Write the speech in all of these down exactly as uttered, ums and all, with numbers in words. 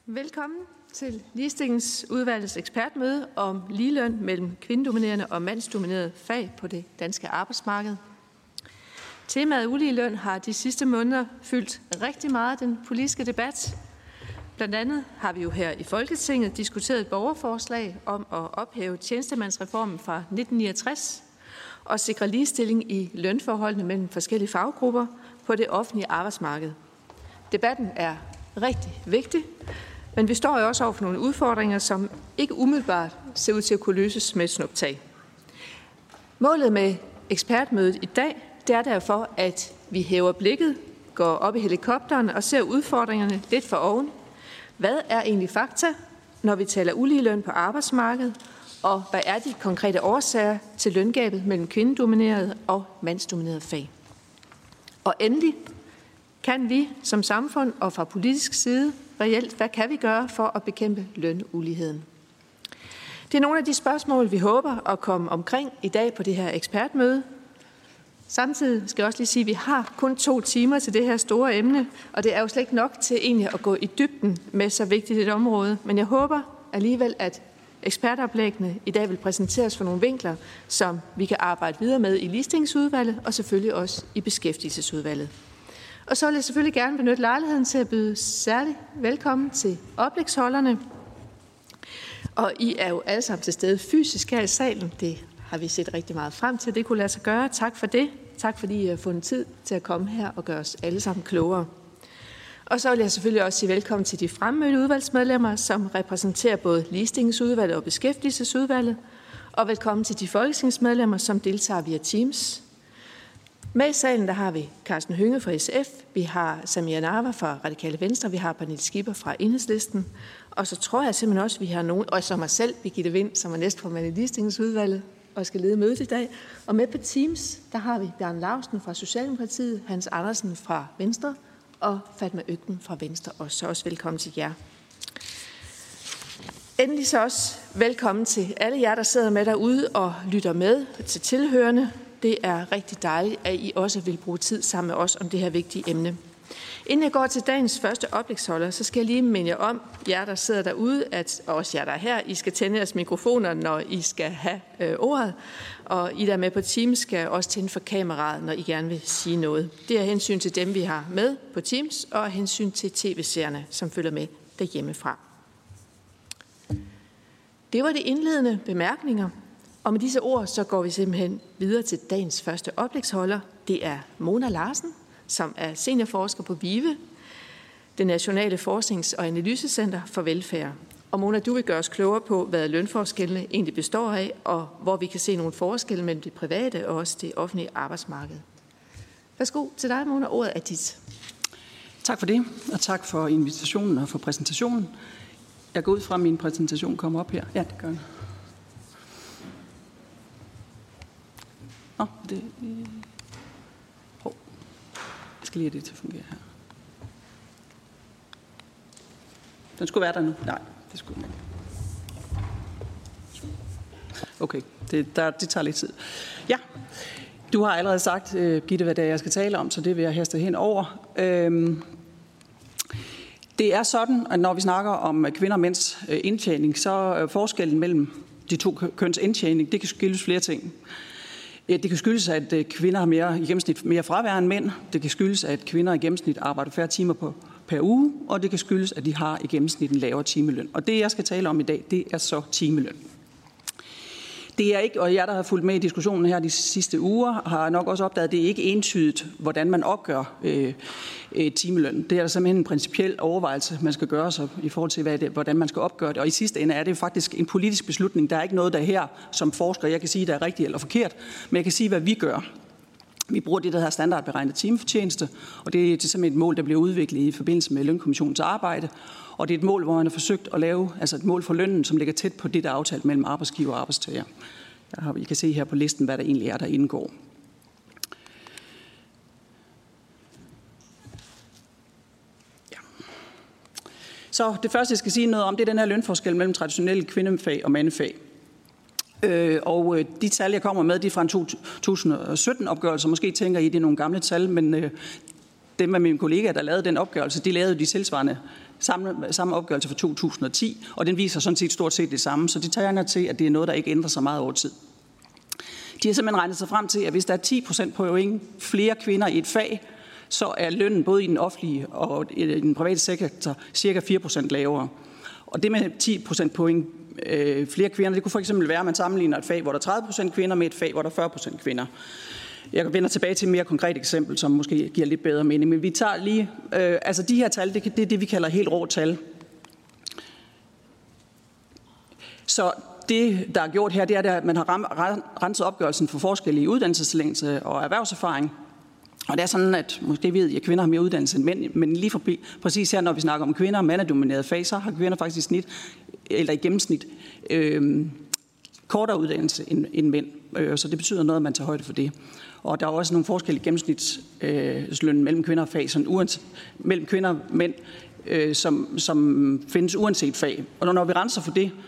Velkommen til Ligestillingsudvalgets ekspertmøde om ligeløn mellem kvindedominerende og mandsdominerede fag på det danske arbejdsmarked. Temaet uligeløn har de sidste måneder fyldt rigtig meget den politiske debat. Blandt andet har vi jo her i Folketinget diskuteret et borgerforslag om at ophæve tjenestemandsreformen fra nitten niogtres og sikre ligestilling i lønforholdene mellem forskellige faggrupper på det offentlige arbejdsmarked. Debatten er rigtig vigtig, men vi står jo også over for nogle udfordringer, som ikke umiddelbart ser ud til at kunne løses med et snuptag. Målet med ekspertmødet i dag, det er derfor, at vi hæver blikket, går op i helikopteren og ser udfordringerne lidt for oven. Hvad er egentlig fakta, når vi taler uligeløn på arbejdsmarkedet, og hvad er de konkrete årsager til løngabet mellem kvindedominerede og mandsdominerede fag? Og endelig kan vi som samfund og fra politisk side reelt, hvad kan vi gøre for at bekæmpe lønuligheden? Det er nogle af de spørgsmål, vi håber at komme omkring i dag på det her ekspertmøde. Samtidig skal jeg også lige sige, at vi har kun to timer til det her store emne, og det er jo slet ikke nok til egentlig at gå i dybden med så vigtigt et område. Men jeg håber alligevel, at ekspertoplæggene i dag vil præsenteres for nogle vinkler, som vi kan arbejde videre med i Ligestillingsudvalget og selvfølgelig også i Beskæftigelsesudvalget. Og så vil jeg selvfølgelig gerne benytte lejligheden til at byde særligt velkommen til oplægsholderne. Og I er jo alle sammen til stede fysisk her i salen. Det har vi set rigtig meget frem til. Det kunne lade sig gøre. Tak for det. Tak fordi I har fundet tid til at komme her og gøre os alle sammen klogere. Og så vil jeg selvfølgelig også sige velkommen til de fremmødte udvalgsmedlemmer, som repræsenterer både Ligestillingsudvalget og Beskæftigelsesudvalget. Og velkommen til de folketingsmedlemmer, som deltager via Teams. Med i salen der har vi Carsten Hønge fra S F, vi har Samia Nawa fra Radikale Venstre, vi har Pernille Skipper fra Enhedslisten, og så tror jeg simpelthen også, at vi har nogen, og så mig selv, Birgitte Vind, som er næstformand i Ligestillingsudvalget og skal lede mødet i dag. Og med på Teams, der har vi Bjarne Laustsen fra Socialdemokratiet, Hans Andersen fra Venstre og Fatma Økten fra Venstre. Og så også velkommen til jer. Endelig så også velkommen til alle jer, der sidder med derude og lytter med til tilhørende. Det er rigtig dejligt, at I også vil bruge tid sammen med os om det her vigtige emne. Inden jeg går til dagens første oplægsholder, så skal jeg lige minde jer om, jer der sidder derude, at, og også jer der er her, I skal tænde jeres mikrofoner, når I skal have øh, ordet. Og I der er med på Teams skal også tænde for kameraet, når I gerne vil sige noget. Det er hensyn til dem, vi har med på Teams, og hensyn til tv-seerne, som følger med derhjemmefra. Det var det indledende bemærkninger. Og med disse ord, så går vi simpelthen videre til dagens første oplægsholder. Det er Mona Larsen, som er seniorforsker på VIVE, det Nationale Forsknings- og Analysecenter for Velfærd. Og Mona, du vil gøre os klogere på, hvad lønforskellene egentlig består af, og hvor vi kan se nogle forskelle mellem det private og også det offentlige arbejdsmarked. Værsgo til dig, Mona. Ordet er dit. Tak for det, og tak for invitationen og for præsentationen. Jeg går ud fra, at min præsentation kommer op her. Ja, det gør den. Nå, det... Oh. Jeg skal lige have det til at fungere her. Den skulle være der nu. Nej, det skulle den ikke. Okay, det, der, det tager lidt tid. Ja, du har allerede sagt, uh, Gitte, hvad det er, jeg skal tale om, så det vil jeg haste hen over. Øhm, det er sådan, at når vi snakker om kvinder og mænds uh, indtjening, så uh, forskellen mellem de to køns indtjening, det kan skyldes flere ting. Det kan skyldes, at kvinder har mere, i gennemsnit mere fravær end mænd. Det kan skyldes, at kvinder i gennemsnit arbejder færre timer på, per uge. Og det kan skyldes, at de har i gennemsnit en lavere timeløn. Og det, jeg skal tale om i dag, det er så timeløn. Det er ikke, og jeg, der har fulgt med i diskussionen her de sidste uger, har nok også opdaget, at det er ikke entydigt, hvordan man opgør øh, øh, timeløn. Det er der simpelthen en principiel overvejelse, man skal gøre sig i forhold til, hvad det, hvordan man skal opgøre det. Og i sidste ende er det faktisk en politisk beslutning. Der er ikke noget, der her som forsker, jeg kan sige, der er rigtigt eller forkert, men jeg kan sige, hvad vi gør. Vi bruger det, der hedder standardberegnet timefortjeneste, og det er simpelthen et mål, der bliver udviklet i forbindelse med Lønkommissionens arbejde. Og det er et mål, hvor man har forsøgt at lave altså et mål for lønnen, som ligger tæt på det, der er aftalt mellem arbejdsgiver og arbejdstager. I kan se her på listen, hvad der egentlig er, der indgår. Ja. Så det første, jeg skal sige noget om, det er den her lønforskel mellem traditionelle kvindefag og mandefag. Øh, og de tal, jeg kommer med, de er fra en to tusind og sytten-opgørelse. Måske tænker I, det er nogle gamle tal, men øh, dem af mine kollegaer, der lavede den opgørelse, de lavede de tilsvarende samme, samme opgørelse for to tusind og ti, og den viser sådan set stort set det samme, så det tegner til, at det er noget, der ikke ændrer sig meget over tid. De har simpelthen regnet sig frem til, at hvis der er ti procent point flere kvinder i et fag, så er lønnen både i den offentlige og i den private sektor cirka fire procent lavere. Og det med ti procent point øh, flere kvinder, det kunne for eksempel være, at man sammenligner et fag, hvor der er tredive procent kvinder, med et fag, hvor der er fyrre procent kvinder. Jeg vender tilbage til et mere konkret eksempel, som måske giver lidt bedre mening. Men vi tager lige, øh, altså de her tal, det, det er det, vi kalder helt rå tal. Så det, der er gjort her, det er, at man har renset opgørelsen for forskellige uddannelseslængde og erhvervserfaring. Og det er sådan, at måske ved jeg, at kvinder har mere uddannelse end mænd, men lige forbi, præcis her, når vi snakker om kvinder og mandedominerede fag, så har kvinder faktisk snit, eller i gennemsnit øh, kortere uddannelse end, end mænd. Øh, så det betyder noget, at man tager højde for det. Og der er også nogle forskellige gennemsnitsløn øh, mellem kvinder og fag, sådan uanset, mellem kvinder og mænd, øh, som, som findes uanset fag. Og når vi renser for det,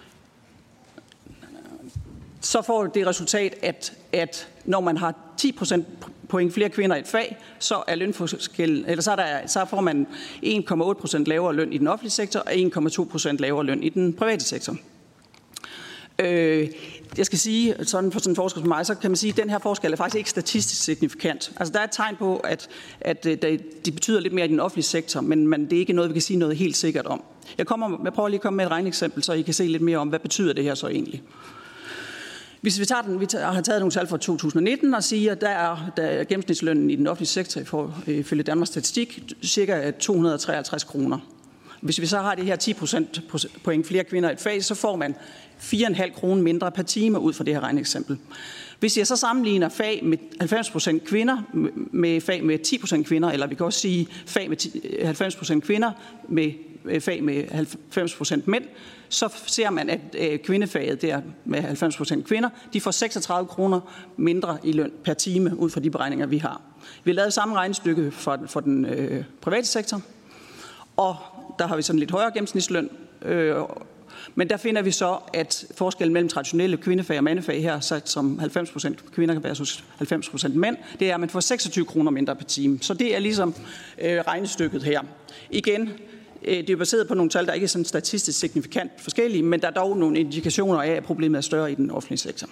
så får det resultat, at, at når man har ti procent point flere kvinder i et fag, så er lønforskellen, eller så, er der, så får man en komma otte procent lavere løn i den offentlige sektor og en komma to procent lavere løn i den private sektor. Øh, jeg skal sige, sådan for sådan en forsker som mig, så kan man sige, at den her forskel er faktisk ikke statistisk signifikant. Altså der er et tegn på, at, at det betyder lidt mere i den offentlige sektor, men, men det er ikke noget, vi kan sige noget helt sikkert om. Jeg, kommer, jeg prøver lige at komme med et regneeksempel, så I kan se lidt mere om, hvad betyder det her så egentlig. Hvis vi tager den, vi tager, har taget nogle tal fra to tusind og nitten og siger, at der er, der er gennemsnitslønnen i den offentlige sektor ifølge Danmarks Statistik cirka to hundrede og treoghalvtreds kroner. Hvis vi så har det her ti procent point flere kvinder i et fag, så får man fire komma fem kroner mindre per time ud fra det her regneeksempel. Hvis jeg så sammenligner fag med halvfems procent kvinder med fag med ti procent kvinder, eller vi kan også sige fag med halvfems procent kvinder med fag med halvfems procent mænd, så ser man, at kvindefaget der med halvfems procent kvinder, de får seksogtredive kroner mindre i løn per time ud fra de beregninger, vi har. Vi har lavet samme regnestykke for, for den øh, private sektor, og der har vi sådan lidt højere gennemsnitsløn, øh, men der finder vi så, at forskellen mellem traditionelle kvindefag og mandefag her, sat som halvfems procent kvinder versus halvfems procent mænd, det er, at man får seksogtyve kroner mindre per time. Så det er ligesom øh, regnestykket her. Igen, øh, det er baseret på nogle tal, der ikke er sådan statistisk signifikant forskellige, men der er dog nogle indikationer af, at problemet er større i den offentlige sektor.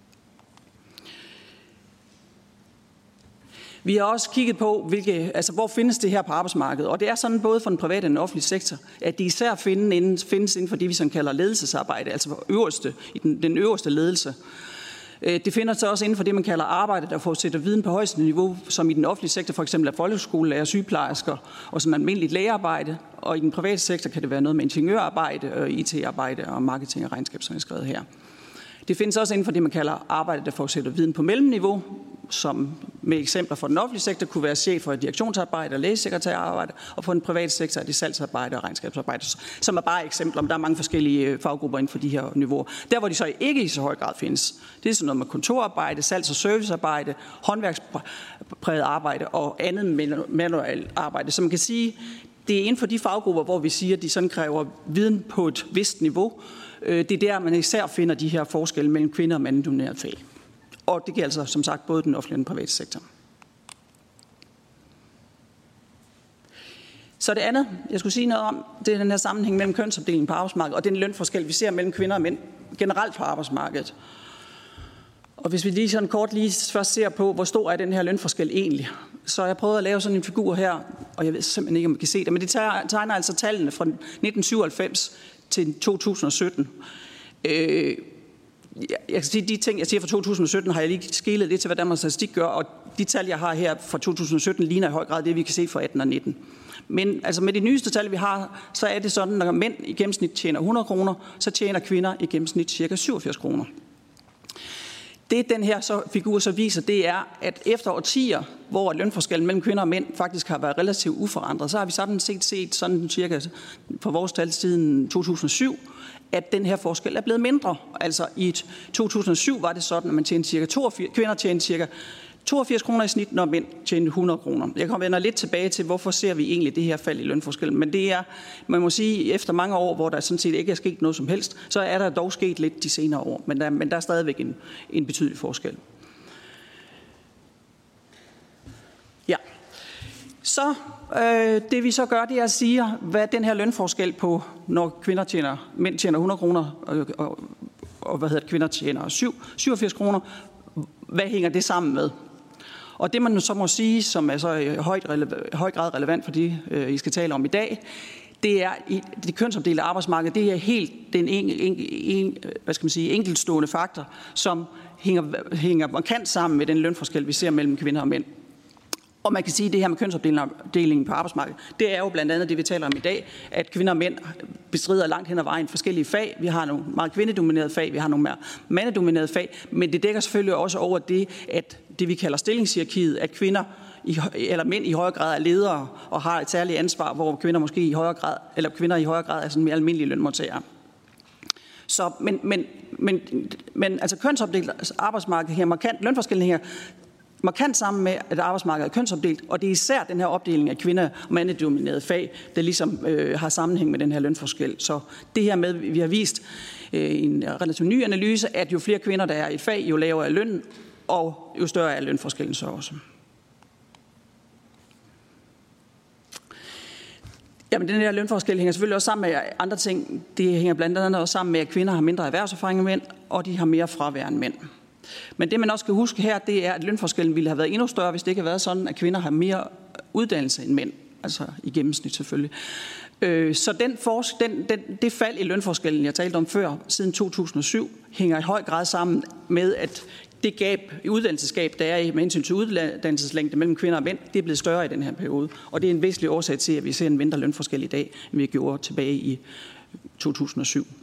Vi har også kigget på, hvilke, altså, hvor findes det her på arbejdsmarkedet. Og det er sådan både for den private og den offentlige sektor, at de især findes inden for det, vi sådan kalder ledelsesarbejde, altså øverste, i den, den øverste ledelse. Det finder sig også inden for det, man kalder arbejde, der forudsætter viden på højeste niveau, som i den offentlige sektor for eksempel er folkeskolelærer, sygeplejersker og sådan almindeligt lægearbejde. Og i den private sektor kan det være noget med ingeniørarbejde, I T-arbejde og marketing og regnskab, som er skrevet her. Det findes også inden for det, man kalder arbejde, der forudsætter viden på mellemniveau, som med eksempler for den offentlige sektor kunne være chef for direktionsarbejde og lægesekretærarbejde, og for den private sektor er det salgsarbejde og regnskabsarbejde, som er bare eksempler, men der er mange forskellige faggrupper inden for de her niveauer. Der, hvor de så ikke i så høj grad findes, det er sådan noget med kontorarbejde, salgs- og servicearbejde, håndværkspræget arbejde og andet manuelt arbejde. Så man kan sige, det er inden for de faggrupper, hvor vi siger, at de sådan kræver viden på et vist niveau. Det er der, man især finder de her forskelle mellem kvinder og mandedominerede fag. Og det gælder altså, som sagt, både den offentlige og den private sektor. Så det andet, jeg skulle sige noget om, det er den her sammenhæng mellem kønsopdelingen på arbejdsmarkedet og den lønforskel, vi ser mellem kvinder og mænd generelt på arbejdsmarkedet. Og hvis vi lige sådan kort lige først ser på, hvor stor er den her lønforskel egentlig, så har jeg prøvet at lave sådan en figur her, og jeg ved simpelthen ikke, om I kan se det, men det tegner altså tallene fra nitten syvoghalvfems til to tusind og sytten. Øh, jeg kan sige, de ting, jeg siger fra to tusind og sytten, har jeg lige skelet lidt til, hvad Danmarks Statistik gør, og de tal, jeg har her fra to tusind og sytten, ligner i høj grad det, vi kan se fra atten og nitten. Men altså med de nyeste tal, vi har, så er det sådan, at når mænd i gennemsnit tjener hundrede kroner, så tjener kvinder i gennemsnit ca. syvogfirs kroner. Det, den her så, figur så viser, det er, at efter årtier, hvor lønforskellen mellem kvinder og mænd faktisk har været relativt uforandret, så har vi sådan set set sådan cirka for vores tal siden to tusind og syv, at den her forskel er blevet mindre. Altså i to tusind og syv var det sådan, at man tjente cirka toogfirs, kvinder tjente cirka toogfirs kroner i snit, når mænd tjente hundrede kroner. Jeg kommer vender lidt tilbage til, hvorfor ser vi egentlig det her fald i lønforskellen. Men det er, man må sige, efter mange år, hvor der sådan set ikke er sket noget som helst, så er der dog sket lidt de senere år. Men der, men der er stadigvæk en, en betydelig forskel. Ja. Så øh, det vi så gør, det er at sige, hvad den her lønforskel på, når kvinder tjener, mænd tjener hundrede kroner, og, og, og hvad hedder det, kvinder tjener syvogfirs kroner, hvad hænger det sammen med? Og det man så må sige, som er så i høj, høj grad relevant for de, øh, I skal tale om i dag, det er i det kønsopdelte arbejdsmarked, det er helt den en, en, en, hvad skal man sige, enkeltstående faktor, som hænger, hænger markant sammen med den lønforskel, vi ser mellem kvinder og mænd. Og man kan sige, at det her med kønsopdelingen på arbejdsmarkedet, det er jo blandt andet det, vi taler om i dag, at kvinder og mænd bestrider langt hen ad vejen forskellige fag. Vi har nogle meget kvindedominerede fag, vi har nogle mere mandedominerede fag, men det dækker selvfølgelig også over det, at det vi kalder stillingshierarkiet, at kvinder i, eller mænd i højere grad er ledere og har et særligt ansvar, hvor kvinder måske i højere grad, eller kvinder i højere grad er sådan mere almindelige lønmodtagere. Så, men, men, men, men altså kønsopdelt arbejdsmarked her, markant lønforskellen her, markant sammen med, at arbejdsmarkedet er kønsopdelt, og det er især den her opdeling af kvinder- og mandedominerede fag, der ligesom øh, har sammenhæng med den her lønforskel. Så det her med, vi har vist øh, en relativt ny analyse, at jo flere kvinder, der er i fag, jo lavere er lønnen, og jo større er lønforskellen så også. Jamen, den her lønforskel hænger selvfølgelig også sammen med andre ting. Det hænger blandt andet også sammen med, at kvinder har mindre erhvervserfaring end mænd, og de har mere fravær end mænd. Men det, man også skal huske her, det er, at lønforskellen ville have været endnu større, hvis det ikke havde været sådan, at kvinder har mere uddannelse end mænd. Altså i gennemsnit selvfølgelig. Så den forsk- den, den, det fald i lønforskellen, jeg talte om før, siden to tusind og syv, hænger i høj grad sammen med, at det gab, uddannelsesgab, der er med hensyn til uddannelseslængde mellem kvinder og mænd, det er blevet større i den her periode. Og det er en væsentlig årsag til, at vi ser en mindre lønforskel i dag, end vi gjorde tilbage i to tusind og syv.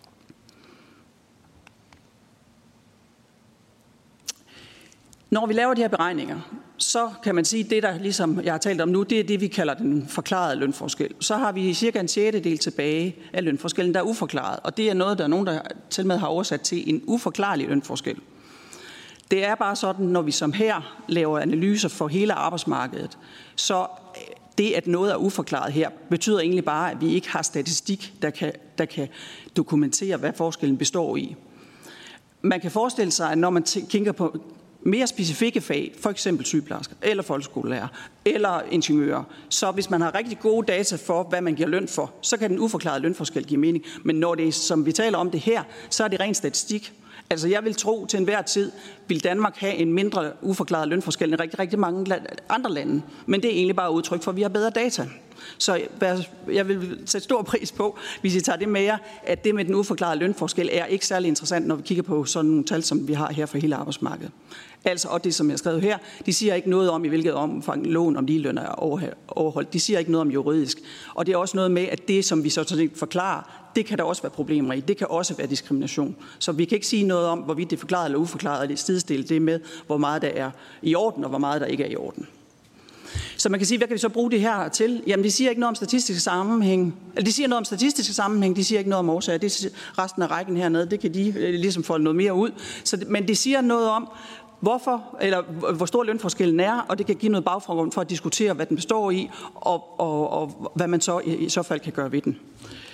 Når vi laver de her beregninger, så kan man sige, at det, der ligesom jeg har talt om nu, det er det, vi kalder den forklarede lønforskel. Så har vi cirka en sjettedel tilbage af lønforskellen, der er uforklaret. Og det er noget, der er nogen, der til med har oversat til en uforklarlig lønforskel. Det er bare sådan, når vi som her laver analyser for hele arbejdsmarkedet, så det, at noget er uforklaret her, betyder egentlig bare, at vi ikke har statistik, der kan, der kan dokumentere, hvad forskellen består i. Man kan forestille sig, at når man kigger på mere specifikke fag, for eksempel sygeplejersker, eller folkeskolelærer, eller ingeniører, så hvis man har rigtig gode data for, hvad man giver løn for, så kan den uforklarede lønforskel give mening. Men når det er, som vi taler om det her, så er det ren statistik. Altså jeg vil tro, til enhver tid vil Danmark have en mindre uforklaret lønforskel end rigtig, rigtig mange andre lande. Men det er egentlig bare udtryk for, at vi har bedre data. Så jeg vil sætte stor pris på, hvis I tager det med jer, at det med den uforklarede lønforskel er ikke særlig interessant, når vi kigger på sådan nogle tal, som vi har her for hele arbejdsmarkedet. Altså, og det som jeg har skrevet her, de siger ikke noget om, i hvilket omfang loven om ligeløn er overholdt. De siger ikke noget om juridisk. Og det er også noget med, at det, som vi så sådan forklarer, det kan der også være problemer i. Det kan også være diskrimination. Så vi kan ikke sige noget om, hvorvidt det er forklaret eller uforklaret, og det sidestille det med, hvor meget der er i orden, og hvor meget der ikke er i orden. Så man kan sige, hvad kan vi så bruge det her til? Jamen, de siger ikke noget om statistiske sammenhæng. Eller de siger noget om statistiske sammenhæng, de siger ikke noget om årsager. Det er resten af rækken hernede, det kan de ligesom folde noget mere ud. Så, men de siger noget om, hvorfor, eller hvor stor lønforskellen er, og det kan give noget baggrund for at diskutere, hvad den består i, og, og, og hvad man så i, i så fald kan gøre ved den.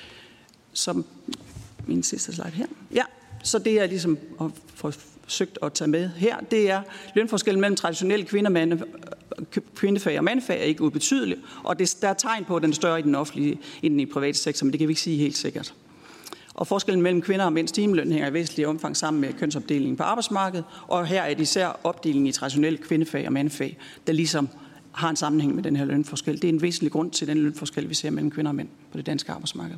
Så min sidste slide her. Ja, så det er ligesom at forsøgt at tage med her, det er lønforskellen mellem traditionelle kvinder, kvindefag og mandefag er ikke ubetydelig, og det, der er tegn på, at den er større i den offentlige end i den private sektor, men det kan vi ikke sige helt sikkert. Og forskellen mellem kvinder og mænds timeløn hænger i væsentlig omfang sammen med kønsopdelingen på arbejdsmarkedet, og her er det især opdelingen i traditionelle kvindefag og mandefag, der ligesom har en sammenhæng med den her lønforskel. Det er en væsentlig grund til den lønforskel, vi ser mellem kvinder og mænd på det danske arbejdsmarked.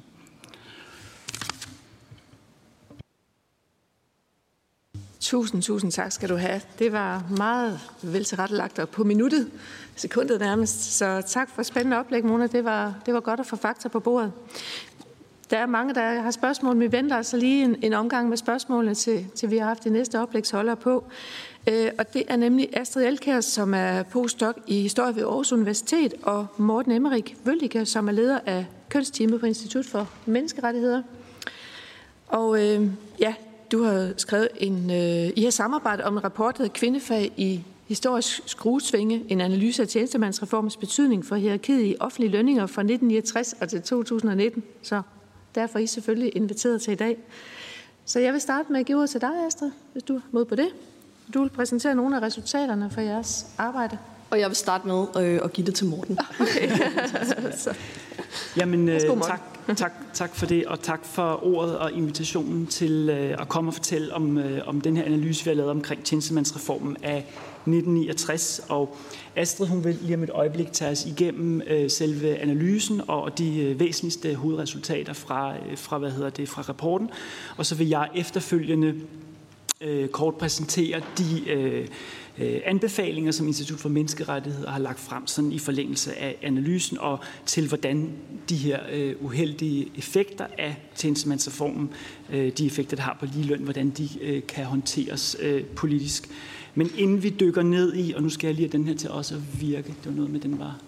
Tusind, tusind tak skal du have. Det var meget vel tilrettelagt og på minuttet, sekundet nærmest. Så tak for spændende oplæg, Mona. Det var, det var godt at få fakta på bordet. Der er mange, der har spørgsmål, men vi venter altså lige en, en omgang med spørgsmålene, til, til vi har haft de næste oplægsholdere på. Øh, og det er nemlig Astrid Elkjær, som er postdoc i historie ved Aarhus Universitet, og Morten Emmerik Vøldige, som er leder af kønsteamet på Institut for Menneskerettigheder. Og øh, ja, du har skrevet en, øh, I har samarbejdet om en rapport, der hedder Kvindefag i historisk skruesvinge, en analyse af tjenestemandsreformens betydning for hierarkiet i offentlige lønninger fra nitten niogtres og til to tusind og nitten. Så derfor er I selvfølgelig inviteret til i dag. Så jeg vil starte med at give ordet til dig, Astrid, hvis du er mod på det. Du vil præsentere nogle af resultaterne for jeres arbejde. Og jeg vil starte med øh, at give det til Morten. Okay. Jamen, øh, tak, tak, tak for det, og tak for ordet og invitationen til øh, at komme og fortælle om, øh, om den her analyse, vi har lavet omkring tjenestemandsreformen af nitten niogtres. Og Astrid, hun vil lige om et øjeblik tage os igennem øh, selve analysen og de øh, væsentligste hovedresultater fra, øh, fra, hvad hedder det, fra rapporten. Og så vil jeg efterfølgende øh, kort præsentere de øh, øh, anbefalinger, som Institut for Menneskerettigheder har lagt frem sådan i forlængelse af analysen, og til hvordan de her øh, uheldige effekter af tjenestemandsreformen, øh, de effekter, der har på ligeløn, hvordan de øh, kan håndteres øh, politisk. Men inden vi dykker ned i, og nu skal jeg lige have den her til også at virke, det var noget med, den var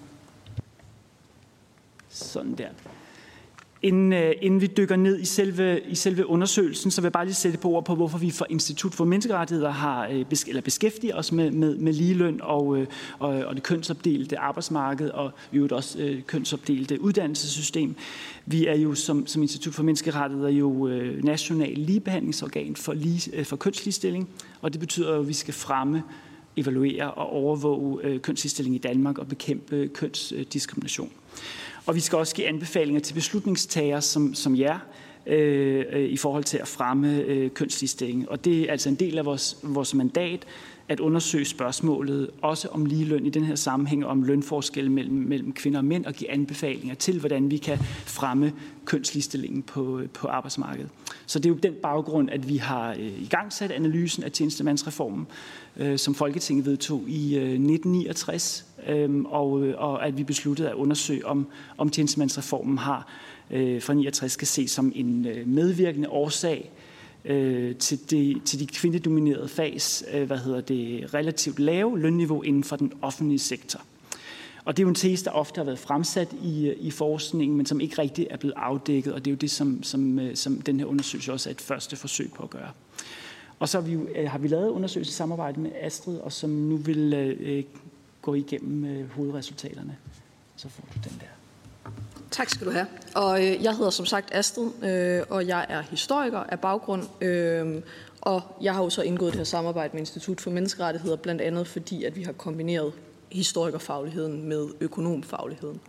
sådan der. Inden, uh, inden vi dykker ned i selve, i selve undersøgelsen, så vil jeg bare lige sætte på ord på, hvorfor vi fra Institut for Menneskerettigheder har uh, besk- eller beskæftiget os med, med, med ligeløn og, uh, og, og det kønsopdelte arbejdsmarked og i øvrigt også uh, kønsopdelte uddannelsessystem. Vi er jo som, som Institut for Menneskerettigheder jo uh, national ligebehandlingsorgan for, lige, uh, for kønsligestilling, og det betyder jo, at vi skal fremme, evaluere og overvåge uh, kønsligestilling i Danmark og bekæmpe kønsdiskrimination. Og vi skal også give anbefalinger til beslutningstagere som, som jer øh, i forhold til at fremme øh, kønsligestilling. Og det er altså en del af vores, vores mandat at undersøge spørgsmålet også om ligeløn i den her sammenhæng, om lønforskelle mellem, mellem kvinder og mænd, og give anbefalinger til, hvordan vi kan fremme kønsligestillingen på, på arbejdsmarkedet. Så det er jo den baggrund, at vi har øh, igangsat analysen af tjenestemandsreformen, øh, som Folketinget vedtog i øh, nitten niogtres, øh, og, og at vi besluttede at undersøge, om, om tjenestemandsreformen har øh, fra niogtres skal ses som en øh, medvirkende årsag Til, de, til de kvindedominerede fags, hvad hedder det, relativt lave lønniveau inden for den offentlige sektor. Og det er jo en tese, der ofte har været fremsat i, i forskningen, men som ikke rigtig er blevet afdækket, og det er jo det, som, som, som den her undersøgelse også er et første forsøg på at gøre. Og så har vi, har vi lavet undersøgelse i samarbejde med Astrid, og som nu vil øh, gå igennem øh, hovedresultaterne. Så får du den der. Tak skal du have. Og øh, jeg hedder som sagt Astrid, øh, og jeg er historiker af baggrund. Øh, og jeg har jo så indgået det her samarbejde med Institut for Menneskerettigheder, blandt andet fordi, at vi har kombineret historikerfagligheden med økonomfagligheden.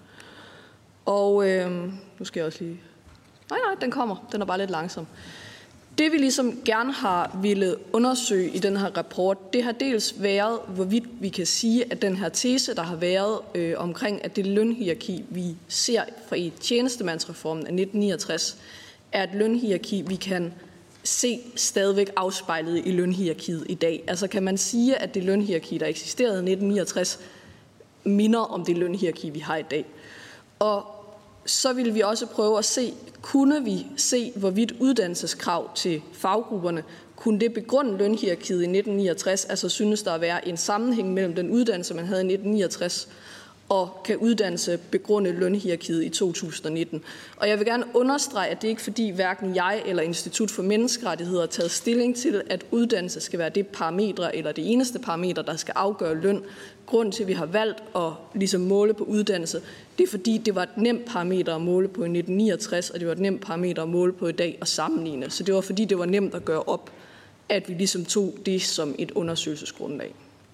Og øh, nu skal jeg også lige... Nej, nej, den kommer. Den er bare lidt langsom. Det vi ligesom gerne har ville undersøge i den her rapport, det har dels været, hvorvidt vi kan sige, at den her tese, der har været øh, omkring, at det lønhierarki, vi ser fra i tjenestemandsreformen af nitten niogtres, er et lønhierarki, vi kan se stadigvæk afspejlet i lønhierarkiet i dag. Altså kan man sige, at det lønhierarki, der eksisterede i nitten niogtres, minder om det lønhierarki, vi har i dag. Og så vil vi også prøve at se, kunne vi se, hvorvidt uddannelseskrav til faggrupperne, kunne det begrunde lønhierarkiet i nitten niogtres, altså synes der at være en sammenhæng mellem den uddannelse, man havde i nitten niogtres, og kan uddannelse begrunde lønhierarkiet i to tusind og nitten. Og jeg vil gerne understrege, at det ikke er fordi hverken jeg eller Institut for Menneskerettigheder har taget stilling til, at uddannelse skal være det parametre eller det eneste parameter, der skal afgøre løn. Grunden til, at vi har valgt at ligesom måle på uddannelse, det er fordi, det var et nemt parameter at måle på i nitten niogtres, og det var et nemt parameter at måle på i dag og sammenligne. Så det var fordi, det var nemt at gøre op, at vi ligesom tog det som et undersøgelsesgrundlag.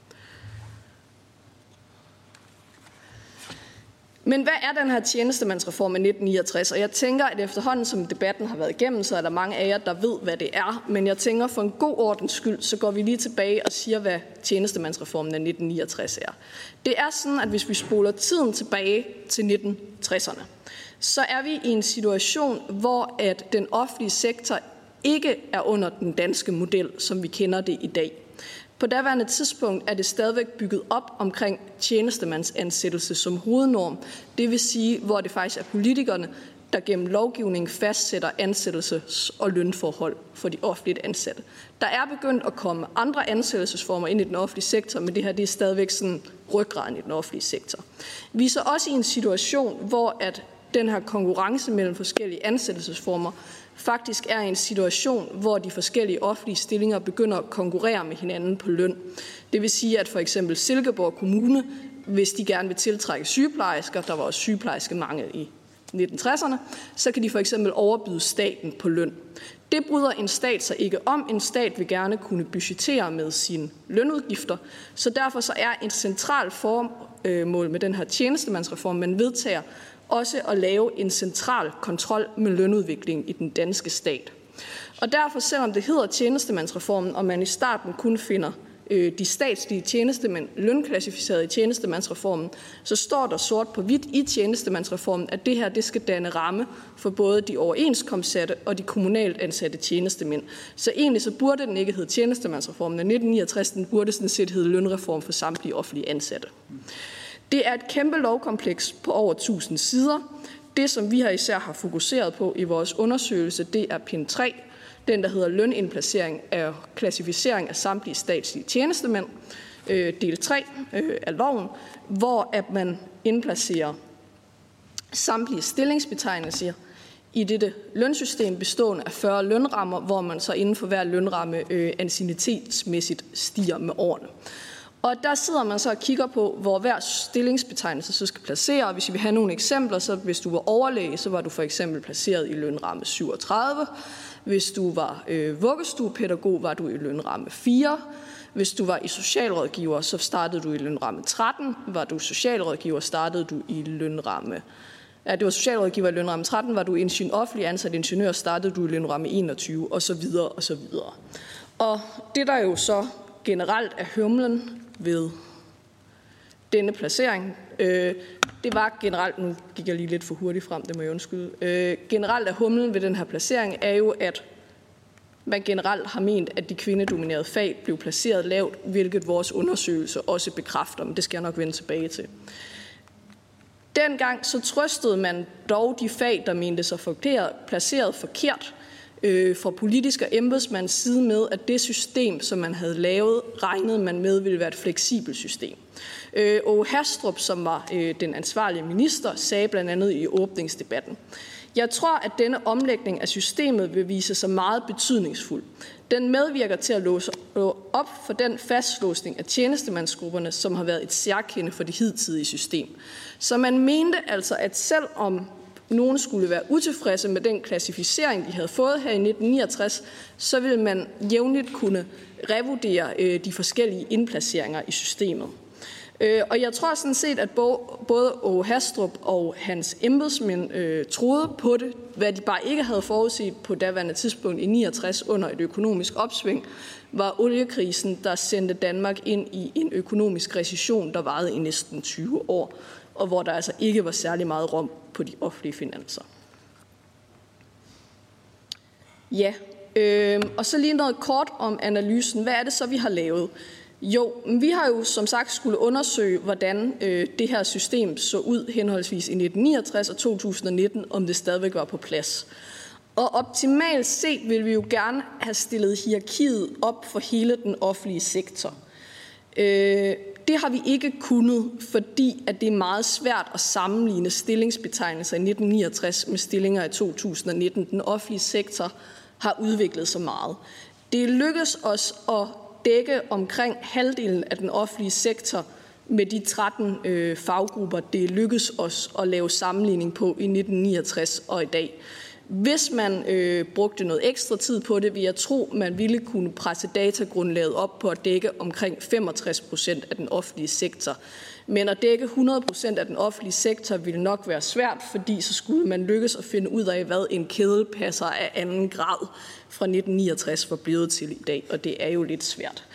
Men hvad er den her tjenestemandsreform af nitten niogtres? Og jeg tænker, at efterhånden som debatten har været igennem, så er der mange af jer, der ved, hvad det er. Men jeg tænker, for en god ordens skyld, så går vi lige tilbage og siger, hvad tjenestemandsreformen af nitten niogtres er. Det er sådan, at hvis vi spoler tiden tilbage til nitten tresserne, så er vi i en situation, hvor at den offentlige sektor ikke er under den danske model, som vi kender det i dag. På daværende tidspunkt er det stadigvæk bygget op omkring tjenestemandsansættelse som hovednorm. Det vil sige, hvor det faktisk er politikerne, der gennem lovgivning fastsætter ansættelses- og lønforhold for de offentligt ansatte. Der er begyndt at komme andre ansættelsesformer ind i den offentlige sektor, men det her det er stadigvæk sådan ryggraden i den offentlige sektor. Vi er så også i en situation, hvor at den her konkurrence mellem forskellige ansættelsesformer faktisk er en situation, hvor de forskellige offentlige stillinger begynder at konkurrere med hinanden på løn. Det vil sige, at for eksempel Silkeborg Kommune, hvis de gerne vil tiltrække sygeplejersker, der var også sygeplejerskemangel i nitten tresserne, så kan de for eksempel overbyde staten på løn. Det bryder en stat sig ikke om. En stat vil gerne kunne budgettere med sine lønudgifter, så derfor så er et centralt formål med den her tjenestemandsreform, man vedtager, også at lave en central kontrol med lønudviklingen i den danske stat. Og derfor, selvom det hedder tjenestemandsreformen, og man i starten kun finder øh, de statslige tjenestemænd lønklassificeret i tjenestemandsreformen, så står der sort på hvidt i tjenestemandsreformen, at det her det skal danne ramme for både de overenskomstsatte og de kommunalt ansatte tjenestemænd. Så egentlig så burde den ikke hedde tjenestemandsreformen af nitten niogtres, den burde sådan set hedde lønreform for samtlige offentlige ansatte. Det er et kæmpe lovkompleks på over tusind sider. Det, som vi her især har fokuseret på i vores undersøgelse, det er pind tre, den der hedder lønindplacering af klassificering af samtlige statslige tjenestemænd, øh, del tre øh, af loven, hvor at man indplacerer samtlige stillingsbetegnelser i dette lønsystem bestående af fyrre lønrammer, hvor man så inden for hver lønramme øh, anciennitetsmæssigt stiger med årene. Og der sidder man så og kigger på, hvor hver stillingsbetegnelse så skal placere. Hvis vi vil have nogle eksempler, så hvis du var overlæge, så var du for eksempel placeret i lønramme syvogtredive. Hvis du var øh, vuggestuepædagog, var du i lønramme fire. Hvis du var i socialrådgiver, så startede du i lønramme tretten. Var du socialrådgiver, startede du i lønramme... Ja, det var socialrådgiver i lønramme tretten. Var du ingeniør, offentlig ansat ingeniør, startede du i lønramme enogtyve, og så videre, og så videre. Og det der jo så generelt er humlen ved denne placering. Øh, det var generelt, nu gik jeg lige lidt for hurtigt frem, det må jeg undskylde. Øh, generelt er humlen ved den her placering er jo, at man generelt har ment, at de kvindedominerede fag blev placeret lavt, hvilket vores undersøgelse også bekræfter, men det skal jeg nok vende tilbage til. Dengang så trøstede man dog de fag, der mente sig placeret forkert, øh, fra politisk og embedsmands side med, at det system, som man havde lavet, regnede man med ville være et fleksibelt system. Øh, Åge Hastrup, som var øh, den ansvarlige minister, sagde blandt andet i åbningsdebatten: Jeg tror, at denne omlægning af systemet vil vise sig meget betydningsfuld. Den medvirker til at låse op for den fastlåsning af tjenestemandsgrupperne, som har været et særkende for det hidtidige system. Så man mente altså, at selv om nogen skulle være utilfredse med den klassificering, de havde fået her i nitten niogtres, så ville man jævnligt kunne revurdere øh, de forskellige indplaceringer i systemet. Øh, og jeg tror sådan set, at både Åge Hastrup og hans embedsmænd øh, troede på det, hvad de bare ikke havde forudset på daværende tidspunkt i niogtres under et økonomisk opsving, var oliekrisen, der sendte Danmark ind i en økonomisk recession, der varede i næsten tyve år, og hvor der altså ikke var særlig meget rum på de offentlige finanser. Ja, øh, og så lige noget kort om analysen. Hvad er det så, vi har lavet? Jo, vi har jo som sagt skulle undersøge, hvordan øh, det her system så ud henholdsvis i nitten niogtres og to tusind og nitten, om det stadigvæk var på plads. Og optimalt set vil vi jo gerne have stillet hierarkiet op for hele den offentlige sektor. Øh, det har vi ikke kunnet, fordi at det er meget svært at sammenligne stillingsbetegnelser i nitten niogtres med stillinger i to tusind og nitten. Den offentlige sektor har udviklet sig meget. Det lykkedes os at dække omkring halvdelen af den offentlige sektor med de tretten øh, faggrupper, det lykkedes os at lave sammenligning på i nitten niogtres og i dag. Hvis man øh, brugte noget ekstra tid på det, vil jeg tro, man ville kunne presse datagrundlaget op på at dække omkring femogtres procent af den offentlige sektor. Men at dække hundrede procent af den offentlige sektor ville nok være svært, fordi så skulle man lykkes at finde ud af, hvad en kædepasser af anden grad fra nitten niogtres var blevet til i dag, og det er jo lidt svært.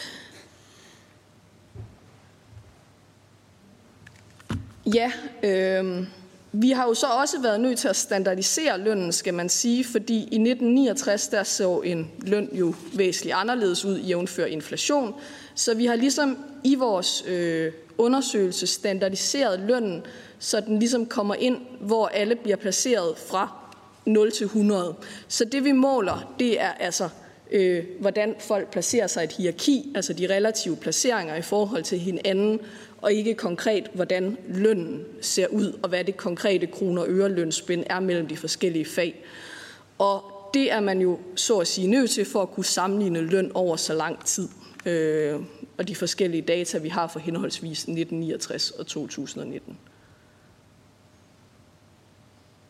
Ja, øh, vi har jo så også været nødt til at standardisere lønnen, skal man sige, fordi i nitten niogtres der så en løn jo væsentligt anderledes ud, jævnfør inflation. Så vi har ligesom i vores øh, undersøgelse standardiseret lønnen, så den ligesom kommer ind, hvor alle bliver placeret fra nul til hundrede. Så det vi måler, det er altså, øh, hvordan folk placerer sig i et hierarki, altså de relative placeringer i forhold til hinanden, og ikke konkret, hvordan lønnen ser ud, og hvad det konkrete kroner- og øre-lønspænd er mellem de forskellige fag. Og det er man jo så at sige nødt til for at kunne sammenligne løn over så lang tid, øh, og de forskellige data, vi har for henholdsvis nitten niogtres og to tusind og nitten.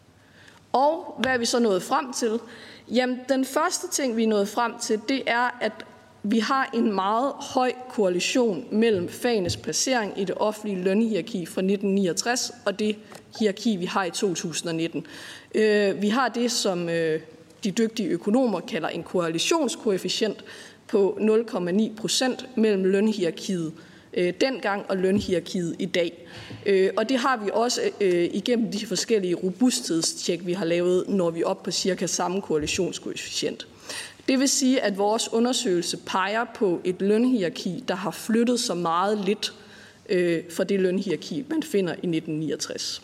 Og hvad er vi så nået frem til? Jamen, den første ting, vi er nået frem til, det er, at vi har en meget høj korrelation mellem fagenes placering i det offentlige lønhierarki fra nitten niogtres og det hierarki, vi har i to tusind og nitten. Vi har det, som de dygtige økonomer kalder en korrelationskoefficient på nul komma ni procent mellem lønhierarkiet dengang og lønhierarkiet i dag. Og det har vi også igennem de forskellige robusthedstjek, vi har lavet, når vi er oppe på cirka samme korrelationskoefficient. Det vil sige, at vores undersøgelse peger på et lønhierarki, der har flyttet sig meget lidt fra det lønhierarki, man finder i nitten niogtres.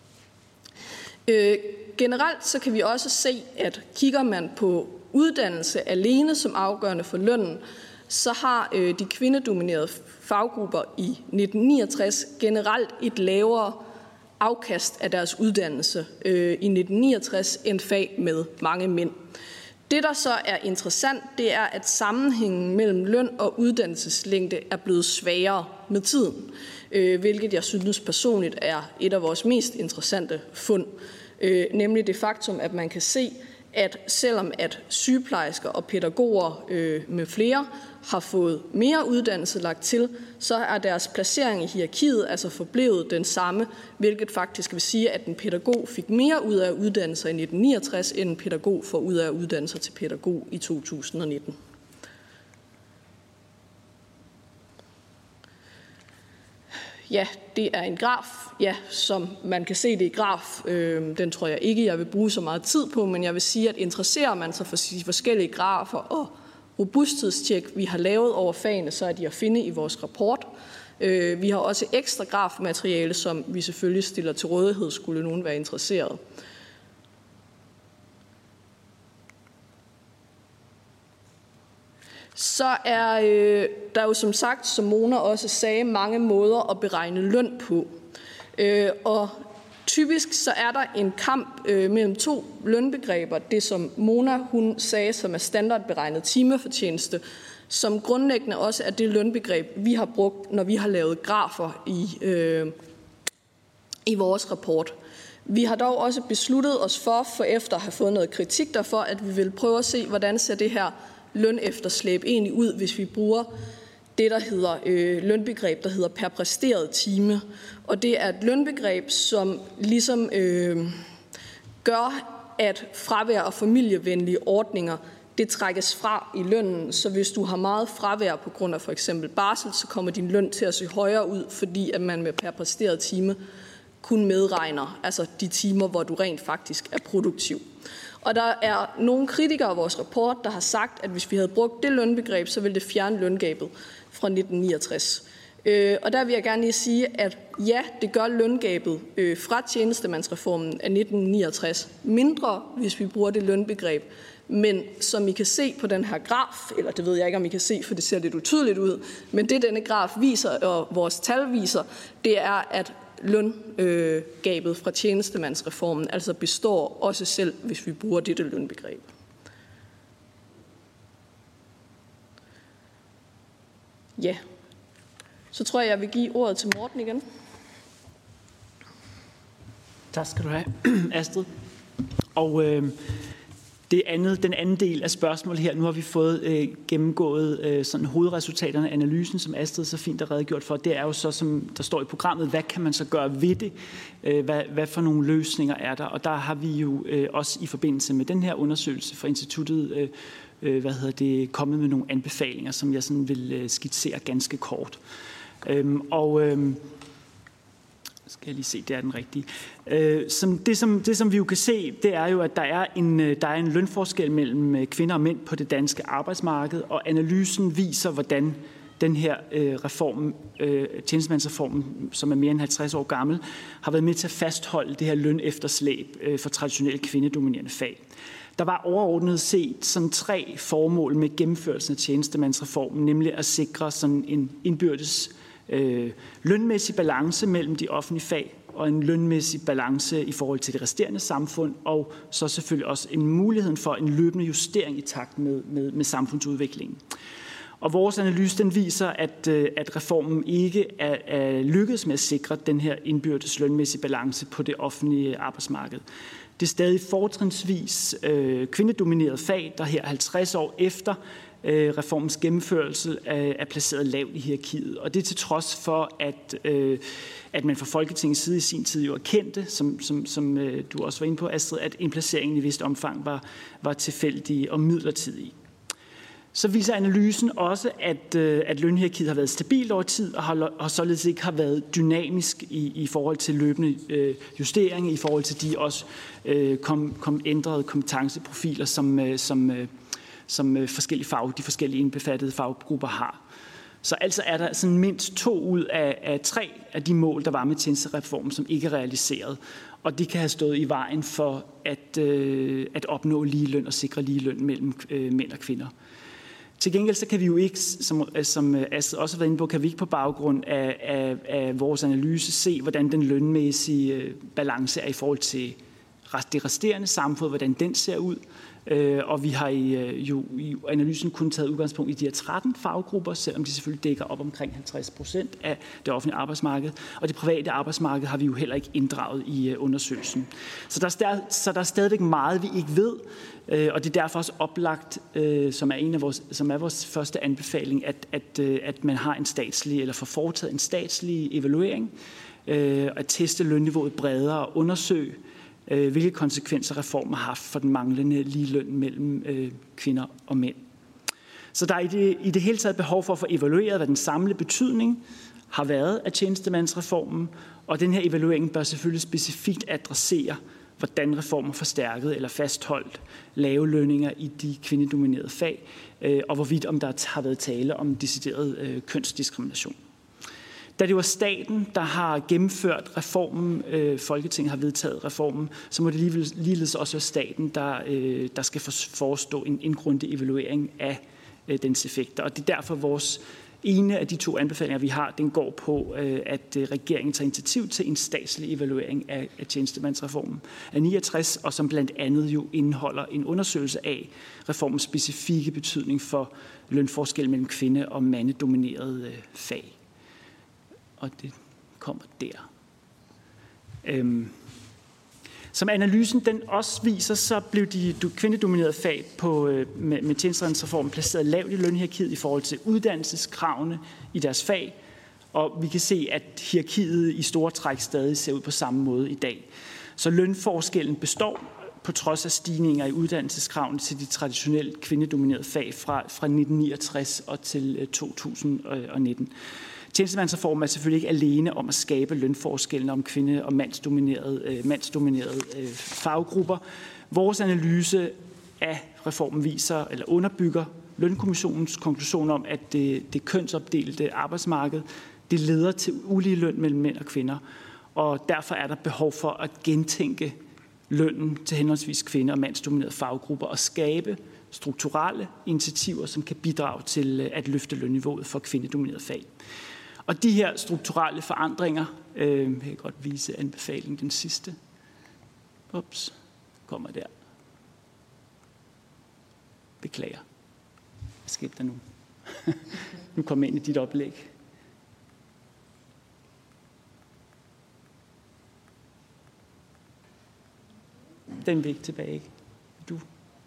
Generelt så kan vi også se, at kigger man på uddannelse alene som afgørende for lønnen, så har de kvindedominerede faggrupper i nitten niogtres generelt et lavere afkast af deres uddannelse i nitten niogtres end fag med mange mænd. Det, der så er interessant, det er, at sammenhængen mellem løn og uddannelseslængde er blevet svagere med tiden, hvilket jeg synes personligt er et af vores mest interessante fund. Nemlig det faktum, at man kan se, at selvom at sygeplejersker og pædagoger øh, med flere har fået mere uddannelse lagt til, så er deres placering i hierarkiet altså forblevet den samme, hvilket faktisk vil sige, at en pædagog fik mere ud af uddannelser i nitten niogtres, end en pædagog får ud af uddannelser til pædagog i to tusind og nitten. Ja, det er en graf, ja, som man kan se det i graf. Øh, den tror jeg ikke, jeg vil bruge så meget tid på, men jeg vil sige, at interesserer man sig for de forskellige grafer og robusthedstjek, vi har lavet over fagene, så er de at finde i vores rapport. Øh, vi har også ekstra grafmateriale, som vi selvfølgelig stiller til rådighed, skulle nogen være interesseret. Så er øh, der jo som sagt, som Mona også sagde, mange måder at beregne løn på. Øh, og typisk så er der en kamp øh, mellem to lønbegreber. Det som Mona hun sagde, som er standardberegnet timefortjeneste, som grundlæggende også er det lønbegreb, vi har brugt, når vi har lavet grafer i, øh, i vores rapport. Vi har dog også besluttet os for, for efter at have fået noget kritik derfor, at vi vil prøve at se, hvordan ser det her lønefterslæb egentlig ud, hvis vi bruger det, der hedder øh, lønbegreb, der hedder per præsteret time. Og det er et lønbegreb, som ligesom øh, gør, at fravær og familievenlige ordninger, det trækkes fra i lønnen. Så hvis du har meget fravær på grund af for eksempel barsel, så kommer din løn til at se højere ud, fordi at man med per præsteret time kun medregner, altså de timer, hvor du rent faktisk er produktiv. Og der er nogle kritikere af vores rapport, der har sagt, at hvis vi havde brugt det lønbegreb, så ville det fjerne løngabet fra nitten niogtres. Øh, og der vil jeg gerne lige sige, at ja, det gør løngabet øh, fra tjenestemandsreformen af nitten niogtres mindre, hvis vi bruger det lønbegreb. Men som I kan se på den her graf, eller det ved jeg ikke, om I kan se, for det ser lidt utydeligt ud, men det denne graf viser, og vores tal viser, det er, at løngabet øh, fra tjenestemandsreformen altså består også selv, hvis vi bruger dette lønbegreb. Ja, så tror jeg, jeg vil give ordet til Morten igen. Tak skal du have, Astrid. Og øh, det andet, den anden del af spørgsmålet her, nu har vi fået øh, gennemgået øh, sådan hovedresultaterne af analysen, som Astrid så fint har redegjort for. Det er jo så, som der står i programmet, hvad kan man så gøre ved det? Øh, hvad, hvad for nogle løsninger er der? Og der har vi jo øh, også i forbindelse med den her undersøgelse fra instituttet øh, øh, hvad hedder det, kommet med nogle anbefalinger, som jeg sådan vil øh, skitsere ganske kort. Øhm, og øh, skal jeg lige se, det er den rigtige. Øh, som det, som, det, som vi jo kan se, det er jo, at der er, en, der er en lønforskel mellem kvinder og mænd på det danske arbejdsmarked, og analysen viser, hvordan den her øh, reform, øh, tjenestemandsreformen, som er mere end halvtreds år gammel, har været med til at fastholde det her lønefterslæb øh, for traditionelle kvindedominerende fag. Der var overordnet set sådan tre formål med gennemførelsen af tjenestemandsreformen, nemlig at sikre sådan en indbyrdes øh, lønmæssig balance mellem de offentlige fag og en lønmæssig balance i forhold til det resterende samfund, og så selvfølgelig også en mulighed for en løbende justering i takt med, med, med samfundsudviklingen. Og vores analyse den viser, at, at reformen ikke er, er lykkedes med at sikre den her indbyrdes lønmæssige balance på det offentlige arbejdsmarked. Det er stadig fortrinsvis øh, kvindedomineret fag, der her halvtreds år efter øh, reformens gennemførelse er, er placeret lavt i hierarkiet. Og det er til trods for, at, øh, at man fra Folketingets side i sin tid jo erkendte, som, som, som øh, du også var inde på, Astrid, at indplaceringen i vist omfang var, var tilfældig og midlertidig. Så viser analysen også, at, at lønhierarkiet har været stabilt over tid, og, har, og således ikke har været dynamisk i, i forhold til løbende øh, justeringer, i forhold til de også øh, kom, kom ændrede kompetenceprofiler, som, øh, som, øh, som forskellige fag, de forskellige indbefattede faggrupper har. Så altså er der sådan mindst to ud af, af tre af de mål, der var med tjenestereformen, som ikke er realiseret. Og det kan have stået i vejen for at, øh, at opnå ligeløn og sikre ligeløn mellem øh, mænd og kvinder. Til gengæld så kan vi jo ikke, som, som Astrid også har været inde på, kan vi ikke på baggrund af, af, af vores analyse se, hvordan den lønmæssige balance er i forhold til det resterende samfund, hvordan den ser ud. Og vi har i, jo i analysen kun taget udgangspunkt i de her tretten faggrupper, selvom de selvfølgelig dækker op omkring halvtreds procent af det offentlige arbejdsmarked. Og det private arbejdsmarked har vi jo heller ikke inddraget i undersøgelsen. Så der er, så der er stadigvæk meget, vi ikke ved, og det er derfor også oplagt, som er, en af vores, som er vores første anbefaling, at, at, at man har en statslig, eller får foretaget en statslig evaluering, at teste lønniveauet bredere og undersøge, hvilke konsekvenser reformen har haft for den manglende ligeløn mellem øh, kvinder og mænd. Så der er i det, i det hele taget behov for at få evalueret, hvad den samlede betydning har været af tjenestemandsreformen, og den her evaluering bør selvfølgelig specifikt adressere, hvordan reformen forstærket eller fastholdt lave lønninger i de kvindedominerede fag, øh, og hvorvidt om der har været tale om decideret øh, kønsdiskrimination. Da det var staten, der har gennemført reformen, øh, Folketinget har vedtaget reformen, så må det ligeledes også være staten, der, øh, der skal forestå en, en grundig evaluering af øh, dens effekter. Og det er derfor vores ene af de to anbefalinger, vi har, den går på, øh, at øh, regeringen tager initiativ til en statslig evaluering af, af tjenestemandsreformen af niogtres, og som blandt andet jo indeholder en undersøgelse af reformens specifikke betydning for lønforskel mellem kvinde- og mandedominerede øh, fag. Og det kommer der. Øhm. Som analysen den også viser, så blev de kvindedominerede fag på, med, med tjenestemandsreformen placeret lavt i lønhierarkiet i forhold til uddannelseskravene i deres fag. Og vi kan se, at hierarkiet i store træk stadig ser ud på samme måde i dag. Så lønforskellen består på trods af stigninger i uddannelseskravene til de traditionelt kvindedominerede fag fra, fra nitten niogtres og til to tusind og nitten. Tjenestemandsreformen er selvfølgelig ikke alene om at skabe lønforskellen om kvinde- og mandsdominerede, øh, mandsdominerede øh, faggrupper. Vores analyse af reformen viser eller underbygger Lønkommissionens konklusion om, at det, det kønsopdelte arbejdsmarked det leder til ulige løn mellem mænd og kvinder. Og derfor er der behov for at gentænke lønnen til henholdsvis kvinde- og mandsdominerede faggrupper og skabe strukturelle initiativer, som kan bidrage til at løfte lønniveauet for kvindedominerede fag. Og de her strukturelle forandringer, øh, jeg kan godt vise anbefalingen den sidste. Ups, kommer der. Beklager. Hvad skete der nu? Nu kommer jeg ind i dit oplæg. Den vil ikke tilbage. Du.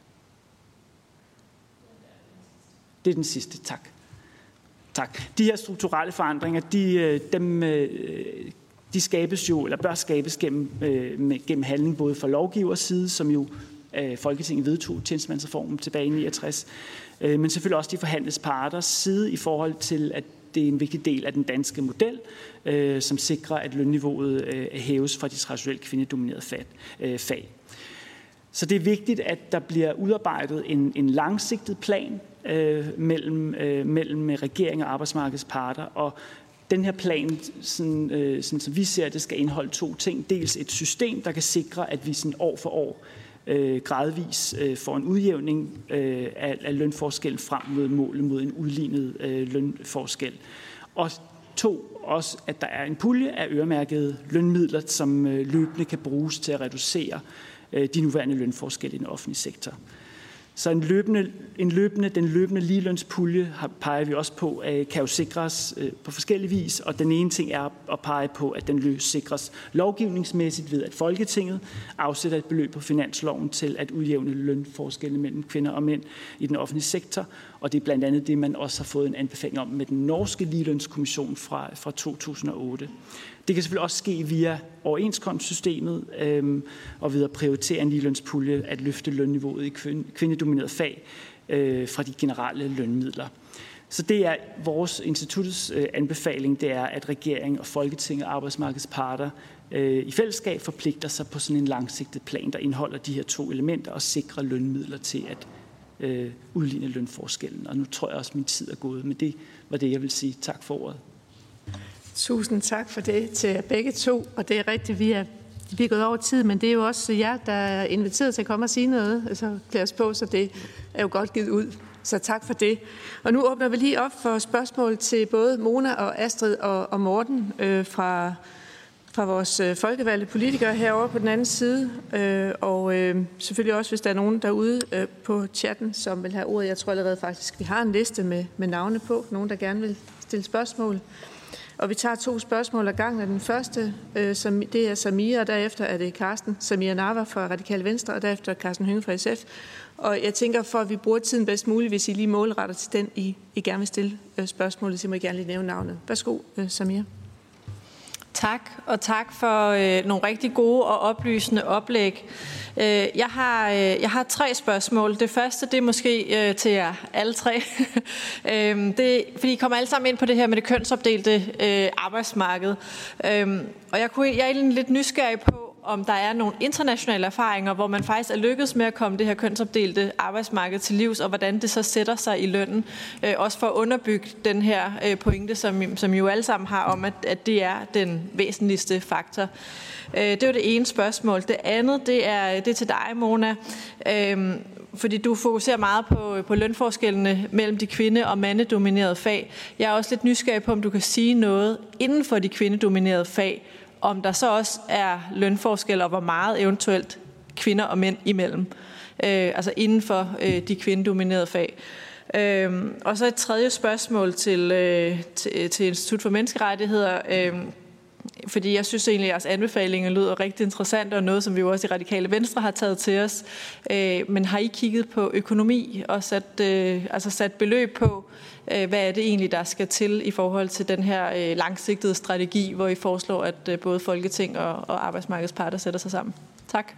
Det er den sidste, tak. Tak. De her strukturelle forandringer, de, dem, de skabes jo, eller bør skabes gennem, gennem handling både fra lovgivers side, som jo Folketinget vedtog tjenestemandsreformen tilbage i niogtres, men selvfølgelig også de forhandlingsparters side i forhold til, at det er en vigtig del af den danske model, som sikrer, at lønniveauet hæves fra de traditionelt kvindedominerede fag. Så det er vigtigt, at der bliver udarbejdet en, en langsigtet plan øh, mellem, øh, mellem regering og arbejdsmarkedets parter. Og den her plan, sådan, øh, sådan som vi ser det, skal indeholde to ting. Dels et system, der kan sikre, at vi sådan år for år øh, gradvis øh, får en udjævning øh, af, af lønforskel frem mod målet mod en udlignet øh, lønforskel. Og to, også at der er en pulje af øremærkede lønmidler, som øh, løbende kan bruges til at reducere de nuværende lønforskelle i den offentlige sektor. Så en løbende, en løbende, den løbende ligelønspulje har, peger vi også på, at kan jo sikres øh, på forskellige vis. Og den ene ting er at pege på, at den sikres lovgivningsmæssigt ved, at Folketinget afsætter et beløb på finansloven til at udjævne lønforskelle mellem kvinder og mænd i den offentlige sektor. Og det er blandt andet det, man også har fået en anbefaling om med den norske ligelønskommission fra, fra to tusind og otte. Det kan selvfølgelig også ske via overenskomstsystemet øhm, og ved at prioritere en ligelønspulje at løfte lønniveauet i kvindedominerede fag øh, fra de generelle lønmidler. Så det er vores instituttets øh, anbefaling, det er, at regeringen og Folketinget og arbejdsmarkedets parter øh, i fællesskab forpligter sig på sådan en langsigtet plan, der indeholder de her to elementer og sikrer lønmidler til at øh, udligne lønforskellen. Og nu tror jeg også, at min tid er gået, men det var det, jeg vil sige. Tak for ordet. Tusind tak for det til begge to, og det er rigtigt, vi er, vi er gået over tid, men det er jo også jer, der er inviteret til at komme og sige noget, altså klæde os på, så det er jo godt givet ud. Så tak for det. Og nu åbner vi lige op for spørgsmål til både Mona og Astrid og, og Morten øh, fra, fra vores øh, folkevalgte politikere herovre på den anden side, øh, og øh, selvfølgelig også, hvis der er nogen derude øh, på chatten, som vil have ordet. Jeg tror allerede faktisk, vi har en liste med, med navne på, nogen der gerne vil stille spørgsmål. Og vi tager to spørgsmål ad gangen. Den første, øh, som, det er Samia, og derefter er det Carsten Samia Narva fra Radikale Venstre, og derefter Carsten Hønge fra S F. Og jeg tænker, for at vi bruger tiden bedst muligt, hvis I lige målretter til den, I, I gerne vil stille øh, spørgsmålet, så må I gerne lige nævne navnet. Værsgo, øh, Samia. Tak, og tak for øh, nogle rigtig gode og oplysende oplæg. Øh, jeg, har, øh, jeg har tre spørgsmål. Det første, det er måske øh, til jer alle tre. øh, det, fordi I kommer alle sammen ind på det her med det kønsopdelte øh, arbejdsmarked. Øh, og jeg, kunne, jeg er egentlig lidt nysgerrig på, om der er nogle internationale erfaringer, hvor man faktisk er lykkedes med at komme det her kønsopdelte arbejdsmarked til livs, og hvordan det så sætter sig i lønnen. Øh, også for at underbygge den her øh, pointe, som, som I jo alle sammen har om, at, at det er den væsentligste faktor. Øh, det var det ene spørgsmål. Det andet, det er, det er til dig, Mona. Øh, fordi du fokuserer meget på, på lønforskellene mellem de kvinde- og mandedominerede fag. Jeg er også lidt nysgerrig på, om du kan sige noget inden for de kvindedominerede fag, om der så også er lønforskelle, og hvor meget eventuelt kvinder og mænd imellem, øh, altså inden for øh, de kvindedominerede fag. Øh, og så et tredje spørgsmål til, øh, til, til Institut for Menneskerettigheder, øh, fordi jeg synes egentlig, at jeres anbefalinger lyder rigtig interessant, og noget, som vi jo også i Radikale Venstre har taget til os. Øh, men har I kigget på økonomi og sat, øh, altså sat beløb på, øh, hvad er det egentlig, der skal til i forhold til den her øh, langsigtede strategi, hvor I foreslår, at øh, både Folketing og, og arbejdsmarkedets parter sætter sig sammen? Tak.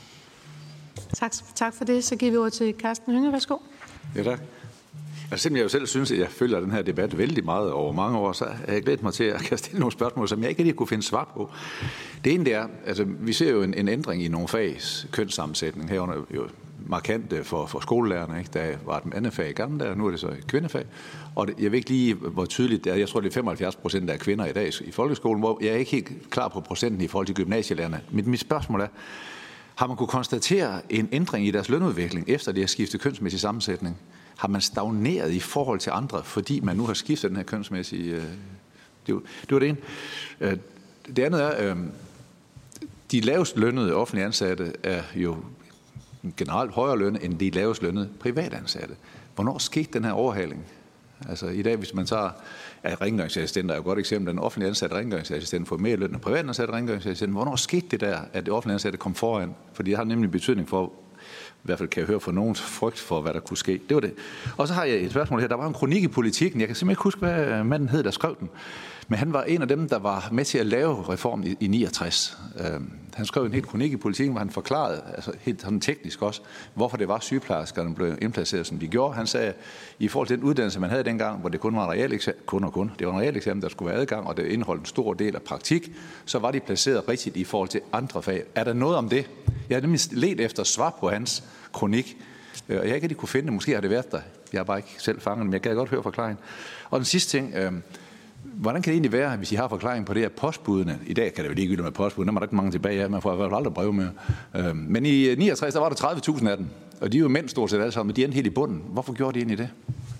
tak. Tak for det. Så giver vi ord til Carsten Hønge. Værsgo. Ja, tak. Altså, selvom jeg jo selv synes, at jeg følger den her debat vældig meget over mange år, så har jeg glædet mig til at kan stille nogle spørgsmål, som jeg ikke rigtig kunne finde svar på. Det ene det er, altså vi ser jo en, en ændring i nogle fags kønssammensætning herunder jo markant for, for skolelærerne, ikke? Der var et andet fag i gamle dage, nu er det så et kvindefag. Og det, jeg ved ikke lige, hvor tydeligt det er. Jeg tror, det er femoghalvfjerds procent af kvinder i dag i folkeskolen, hvor jeg er ikke helt klar på procenten i forhold til gymnasielærerne. Men mit spørgsmål er, har man kunne konstatere en ændring i deres lønudvikling, efter det har skiftet kønsmæssig sammensætning? Har man stagneret i forhold til andre, fordi man nu har skiftet den her kønsmæssige... Øh, det, var, det var det ene. Øh, det andet er, øh, de lavest lønnede offentlige ansatte er jo generelt højere lønnet end de lavest lønnede privatansatte. Hvornår skete den her overhaling? Altså i dag, hvis man tager... Ja, rengøringsassistenter er jo et godt eksempel. Den offentlige ansatte rengøringsassistent får mere løn end privatansatte rengøringsassistent. Hvornår skete det der, at det offentlige ansatte kom foran? Fordi det har nemlig betydning for... I hvert fald kan jeg høre for nogens frygt for, hvad der kunne ske. Det var det. Og så har jeg et spørgsmål her. Der var en kronik i Politikken. Jeg kan simpelthen ikke huske, hvad manden hed, der skrev den. Men han var en af dem, der var med til at lave reformen i, i niogtres. Uh, han skrev en helt kronik i Politikken, hvor han forklarede, altså helt sådan teknisk også, hvorfor det var sygeplejerskerne blev indplaceret, som de gjorde. Han sagde, i forhold til den uddannelse, man havde dengang, hvor det kun var en realeksamen, kun og kun, det var en realeksamen, der skulle være adgang, og det indeholdt en stor del af praktik, så var de placeret rigtigt i forhold til andre fag. Er der noget om det? Jeg har nemlig let efter svar på hans kronik, og jeg ikke rigtig kunne finde det. Måske har det været der. Jeg har bare ikke selv fanget men jeg kan godt høre forklaringen. Og den sidste ting, øh, hvordan kan det egentlig være, hvis I har forklaring på det, at postbudene, i dag kan det jo ligegyldigt med postbudene, der er der ikke mange tilbage af, man får i hvert fald aldrig brev med. Øh, men i niogtres, der var der tredive tusind af dem, og de er jo mænd stort set alle sammen, men de endte helt i bunden. Hvorfor gjorde de egentlig det?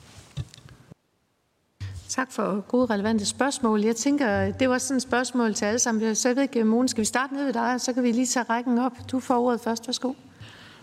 Tak for gode, relevante spørgsmål. Jeg tænker, det var sådan et spørgsmål til alle sammen. Så jeg ved ikke, Mona, skal vi starte ned ved dig, så kan vi lige tage rækken op. Du får ordet først. Værsgo. Ja,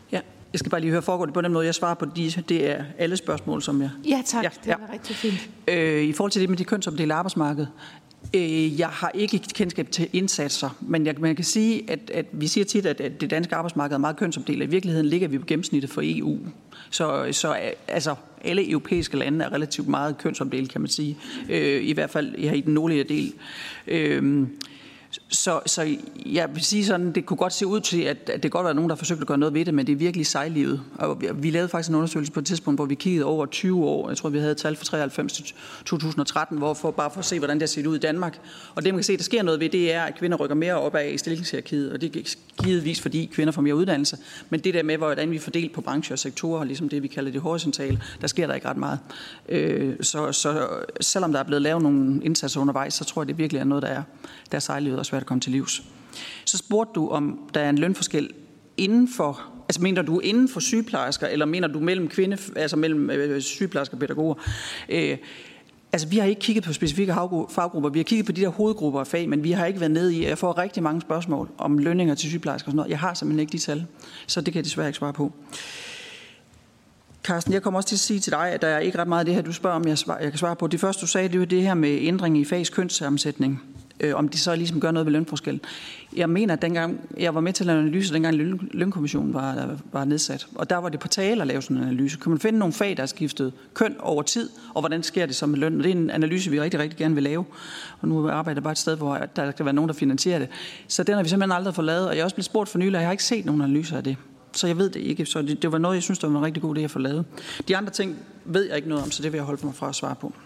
Jeg skal bare lige høre, foregår det på den måde, jeg svarer på de, det er alle spørgsmål, som jeg... Ja, tak. Ja, det var ja. rigtig fint. Øh, I forhold til det med de kønsopdelte arbejdsmarked, øh, jeg har ikke kendskab til indsatser, men jeg, man kan sige, at, at vi siger tit, at, at det danske arbejdsmarked er meget kønsopdelt. I virkeligheden ligger vi på gennemsnittet for E U. Så, så altså, alle europæiske lande er relativt meget kønsopdelt, kan man sige. Øh, I hvert fald her i den nordlige del. Øh, Så, så jeg vil sige sådan, det kunne godt se ud til, at, at det godt var nogen, der forsøgte at gøre noget ved det, men det er virkelig sejlivet. Og vi, vi lavede faktisk en undersøgelse på et tidspunkt, hvor vi kiggede over tyve år. Jeg tror, vi havde tal fra treoghalvfems til to tusind og tretten, hvor for, bare for at se, hvordan det har set ud i Danmark. Og det, man kan se, der sker noget ved, det er, at kvinder rykker mere op ad i stillingshierarkiet, og det er givetvis, fordi kvinder får mere uddannelse. Men det der med, hvordan vi fordeler på brancher og sektorer, ligesom det, vi kalder det horisontale, der sker der ikke ret meget. Øh, så, så selvom der er blevet lavet nogle indsatser undervejs, så tror jeg, det virkelig er noget, der er, der er sejlivet og svært at komme til livs. Så spurgte du, om der er en lønforskel inden for, altså mener du inden for sygeplejersker, eller mener du mellem kvinde, altså mellem øh, sygeplejersker og pædagoger? Øh, altså vi har ikke kigget på specifikke faggrupper, vi har kigget på de der hovedgrupper af fag, men vi har ikke været nede i, jeg får rigtig mange spørgsmål om lønninger til sygeplejersker og sådan noget. Jeg har simpelthen ikke de tal, så det kan jeg desværre ikke svare på. Carsten, jeg kommer også til at sige til dig, at der er ikke ret meget af det her, du spørger om, jeg, svar, jeg kan svare på. Det første, du sagde, det var det her med ændring i fags kønssammensætning. Øh, om de så ligesom gør noget ved lønforskel. Jeg mener, at dengang jeg var med til at lave en analyse, dengang løn, lønkommissionen var, var nedsat, og der var det på tale at lave sådan en analyse. Kan man finde nogle fag, der har skiftet køn over tid, og hvordan sker det så med løn? Og det er en analyse, vi rigtig, rigtig gerne vil lave. Og nu arbejder jeg bare et sted, hvor der kan være nogen, der finansierer det. Så den har vi simpelthen aldrig fået lavet, og jeg er også blevet spurgt for nylig, og jeg har ikke set nogen analyser af det. Så jeg ved det ikke. Så det, det var noget, jeg synes, der var en rigtig god idé at få lavet. De andre ting ved jeg ikke noget om, så det vil jeg holde mig fra at svare på.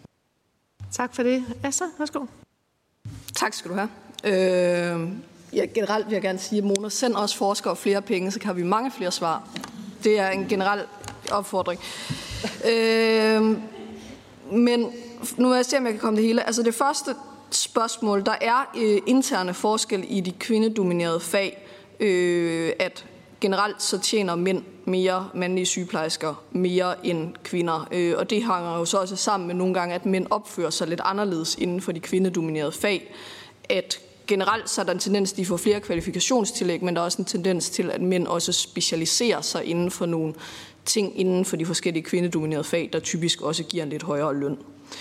Tak for det. Astrid, værsgo. Tak skal du have. Øh, ja, generelt vil jeg gerne sige, at Mona, send os forskere flere penge, så kan vi mange flere svar. Det er en generel opfordring. Øh, men nu vil jeg se, om jeg kan komme det hele. Altså det første spørgsmål, der er øh, interne forskel i de kvindedominerede fag, øh, at generelt så tjener mænd mere, mandlige sygeplejersker mere end kvinder. Øh, og det hænger jo så også sammen med nogle gange, at mænd opfører sig lidt anderledes inden for de kvindedominerede fag. At generelt så er der en tendens, at de får flere kvalifikationstillæg, men der er også en tendens til, at mænd også specialiserer sig inden for nogle ting inden for de forskellige kvindedominerede fag, der typisk også giver en lidt højere løn.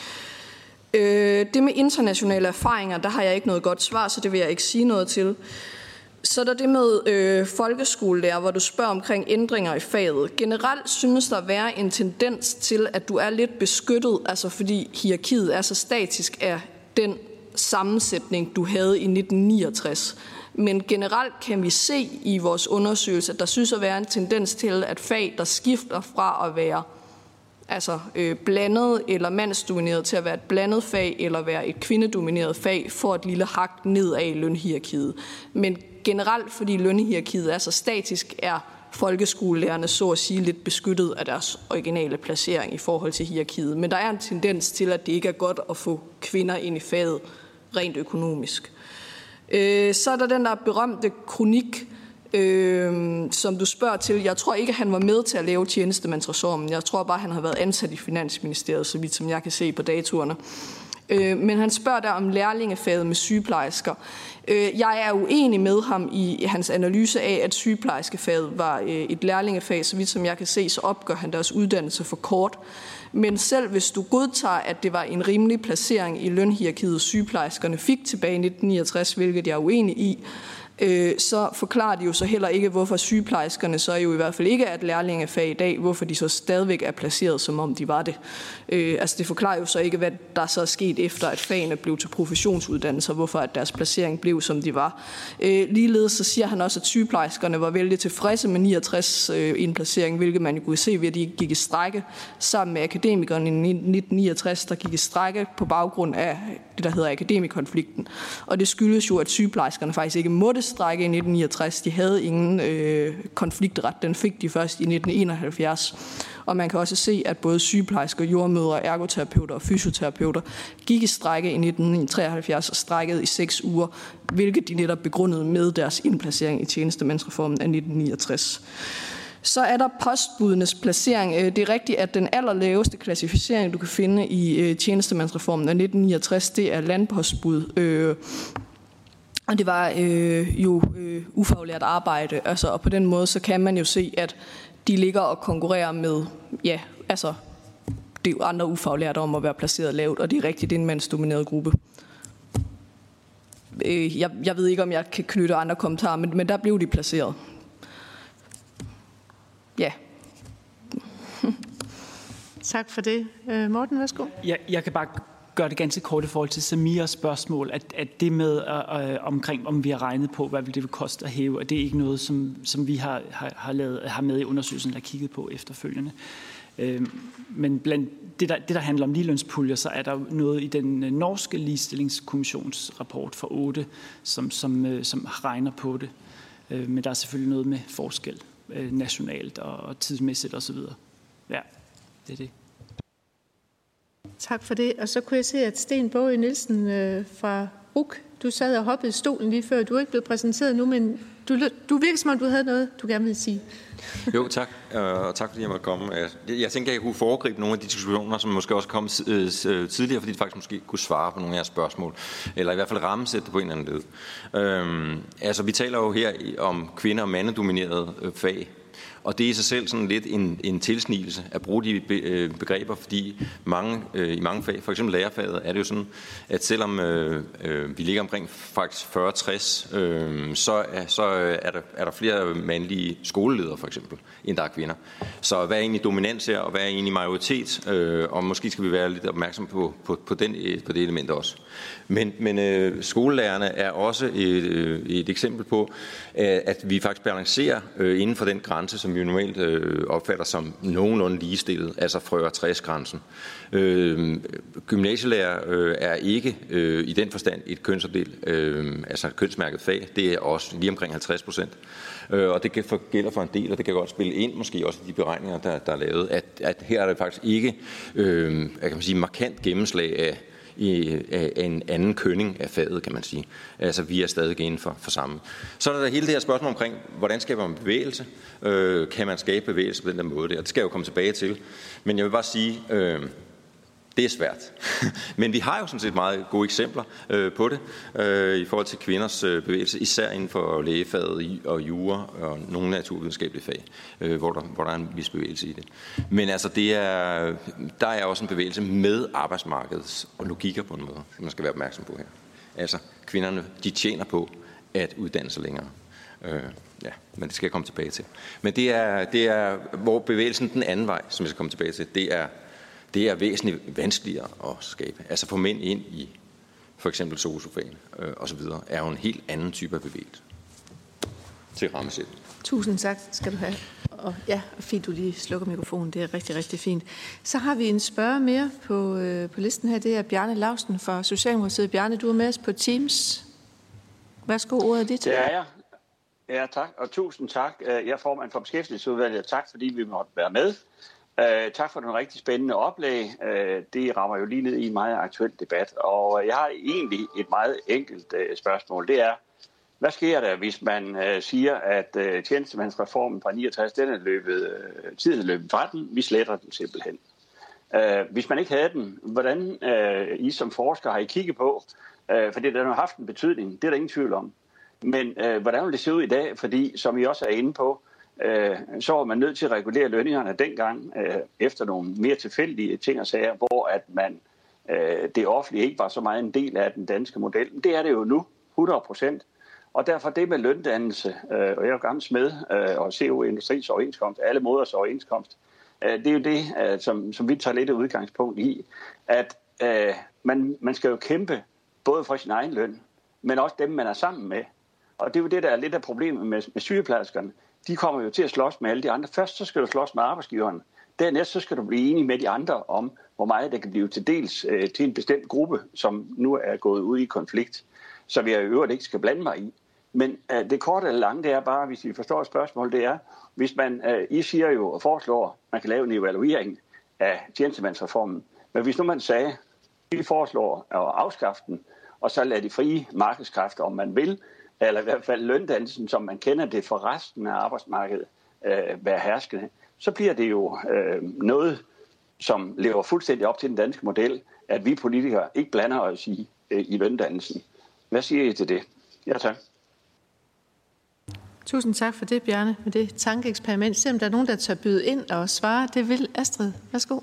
Øh, det med internationale erfaringer, der har jeg ikke noget godt svar, så det vil jeg ikke sige noget til. Så er der det med øh, folkeskolelærer, hvor du spørger omkring ændringer i faget. Generelt synes der at være en tendens til, at du er lidt beskyttet, altså fordi hierarkiet er så statisk af den sammensætning, du havde i nitten niogtres. Men generelt kan vi se i vores undersøgelse, at der synes at være en tendens til, at fag, der skifter fra at være altså øh, blandet eller mandsdomineret til at være et blandet fag eller være et kvindedomineret fag, får et lille hak nedad i lønhierarkiet. Men generelt, fordi lønhierarkiet er så statisk, er folkeskolelærerne så at sige lidt beskyttet af deres originale placering i forhold til hierarkiet. Men der er en tendens til, at det ikke er godt at få kvinder ind i faget rent økonomisk. Øh, så er der den der berømte kronik, Øh, som du spørger til. Jeg tror ikke, han var med til at lave tjenestemandsreformen. Jeg tror bare, han har været ansat i Finansministeriet, så vidt som jeg kan se på datorerne. Øh, men han spørger der om lærlingefaget med sygeplejersker. Øh, jeg er uenig med ham i hans analyse af, at sygeplejerskefaget var øh, et lærlingefag. Så vidt som jeg kan se, så opgør han deres uddannelse for kort. Men selv hvis du godtager, at det var en rimelig placering i lønhierarkiet, sygeplejerskerne fik tilbage i nitten niogtres, hvilket jeg er uenig i, så forklarer de jo så heller ikke, hvorfor sygeplejerskerne så jo i hvert fald ikke er et lærlingefag i dag, hvorfor de så stadigvæk er placeret, som om de var det. Øh, altså det forklarer jo så ikke, hvad der så er sket efter, at fagene blev til professionsuddannelser, hvorfor at deres placering blev, som de var. Øh, ligeledes så siger han også, at sygeplejerskerne var vældig tilfredse med niogtres øh, i en placering, hvilket man jo kunne se ved, at de gik i strejke sammen med akademikerne i nitten niogtres, der gik i strejke på baggrund af det, der hedder akademikonflikten. Og det skyldes jo, at sygeplejerskerne faktisk ikke måtte strække i nitten niogtres. De havde ingen øh, konfliktret. Den fik de først i nitten enoghalvfjerds. Og man kan også se, at både sygeplejersker, jordmødre, ergoterapeuter og fysioterapeuter gik i strejke i nitten treoghalvfjerds og strækkede i seks uger, hvilket de netop begrundede med deres indplacering i tjenestemandsreformen af nitten niogtres. Så er der postbudenes placering. Det er rigtigt, at den allerlaveste klassificering, du kan finde i tjenestemandsreformen af nitten niogtres, det er landpostbud. Og det var øh, jo øh, ufaglært arbejde, altså, og på den måde så kan man jo se, at de ligger og konkurrerer med, ja, altså, det er jo andre ufaglærte om at være placeret lavt, og det er rigtigt, det er en mandsdomineret gruppe. Øh, jeg, jeg ved ikke, om jeg kan knytte andre kommentarer, men, men der blev de placeret. Ja. Tak for det. Morten, værsgo. Jeg, jeg kan bare gøre det ganske kort i forhold til Samiras spørgsmål, at, at det med øh, omkring, om vi har regnet på, hvad det vil koste at hæve, og det er ikke noget, som, som vi har, har, har, lavet, har med i undersøgelsen eller kigget på efterfølgende. Øh, men blandt det der, det, der handler om ligelønspuljer, så er der noget i den norske ligestillingskommissionsrapport for otte, som, som, øh, som regner på det. Øh, men der er selvfølgelig noget med forskel øh, nationalt og, og tidsmæssigt osv. Ja, det er det. Tak for det. Og så kunne jeg se, at Sten Båge Nielsen øh, fra R U K, du sad og hoppede i stolen lige før. Du er ikke blevet præsenteret nu, men du, du virker som om, du havde noget, du gerne ville sige. Jo, tak. Og tak fordi jeg måtte komme. Jeg tænker, at jeg kunne foregribe nogle af de diskussioner, som måske også kom tidligere, fordi de faktisk måske kunne svare på nogle af jeres spørgsmål, eller i hvert fald rammesætte det på en eller anden led. Øhm, altså, vi taler jo her om kvinder- og mandedominerede fag. Og det er i sig selv sådan lidt en, en tilsnigelse at bruge de be, begreber, fordi mange, øh, i mange fag, for eksempel lærerfaget, er det jo sådan, at selvom øh, øh, vi ligger omkring faktisk fyrre tres, øh, så, er, så er, der, er der flere mandlige skoleledere for eksempel, end der er kvinder. Så hvad er egentlig dominans her, og hvad er egentlig majoritet? Øh, og måske skal vi være lidt opmærksom på, på, på, den, på det element også. Men, men øh, skolelærerne er også et, øh, et eksempel på, at vi faktisk balancerer øh, inden for den grænse, som vi normalt øh, opfatter som nogenlunde ligestillet, altså fyrre tres grænsen. Øh, gymnasielærer øh, er ikke øh, i den forstand et kønsopdelt, øh, altså et kønsmærket fag. Det er også lige omkring halvtreds procent. Øh, og det gælder for en del, og det kan godt spille ind, måske også i de beregninger, der, der er lavet, at, at her er det faktisk ikke øh, kan man sige, markant gennemslag af i en anden kønning af faget, kan man sige. Altså, vi er stadig inden for, for samme. Så er der hele det her spørgsmål omkring, hvordan skaber man bevægelse? Øh, kan man skabe bevægelse på den der måde der? Det skal jeg jo komme tilbage til. Men jeg vil bare sige, øh, det er svært. Men vi har jo sådan set meget gode eksempler øh, på det, øh, i forhold til kvinders øh, bevægelse, især inden for lægefaget og jura og nogle naturvidenskabelige fag, øh, hvor, der, hvor der er en vis bevægelse i det. Men altså, det er, der er også en bevægelse med arbejdsmarkedets og logikker på en måde, som man skal være opmærksom på her. Altså, kvinderne, de tjener på at uddanne sig længere. Øh, ja, men det skal jeg komme tilbage til. Men det er, det er hvor bevægelsen den anden vej, som jeg skal komme tilbage til, det er Det er væsentligt vanskeligere at skabe. Altså få mænd ind i for eksempel sosu-fagene øh, og så videre, er jo en helt anden type af bevægelse til rammesæt. Tusind tak skal du have. Og ja, fint du lige slukker mikrofonen. Det er rigtig, rigtig fint. Så har vi en spørger mere på, øh, på listen her. Det er Bjarne Lausten fra Socialdemokratiet. Bjarne, du er med os på Teams. Værsgo, ordet er dit. Det er jeg. Ja, tak. Og tusind tak. Jeg er formand for Beskæftigelsesudvalget. Tak fordi vi måtte være med. Uh, tak for den rigtig spændende oplæg. Uh, det rammer jo lige ned i en meget aktuel debat. Og jeg har egentlig et meget enkelt uh, spørgsmål. Det er, hvad sker der, hvis man uh, siger, at uh, tjenestemandsreformen fra niogtres, den er løbet, uh, tiden er løbet fra den, vi sletter den simpelthen. Uh, hvis man ikke havde den, hvordan uh, I som forskere har I kigget på? Uh, fordi den har haft en betydning, det er der ingen tvivl om. Men uh, hvordan vil det se ud i dag? Fordi, som I også er inde på, så var man nødt til at regulere lønningerne dengang øh, efter nogle mere tilfældige ting og sager, hvor at man, øh, det offentlige ikke var så meget en del af den danske model. Men det er det jo nu, hundrede procent. Og derfor det med løndannelse, øh, og jeg er jo gammel smed øh, og C O Industris overenskomst, alle måders overenskomst, øh, det er jo det, øh, som, som vi tager lidt af udgangspunkt i, at øh, man, man skal jo kæmpe både for sin egen løn, men også dem, man er sammen med. Og det er jo det, der er lidt af problemet med, med sygeplejerskerne. De kommer jo til at slås med alle de andre. Først så skal du slås med arbejdsgiveren. Dernæst så skal du blive enig med de andre om, hvor meget det kan blive til dels øh, til en bestemt gruppe, som nu er gået ud i konflikt, så vi i øvrigt ikke skal blande mig i. Men øh, det korte eller lange, det er bare, hvis I forstår et spørgsmål, det er, hvis man, øh, I siger jo og foreslår, at man kan lave en evaluering af tjenestemandsreformen, men hvis nu man sagde, at vi foreslår at afskaffe den, og så lade de frie markedskræfter, om man vil, eller i hvert fald løndannelsen, som man kender det for resten af arbejdsmarkedet, øh, være herskende, så bliver det jo øh, noget, som lever fuldstændig op til den danske model, at vi politikere ikke blander os i, øh, i løndannelsen. Hvad siger I til det? Ja, tak. Tusind tak for det, Bjarne, med det tankeeksperiment. Se om der er nogen, der tør byde ind og svare. Det vil Astrid. Værsgo.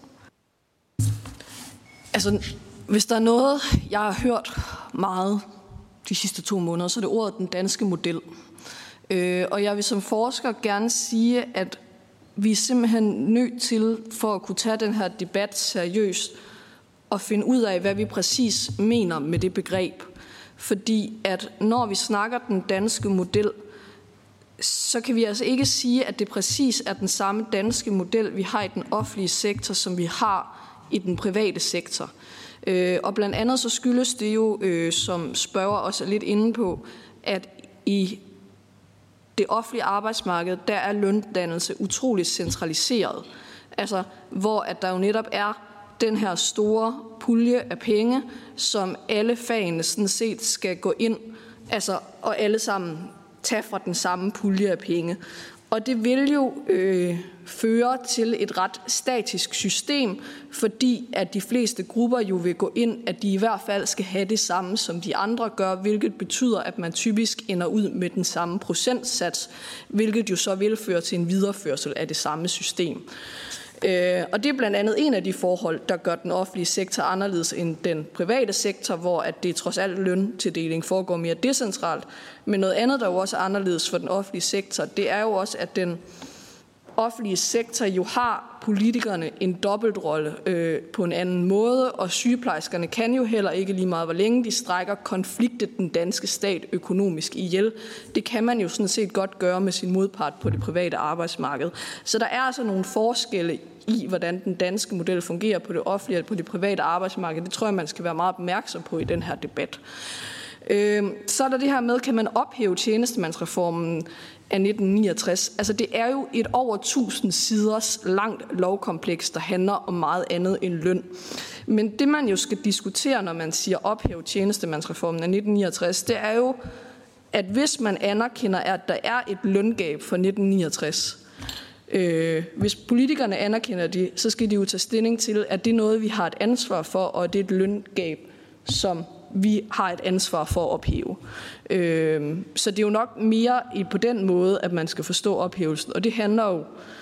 Altså, hvis der er noget, jeg har hørt meget de sidste to måneder, så er det ordet den danske model. Øh, og jeg vil som forsker gerne sige, at vi er simpelthen nødt til, for at kunne tage den her debat seriøst, og finde ud af, hvad vi præcis mener med det begreb. Fordi at når vi snakker den danske model, så kan vi altså ikke sige, at det præcis er den samme danske model, vi har i den offentlige sektor, som vi har i den private sektor. Øh, og blandt andet så skyldes det jo, øh, som spørger også er lidt inde på, at i det offentlige arbejdsmarked, der er løndannelse utroligt centraliseret. Altså, hvor at der jo netop er den her store pulje af penge, som alle fagene sådan set skal gå ind, altså, og alle sammen tage fra den samme pulje af penge. Og det vil jo øh, føre til et ret statisk system, fordi at de fleste grupper jo vil gå ind, at de i hvert fald skal have det samme, som de andre gør, hvilket betyder, at man typisk ender ud med den samme procentsats, hvilket jo så vil føre til en videreførsel af det samme system. Øh, og det er blandt andet en af de forhold, der gør den offentlige sektor anderledes end den private sektor, hvor at det trods alt løntildeling foregår mere decentralt. Men noget andet, der jo også er anderledes for den offentlige sektor, det er jo også, at den offentlige sektor jo har politikerne en dobbeltrolle øh, på en anden måde, og sygeplejerskerne kan jo heller ikke lige meget, hvor længe de strækker konfliktet den danske stat økonomisk ihjel. Det kan man jo sådan set godt gøre med sin modpart på det private arbejdsmarked. Så der er altså nogle forskelle i, hvordan den danske model fungerer på det offentlige og på det private arbejdsmarked. Det tror jeg, man skal være meget opmærksom på i den her debat. Øh, så er der det her med, kan man ophæve tjenestemandsreformen af nitten niogtres. Altså det er jo et over tusind siders langt lovkompleks, der handler om meget andet end løn. Men det man jo skal diskutere, når man siger ophæve tjenestemandsreformen af nitten niogtres, det er jo, at hvis man anerkender, at der er et løngab for nitten niogtres, øh, hvis politikerne anerkender det, så skal de jo tage stilling til, at det er noget, vi har et ansvar for, og det er et løngab, som vi har et ansvar for at ophæve. Øh, så det er jo nok mere på den måde, at man skal forstå ophævelsen. Og det handler jo,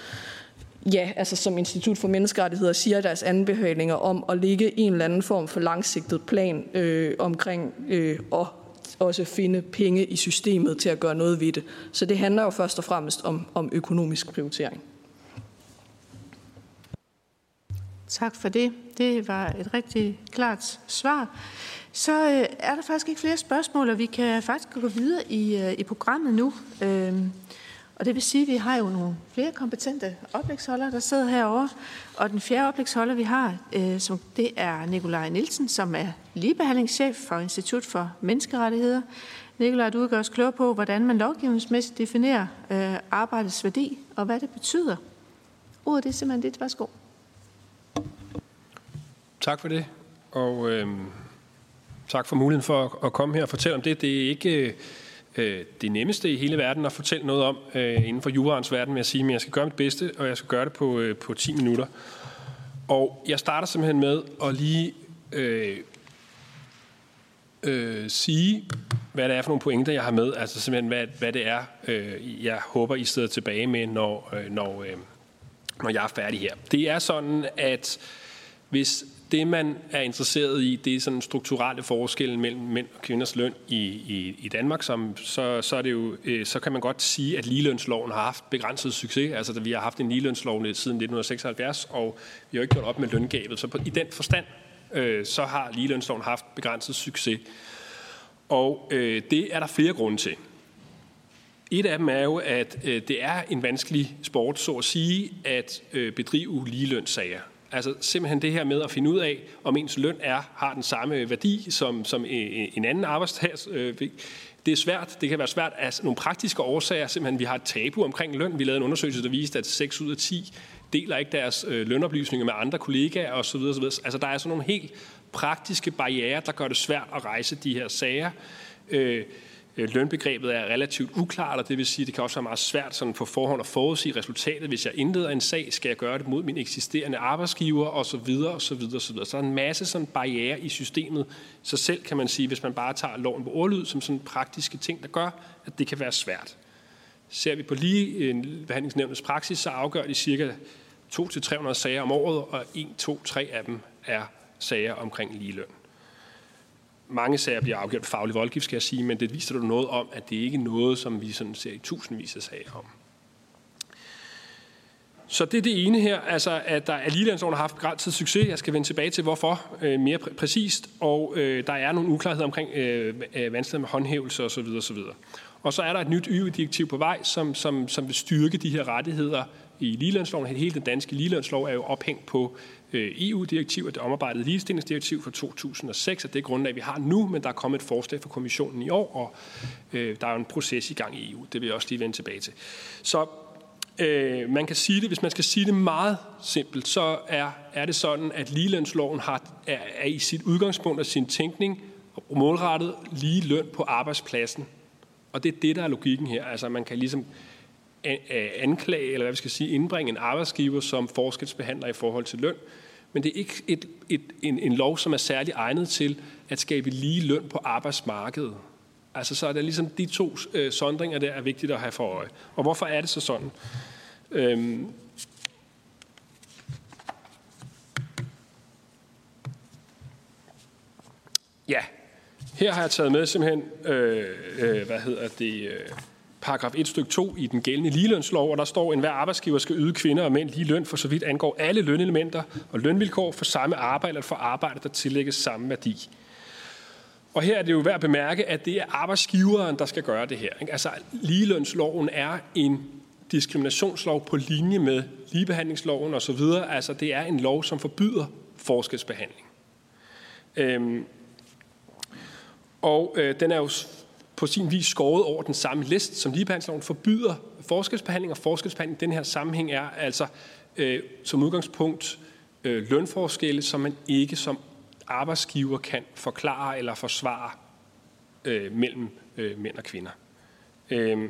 ja, altså som Institut for Menneskerettigheder siger deres anbefalinger om at lægge en eller anden form for langsigtet plan øh, omkring øh, og også finde penge i systemet til at gøre noget ved det. Så det handler jo først og fremmest om, om økonomisk prioritering. Tak for det. Det var et rigtig klart svar. Så øh, er der faktisk ikke flere spørgsmål, og vi kan faktisk gå videre i, øh, i programmet nu. Øhm, og det vil sige, at vi har jo nogle flere kompetente oplægsholdere, der sidder herovre. Og den fjerde oplægsholder, vi har, øh, som, det er Nikolaj Nielsen, som er ligebehandlingschef for Institut for Menneskerettigheder. Nikolaj, du udgør os klogere på, hvordan man lovgivningsmæssigt definerer øh, arbejdets værdi, og hvad det betyder. Ordet det er simpelthen dit. Værsgo. Tak for det, og øh, tak for muligheden for at komme her og fortælle om det. Det er ikke øh, det nemmeste i hele verden at fortælle noget om øh, inden for juraens verden, vil jeg sige, men jeg skal gøre mit bedste, og jeg skal gøre det på, øh, på ti minutter. Og jeg starter simpelthen med at lige øh, øh, sige, hvad det er for nogle pointer, jeg har med, altså simpelthen, hvad, hvad det er, øh, jeg håber, I sidder tilbage med, når, øh, når, øh, når jeg er færdig her. Det er sådan, at hvis det, man er interesseret i, det er sådan strukturelle forskelle mellem mænd og kvinders løn i, i, i Danmark, som, så, så, er det jo, så kan man godt sige, at ligelønsloven har haft begrænset succes. Altså, vi har haft en ligelønslov siden nitten seksoghalvfjerds, og vi har ikke gjort op med løngabet. Så på, i den forstand, øh, så har ligelønsloven haft begrænset succes. Og øh, det er der flere grunde til. Et af dem er jo, at øh, det er en vanskelig sport, så at sige, at øh, bedrive ligelønssager. Altså simpelthen det her med at finde ud af, om ens løn er, har den samme værdi som, som en anden arbejdstager. Det er svært. Det kan være svært af nogle praktiske årsager. Simpelthen, vi har et tabu omkring løn. Vi lavede en undersøgelse, der viste, at seks ud af ti deler ikke deres lønoplysninger med andre kollegaer osv. osv. Altså der er sådan nogle helt praktiske barrierer, der gør det svært at rejse de her sager. Lønbegrebet er relativt uklart, og det vil sige, at det kan også være meget svært sådan på forhånd at forudsige resultatet. Hvis jeg indleder en sag, skal jeg gøre det mod min eksisterende arbejdsgiver osv. osv. osv. Så der er en masse sådan barrierer i systemet. Så selv kan man sige, hvis man bare tager loven på ordlyd som sådan praktiske ting, der gør, at det kan være svært. Ser vi på ligebehandlingsnævnets praksis, så afgør de cirka to til tre hundrede sager om året, og en, to, tre af dem er sager omkring ligeløn. Mange sager bliver afgjort på faglig voldgift, skal jeg sige, men det viser du noget om, at det ikke er noget, som vi sådan ser i tusindvis af sager om. Så det er det ene her, altså at der er ligelønsloven har haft begrænset succes. Jeg skal vende tilbage til, hvorfor øh, mere præ- præcist, og øh, der er nogle uklarheder omkring øh, vanskeligheder med håndhævelse osv. osv. Og så er der et nyt E U-direktiv på vej, som, som, som vil styrke de her rettigheder i ligelønsloven. Hele den danske ligelønslov er jo ophængt på E U-direktiv, det omarbejdede ligestillingsdirektiv fra to tusind og seks, og det er grundlag, vi har nu, men der er kommet et forslag fra kommissionen i år, og øh, der er jo en proces i gang i E U. Det vil jeg også lige vende tilbage til. Så øh, man kan sige det, hvis man skal sige det meget simpelt, så er, er det sådan, at ligelønsloven har, er, er i sit udgangspunkt og sin tænkning målrettet lige løn på arbejdspladsen. Og det er det, der er logikken her. Altså man kan ligesom anklage, eller hvad vi skal sige, indbringe en arbejdsgiver som forskelsbehandler i forhold til løn. Men det er ikke et, et, en, en lov, som er særlig egnet til at skabe lige løn på arbejdsmarkedet. Altså så er der ligesom de to øh, sondringer, der er vigtigt at have for øje. Og hvorfor er det så sådan? Øhm ja, her har jeg taget med simpelthen, øh, øh, hvad hedder det... Øh, paragraf et stykke to i den gældende ligelønslov, og der står, at enhver arbejdsgiver skal yde kvinder og mænd lige løn for så vidt angår alle lønelementer og lønvilkår for samme arbejde eller for arbejde, der tillægges samme værdi. Og her er det jo værd at bemærke, at det er arbejdsgiveren, der skal gøre det her. Altså ligelønsloven er en diskriminationslov på linje med ligebehandlingsloven osv. Altså det er en lov, som forbyder forskelsbehandling. Øhm, og øh, den er jo på sin vis skåret over den samme list, som ligebehandlingsloven forbyder forskelsbehandling, og forskelsbehandling i den her sammenhæng er altså øh, som udgangspunkt øh, lønforskelle, som man ikke som arbejdsgiver kan forklare eller forsvare øh, mellem øh, mænd og kvinder. Øh,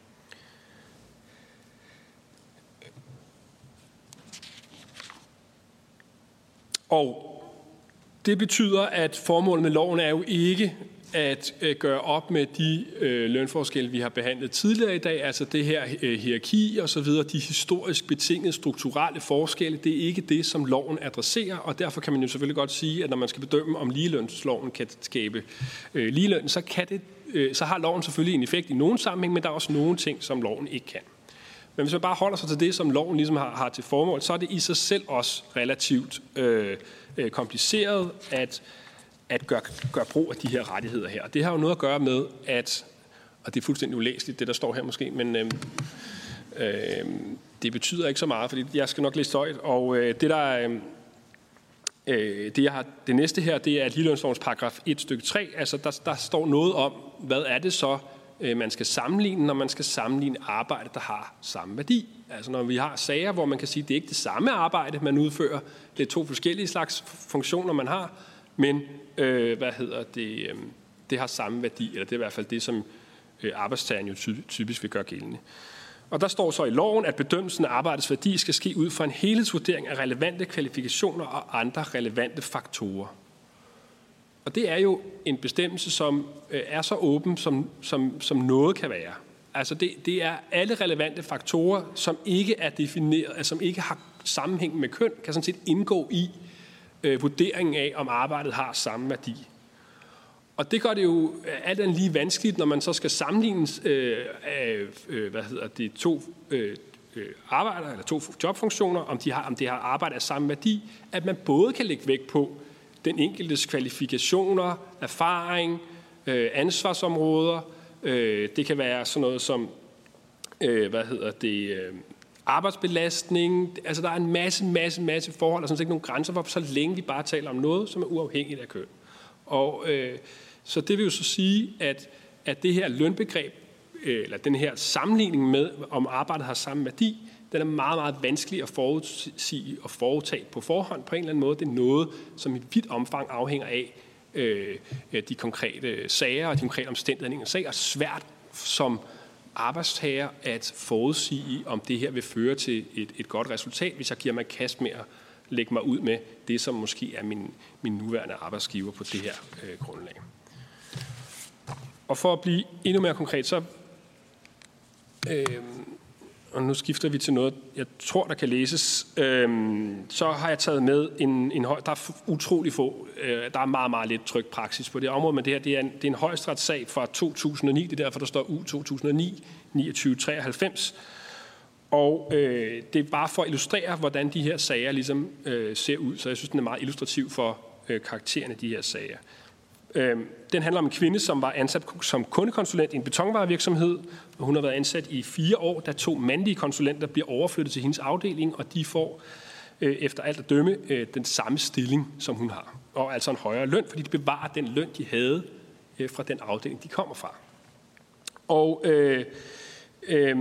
og det betyder, at formålet med loven er jo ikke at øh, gøre op med de øh, lønforskelle, vi har behandlet tidligere i dag, altså det her øh, hierarki og så videre, de historisk betingede strukturelle forskelle, det er ikke det, som loven adresserer, og derfor kan man jo selvfølgelig godt sige, at når man skal bedømme, om ligelønsloven kan skabe øh, ligeløn, så, kan det, øh, så har loven selvfølgelig en effekt i nogen sammenhæng, men der er også nogle ting, som loven ikke kan. Men hvis man bare holder sig til det, som loven ligesom har, har til formål, så er det i sig selv også relativt øh, øh, kompliceret at at gøre, gøre brug af de her rettigheder her. Og det har jo noget at gøre med, at, og det er fuldstændig ulæseligt, det der står her måske, men øh, øh, det betyder ikke så meget, fordi jeg skal nok læse højt, og øh, det der øh, det, jeg har, det næste her, det er ligelønslovens paragraf et stykke tre, altså der, der står noget om, hvad er det så, øh, man skal sammenligne, når man skal sammenligne arbejde, der har samme værdi. Altså når vi har sager, hvor man kan sige, at det er ikke det samme arbejde, man udfører, det er to forskellige slags funktioner, man har, men øh, hvad hedder det, øh, det har samme værdi, eller det er i hvert fald det, som øh, arbejdstageren jo ty- typisk vil gøre gældende. Og der står så i loven, at bedømmelsen af arbejdets værdi skal ske ud fra en helhedsvurdering af relevante kvalifikationer og andre relevante faktorer. Og det er jo en bestemmelse, som øh, er så åben, som, som, som noget kan være. Altså det, det er alle relevante faktorer, som ikke er defineret, altså som ikke har sammenhæng med køn, kan sådan set indgå i øh, vurderingen af, om arbejdet har samme værdi. Og det gør det jo alt andet lige vanskeligt, når man så skal sammenligne øh, øh, hvad hedder det, to øh, arbejder eller to jobfunktioner, om de har, om det har arbejde af samme værdi, at man både kan lægge vægt på den enkeltes kvalifikationer, erfaring, øh, ansvarsområder. Øh, det kan være sådan noget som øh, hvad hedder det, øh, arbejdsbelastning. Altså der er en masse, masse, masse forhold, og sådan set ikke nogen grænser for, så længe vi bare taler om noget, som er uafhængigt af køn. Og øh, så det vil jo så sige, at, at det her lønbegreb, øh, eller den her sammenligning med, om arbejdet har samme værdi, den er meget, meget vanskelig at forudsige og forutage på forhånd på en eller anden måde. Det er noget, som i vidt omfang afhænger af, øh, de konkrete sager og de konkrete omstændigheder i en sag, er svært som arbejdstager at forudsige, om det her vil føre til et, et godt resultat, hvis jeg giver mig kast med at lægge mig ud med det, som måske er min, min nuværende arbejdsgiver på det her øh, grundlag. Og for at blive endnu mere konkret, så øh, og nu skifter vi til noget, jeg tror, der kan læses, øh, så har jeg taget med en, en høj, der er utrolig få, øh, der er meget, meget lidt tryk praksis på det område, men det her, det er en, det er en højesteretssag fra to tusind og ni, det er derfor, der står U to tusind og ni niogtyve treoghalvfems, og øh, det er bare for at illustrere, hvordan de her sager ligesom øh, ser ud, så jeg synes, den er meget illustrativ for øh, karakteren af de her sager. Den handler om en kvinde, som var ansat som kundekonsulent i en betonvarevirksomhed, og hun har været ansat i fire år, da to mandlige konsulenter bliver overflyttet til hendes afdeling, og de får øh, efter alt at dømme øh, den samme stilling, som hun har, og altså en højere løn, fordi de bevarer den løn, de havde øh, fra den afdeling, de kommer fra. Og øh, øh,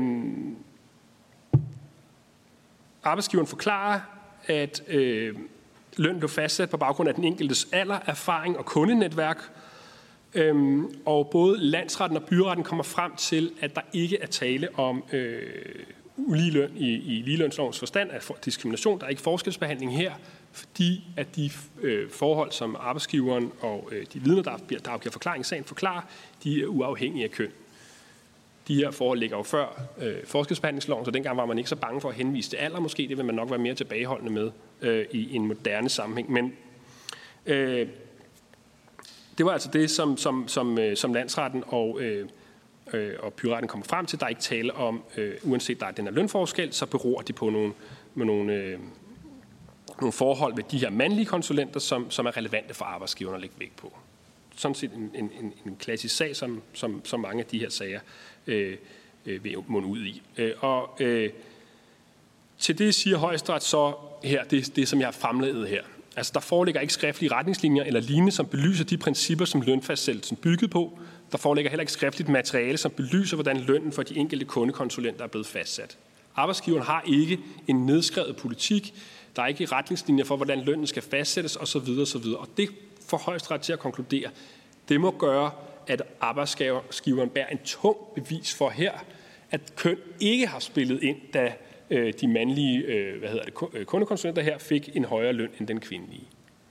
arbejdsgiveren forklarer, at øh, løn blev fastsat på baggrund af den enkeltes alder, erfaring og kundenetværk. Øhm, og både landsretten og byretten kommer frem til, at der ikke er tale om øh, ulige løn i, i ligelønslovens forstand af diskrimination. Der er ikke forskelsbehandling her, fordi at de øh, forhold, som arbejdsgiveren og øh, de vidner, der, der afgiver forklaring i sagen, forklarer, de er uafhængige af køn. De her forhold ligger jo før øh, forskelsbehandlingsloven, så dengang var man ikke så bange for at henvise til alder. Måske det vil man nok være mere tilbageholdende med øh, i en moderne sammenhæng. Men øh, det var altså det, som, som, som, øh, som landsretten og, øh, øh, og byretten kommer frem til. Der er ikke tale om, øh, uanset der er den her lønforskel, så beror de på nogle, med nogle, øh, nogle forhold ved de her mandlige konsulenter, som, som er relevante for arbejdsgiverne at lægge vægt på. Sådan set en, en, en klassisk sag, som, som, som mange af de her sager øh, øh, vil munde ud i. Øh, og øh, til det siger Højesteret så her, det, det som jeg har fremledet her. Altså der foreligger ikke skriftlige retningslinjer eller lignende, som belyser de principper, som lønfastsættelsen bygget på. Der foreligger heller ikke skriftligt materiale, som belyser, hvordan lønnen for de enkelte kundekonsulenter er blevet fastsat. Arbejdsgiveren har ikke en nedskrevet politik. Der er ikke retningslinjer for, hvordan lønnen skal fastsættes osv. osv. Og det får Højesteret til at konkludere, det må gøre, at arbejdsgiveren bærer en tung bevis for her, at køn ikke har spillet ind, da øh, de mandlige øh, hvad hedder det, kundekonsulenter her fik en højere løn end den kvindelige.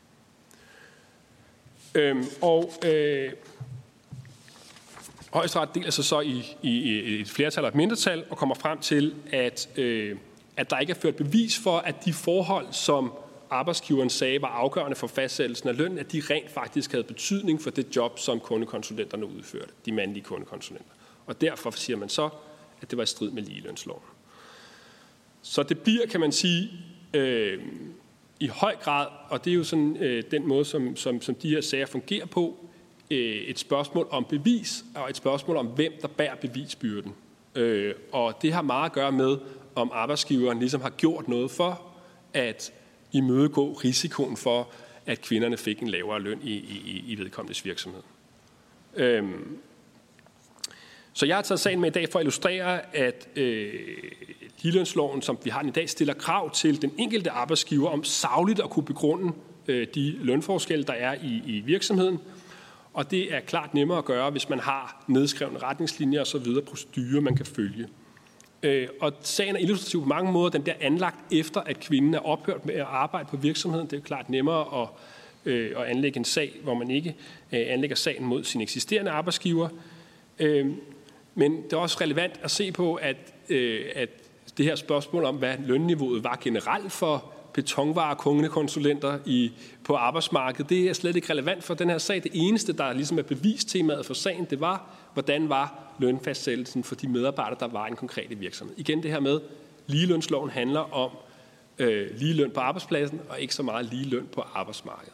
Øhm, og øh, Højesteret deler sig så i, i, i et flertal og et mindretal og kommer frem til, at, øh, at der ikke er ført bevis for, at de forhold, som arbejdsgiveren sagde var afgørende for fastsættelsen af lønnen, at de rent faktisk havde betydning for det job, som kundekonsulenterne udførte, de mandlige kundekonsulenter. Og derfor siger man så, at det var i strid med ligelønsloven. Så det bliver, kan man sige, øh, i høj grad, og det er jo sådan øh, den måde, som, som, som de her sager fungerer på, øh, et spørgsmål om bevis, og et spørgsmål om, hvem der bærer bevisbyrden. Øh, og det har meget at gøre med, om arbejdsgiveren ligesom har gjort noget for, at imødegå risikoen for, at kvinderne fik en lavere løn i, i, i vedkommendes virksomhed. Øhm. Så jeg har taget sagen med i dag for at illustrere, at øh, ligelønsloven, som vi har den i dag, stiller krav til den enkelte arbejdsgiver om sagligt at kunne begrunde øh, de lønforskelle, der er i, i virksomheden. Og det er klart nemmere at gøre, hvis man har nedskrevne retningslinjer og så videre procedurer, man kan følge. Øh, og sagen er illustrativ på mange måder. Den bliver anlagt efter, at kvinden er ophørt med at arbejde på virksomheden. Det er jo klart nemmere at, øh, at anlægge en sag, hvor man ikke øh, anlægger sagen mod sin eksisterende arbejdsgiver. Øh, men det er også relevant at se på, at, øh, at det her spørgsmål om, hvad lønniveauet var generelt for betonvarekundekonsulenter i, på arbejdsmarkedet, det er slet ikke relevant for den her sag. Det eneste, der ligesom er bevistemaet for sagen, det var, hvordan var lønfastsættelsen for de medarbejdere, der var i en konkret virksomhed. Igen det her med, ligelønsloven handler om øh, ligeløn på arbejdspladsen, og ikke så meget ligeløn på arbejdsmarkedet.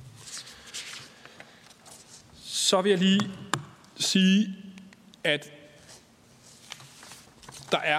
Så vil jeg lige sige, at der er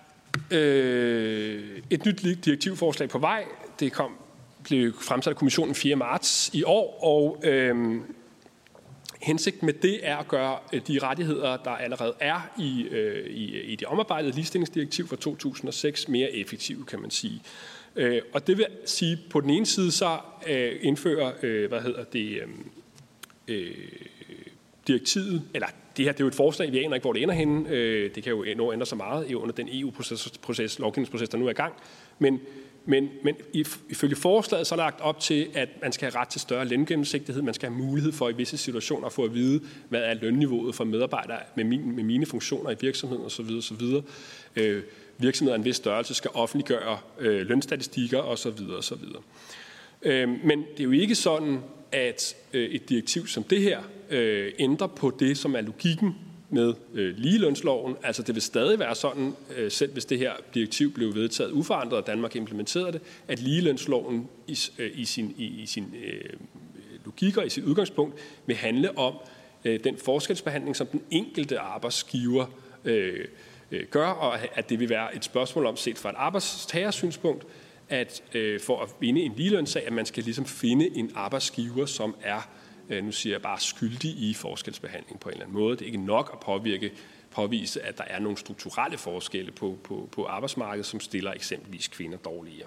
øh, et nyt direktivforslag på vej. Det kom, blev fremsat af kommissionen fjerde marts i år, og øh, hensigten med det er at gøre de rettigheder, der allerede er i, øh, i, i det omarbejdede ligestillingsdirektiv fra to tusind og seks, mere effektive, kan man sige. Øh, og det vil sige, på den ene side så øh, indfører, øh, hvad hedder det, øh, øh, direktivet, eller det her det er jo et forslag, vi aner ikke, hvor det ender henne. Øh, det kan jo nå ændre sig meget under den E U-proces, lovgivningsproces, der nu er i gang. Men, men, men ifølge forslaget så er der lagt op til, at man skal have ret til større løngennemsigtighed. Man skal have mulighed for i visse situationer at få at vide, hvad er lønniveauet for medarbejdere med mine, med mine funktioner i virksomheden osv. osv. Øh, virksomheder af en vis størrelse skal offentliggøre øh, lønstatistikker osv. osv. Øh, men det er jo ikke sådan, at øh, et direktiv som det her øh, ændrer på det, som er logikken med øh, ligelønsloven. Altså det vil stadig være sådan, øh, selv hvis det her direktiv blev vedtaget uforandret, og Danmark implementerede det, at ligelønsloven i, øh, i sin, i, i sin øh, logik og i sit udgangspunkt vil handle om øh, den forskelsbehandling, som den enkelte arbejdsgiver øh, øh, gør, og at det vil være et spørgsmål om, set fra et arbejdstagersynspunkt, at øh, for at vinde en ligelønssag, at man skal ligesom finde en arbejdsgiver, som er, øh, nu siger jeg bare, skyldig i forskelsbehandling på en eller anden måde. Det er ikke nok at påvirke, påvise, at der er nogle strukturelle forskelle på, på, på arbejdsmarkedet, som stiller eksempelvis kvinder dårligere.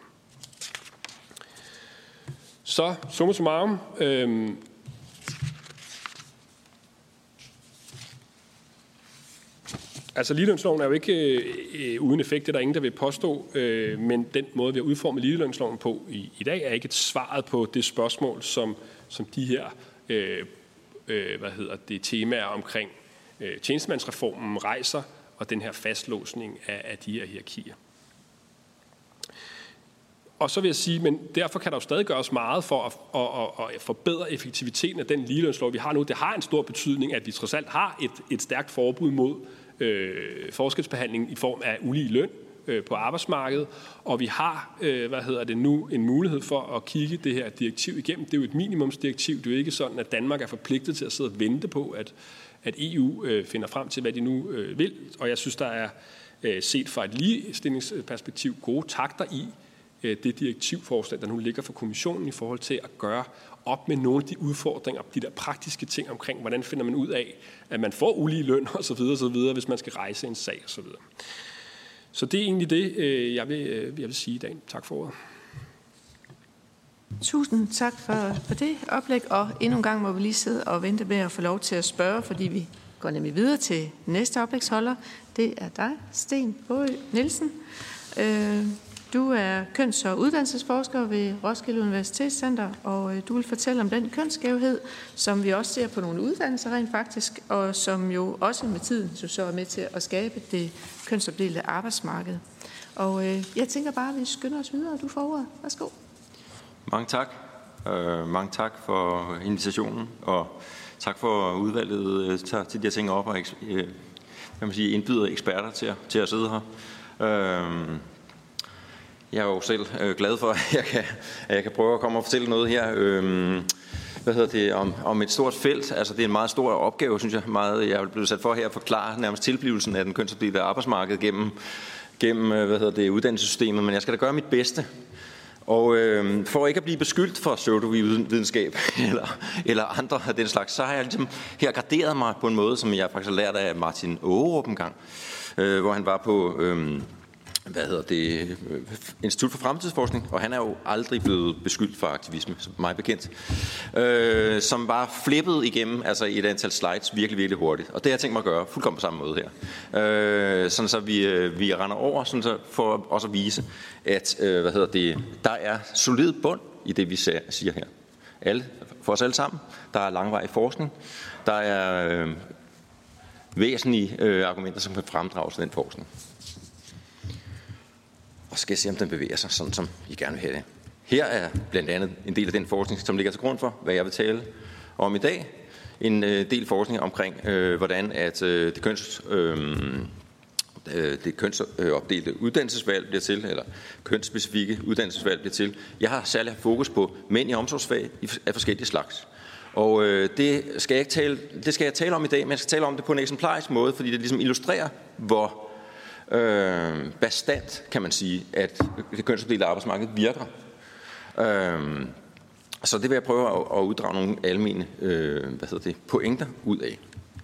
Så, summa summarum, øh, Altså, ligelønsloven er jo ikke øh, uden effekt, det er der ingen, der vil påstå, øh, men den måde, vi har udformet ligelønsloven på i, i dag, er ikke et svaret på det spørgsmål, som, som de her øh, øh, hvad hedder det, temaer omkring øh, tjenestemandsreformen rejser, og den her fastlåsning af, af de her hierarkier. Og så vil jeg sige, men derfor kan der jo stadig gøres meget for at, at, at, at forbedre effektiviteten af den ligelønslov, vi har nu. Det har en stor betydning, at vi trods alt har et, et stærkt forbud mod øh, forskelsbehandling i form af ulige løn øh, på arbejdsmarkedet, og vi har, øh, hvad hedder det nu, en mulighed for at kigge det her direktiv igennem. Det er jo et minimumsdirektiv. Det er jo ikke sådan, at Danmark er forpligtet til at sidde og vente på, at, at E U øh, finder frem til, hvad de nu øh, vil. Og jeg synes, der er øh, set fra et ligestillingsperspektiv gode takter i det direktivforslag, der nu ligger for kommissionen i forhold til at gøre op med nogle af de udfordringer, de der praktiske ting omkring, hvordan finder man ud af, at man får ulige løn og så videre, og så videre, hvis man skal rejse en sag og så videre. Så det er egentlig det, jeg vil, jeg vil sige i dag. Tak for ordet. Tusind tak for, for det oplæg, og endnu en gang må vi lige sidde og vente med at få lov til at spørge, fordi vi går nemlig videre til næste oplægsholder. Det er dig, Sten Båø Nielsen. Øh, Du er køns- og uddannelsesforsker ved Roskilde Universitetscenter, og du vil fortælle om den kønsskævhed, som vi også ser på nogle uddannelser rent faktisk, og som jo også med tiden så er med til at skabe det kønsopdelte arbejdsmarked. Og øh, jeg tænker bare, at vi skynder os videre, og du får ordet. Værsgo. Mange tak. Uh, mange tak for invitationen, og tak for udvalget uh, tager til de her ting op og uh, kan man sige, indbyder eksperter til, til at sidde her. Uh, Jeg er jo selv øh, glad for, at jeg, kan, at jeg kan prøve at komme og fortælle noget her øhm, hvad hedder det, om, om et stort felt. Altså, det er en meget stor opgave, synes jeg. Meget, jeg er blevet sat for her at forklare nærmest tilblivelsen af den kønsopdelte arbejdsmarked gennem, gennem hvad hedder det, uddannelsessystemet, men jeg skal da gøre mit bedste. Og øh, for ikke at blive beskyldt for pseudovidenskab eller, eller andre af den slags, så har jeg ligesom her graderet mig på en måde, som jeg faktisk har lært af Martin Aarup en gang, øh, hvor han var på... Øh, hvad hedder det, Institut for Fremtidsforskning, og han er jo aldrig blevet beskyldt for aktivisme, som mig bekendt, øh, som bare flippede igennem altså et antal slides virkelig, virkelig hurtigt. Og det har jeg tænkt mig at gøre fuldkommen på samme måde her. Øh, sådan så vi, vi render over, sådan så for også at vise, at øh, hvad hedder det, der er solid bund i det, vi siger her. Alle, for os alle sammen. Der er langvarig forskning. Der er øh, væsentlige øh, argumenter, som kan fremdrages af den forskning. Og skal jeg se, om den bevæger sig, sådan som I gerne vil have det. Her er blandt andet en del af den forskning, som ligger til grund for, hvad jeg vil tale om i dag. En øh, del forskning omkring, øh, hvordan at, øh, det, køns, øh, det kønsopdelte uddannelsesvalg bliver til, eller kønsspecifikke uddannelsesvalg bliver til. Jeg har særlig fokus på mænd i omsorgsfag af forskellige slags. Og øh, det, skal jeg ikke tale, det skal jeg tale om i dag, men jeg skal tale om det på en eksemplarisk måde, fordi det ligesom illustrerer, hvor Øh, bastant, kan man sige, at det kønsopdelte arbejdsmarked virker. Øh, så det vil jeg prøve at, at uddrage nogle almene øh, hvad hedder det, pointer ud af.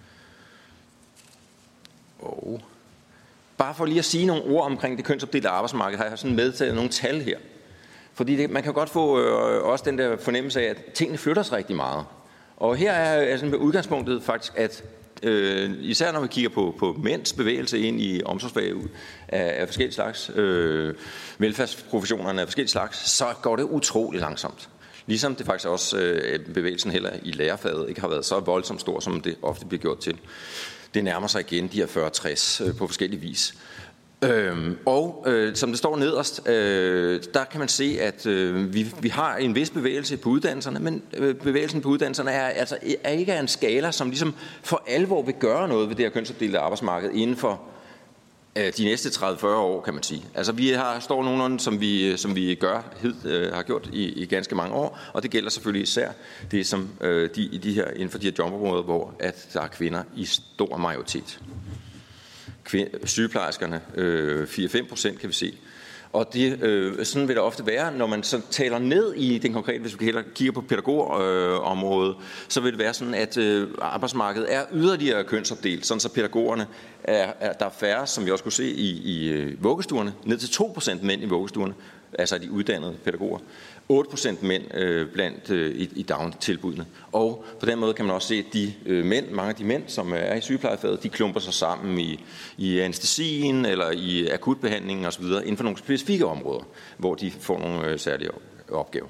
Og bare for lige at sige nogle ord omkring det kønsopdelte arbejdsmarked, har jeg sådan medtaget nogle tal her. Fordi det, man kan godt få øh, også den der fornemmelse af, at tingene flytter sig rigtig meget. Og her er altså udgangspunktet faktisk, at øh, især når vi kigger på, på mænds bevægelse ind i omsorgsfag af, af forskellige slags, øh, velfærdsprofessionerne af forskellige slags, så går det utrolig langsomt. Ligesom det faktisk også øh, bevægelsen heller i lærerfaget ikke har været så voldsomt stor, som det ofte bliver gjort til. Det nærmer sig igen de her fyrre tres øh, på forskellige vis. Øhm, og øh, som det står nederst, øh, der kan man se, at øh, vi, vi har en vis bevægelse på uddannelserne, men øh, bevægelsen på uddannelserne er, altså, er ikke af en skala, som ligesom for alvor vil gøre noget ved det her kønsopdelte arbejdsmarked inden for øh, de næste tredive til fyrre år, kan man sige. Altså vi har, står nogenlunde, som vi, som vi gør, hed, øh, har gjort i, i ganske mange år, og det gælder selvfølgelig især det, som øh, de, de her, inden for de her jobområder, hvor at der er kvinder i stor majoritet. Sygeplejerskerne, øh, fire til fem procent kan vi se. Og det, øh, sådan vil det ofte være, når man så taler ned i den konkrete, hvis vi kigger på pædagogområdet, øh, så vil det være sådan, at øh, arbejdsmarkedet er yderligere kønsopdelt, sådan så pædagogerne er, er der er færre, som vi også kunne se i, i øh, vuggestuerne, ned til to procent mænd i vuggestuerne, altså de uddannede pædagoger. otte procent mænd øh, blandt øh, i, i dagtilbudene. Og på den måde kan man også se, at de øh, mænd, mange af de mænd, som er i sygeplejefaget, de klumper sig sammen i, i anæstesien eller i akutbehandlingen osv. inden for nogle specifikke områder, hvor de får nogle øh, særlige opgaver.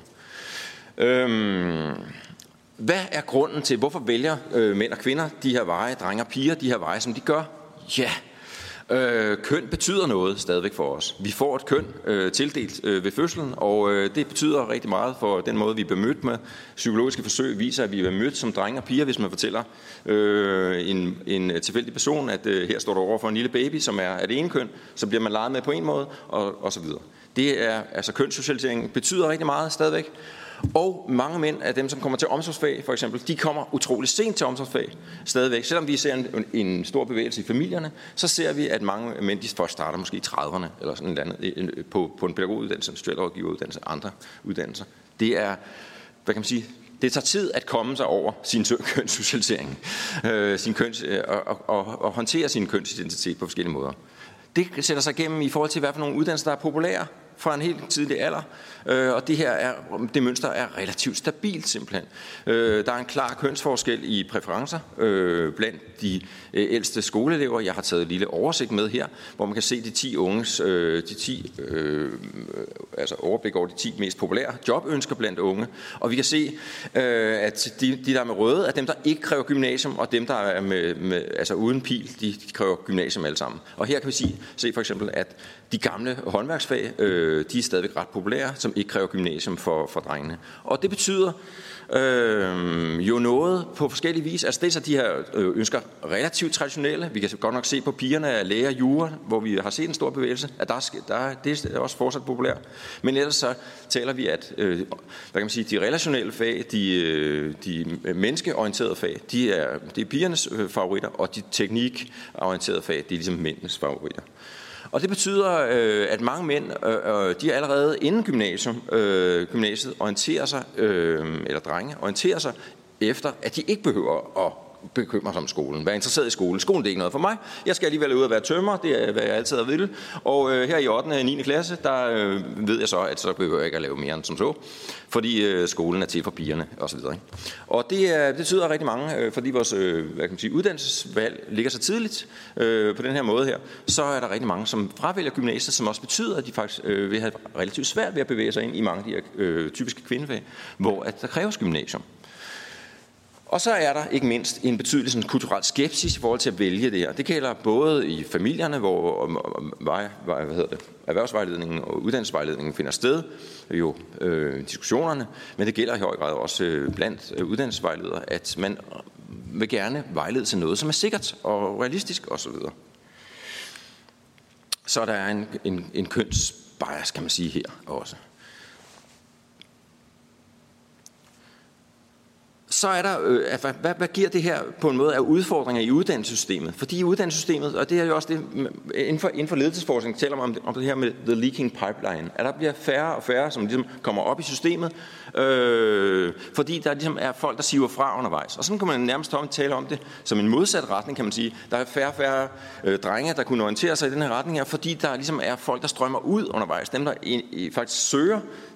Øhm, hvad er grunden til, hvorfor vælger øh, mænd og kvinder de her veje, drenge og piger, de her veje, som de gør? Ja, Øh, køn betyder noget stadigvæk for os. Vi får et køn øh, tildelt øh, ved fødslen, og øh, det betyder rigtig meget for den måde, vi bliver mødt med. Psykologiske forsøg viser, at vi er mødt som drenge og piger, hvis man fortæller øh, en, en tilfældig person, at øh, her står der over for en lille baby, som er af det ene køn, så bliver man leget med på en måde, og, og så videre. Det er, altså kønssocialisering betyder rigtig meget stadigvæk. Og mange mænd af dem, som kommer til omsorgsfag, for eksempel, de kommer utrolig sent til omsorgsfag stadigvæk. Selvom vi ser en, en stor bevægelse i familierne, så ser vi, at mange mænd de først starter måske i trediverne eller sådan et andet, på, på en pædagoguddannelse, en socialrådgiveruddannelse, andre uddannelser. Det er, hvad kan man sige, det tager tid at komme sig over sin kønssocialisering, øh, sin køns, øh, og, og, og håndtere sin kønsidentitet på forskellige måder. Det sætter sig igennem i forhold til, hvad for nogle uddannelser, der er populære fra en helt tidlig alder, øh, og det her er, det mønster er relativt stabilt simpelthen. Øh, der er en klar kønsforskel i præferencer øh, blandt de øh, ældste skoleelever. Jeg har taget en lille oversigt med her, hvor man kan se de ti unges, øh, de ti, øh, altså overblik over de ti mest populære jobønsker blandt unge, og vi kan se, øh, at de, de der er med røde er dem, der ikke kræver gymnasium, og dem, der er med, med, altså uden pil, de, de kræver gymnasium alle sammen. Og her kan vi se, se for eksempel, at de gamle håndværksfag, øh, de er stadigvæk ret populære, som ikke kræver gymnasium for, for drengene. Og det betyder øh, jo noget på forskellige vis. Altså dels er de her øh, ønsker relativt traditionelle. Vi kan godt nok se på pigerne af læger og jura, hvor vi har set en stor bevægelse, at der er, der, det er også fortsat populært. Men ellers så taler vi, at øh, hvad kan man sige, de relationelle fag, de, øh, de menneskeorienterede fag, de er, det er pigernes øh, favoritter, og de teknikorienterede fag, det er ligesom mændenes favoritter. Og det betyder, øh, at mange mænd, øh, de er allerede inden gymnasium, øh, gymnasiet orienterer sig, øh, eller drenge orienterer sig efter, at de ikke behøver at bekymre sig om skolen. Være interesseret i skolen. Skolen det er ikke noget for mig. Jeg skal alligevel ud og være tømrer, det er, hvad jeg altid har ville. Og øh, her i ottende og niende klasse, der øh, ved jeg så, at så behøver jeg ikke at lave mere end som så. Fordi øh, skolen er til for pigerne osv. Og det, øh, det betyder rigtig mange, øh, fordi vores øh, hvad kan man sige, uddannelsesvalg ligger så tidligt øh, på den her måde her, så er der rigtig mange, som fravælger gymnasiet, som også betyder, at de faktisk øh, vil have relativt svært ved at bevæge sig ind i mange af de her øh, typiske kvindefag, hvor at der kræves gymnasium. Og så er der ikke mindst en betydelig sådan, kulturel skepsis i forhold til at vælge det her. Det gælder både i familierne, hvor hvad hedder det, erhvervsvejledningen og uddannelsesvejledningen finder sted, jo øh, diskussionerne, men det gælder i høj grad også øh, blandt øh, uddannelsesvejledere, at man vil gerne vejlede til noget, som er sikkert og realistisk osv. Så der er en, en, en kønsbias, kan man sige her også. Så er der, øh, hvad, hvad giver det her på en måde af udfordringer i uddannelsessystemet? Fordi i uddannelsessystemet, og det er jo også det, inden for, inden for ledelsesforskning, taler man om, om det her med the leaking pipeline, at der bliver færre og færre, som ligesom kommer op i systemet, øh, fordi der ligesom er folk, der siver fra undervejs. Og sådan kan man nærmest tale om det som en modsat retning, kan man sige. Der er færre og færre øh, drenge, der kunne orientere sig i den her retning her, fordi der ligesom er folk, der strømmer ud undervejs. Dem, der i, i, faktisk søger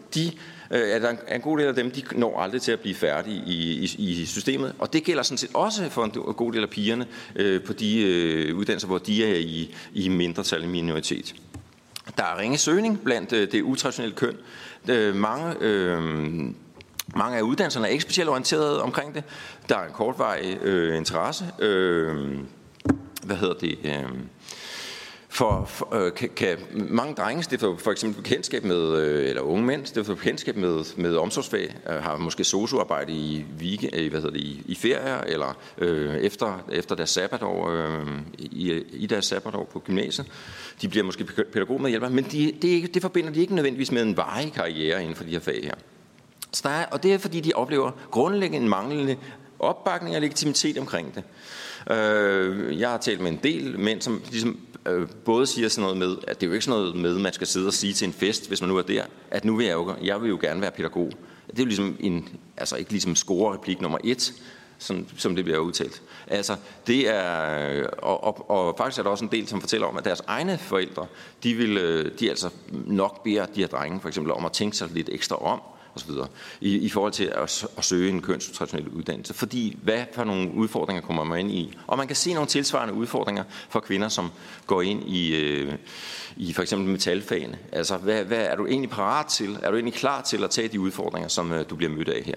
de er der en god del af dem, de når aldrig til at blive færdige i, i, i systemet. Og det gælder sådan set også for en god del af pigerne øh, på de øh, uddannelser, hvor de er i, i mindretal i minoritet. Der er ringe søgning blandt øh, det utraditionelle køn. Øh, mange, øh, mange af uddannelserne er ikke specielt orienteret omkring det. Der er en kortvarig øh, interesse. Øh, hvad hedder det? Øh, For, for øh, kan, kan mange drenge stifter for eksempel bekendtskab med, øh, eller unge mænd stifter bekendtskab med, med omsorgsfag, øh, har måske sosu-arbejde i, weekend, hvad hedder det, i, i ferier, eller øh, efter, efter deres sabbatår, øh, i, i deres sabbatår på gymnasiet. De bliver måske pædagogmedhjælpere, men de, det, det forbinder de ikke nødvendigvis med en varig karriere inden for de her fag her. Så der er, og det er fordi, de oplever grundlæggende en manglende opbakning og legitimitet omkring det. Øh, jeg har talt med en del mænd, som ligesom både siger sådan noget med, at det er jo ikke sådan noget med, at man skal sidde og sige til en fest, hvis man nu er der, at nu vil jeg jo, jeg vil jo gerne være pædagog. Det er jo ligesom en, altså ikke ligesom score-replik nummer et, som, som det bliver udtalt. Altså, det er, og, og, og faktisk er der også en del, som fortæller om, at deres egne forældre, de vil, de altså nok beder de her drenge, for eksempel, om at tænke sig lidt ekstra om, og så videre, i, i forhold til at, at søge en kønstraditionel uddannelse. Fordi hvad for nogle udfordringer kommer man ind i? Og man kan se nogle tilsvarende udfordringer for kvinder, som går ind i, øh, i for eksempel metalfagene. Altså, hvad, hvad er du egentlig parat til? Er du egentlig klar til at tage de udfordringer, som øh, du bliver mødt af her?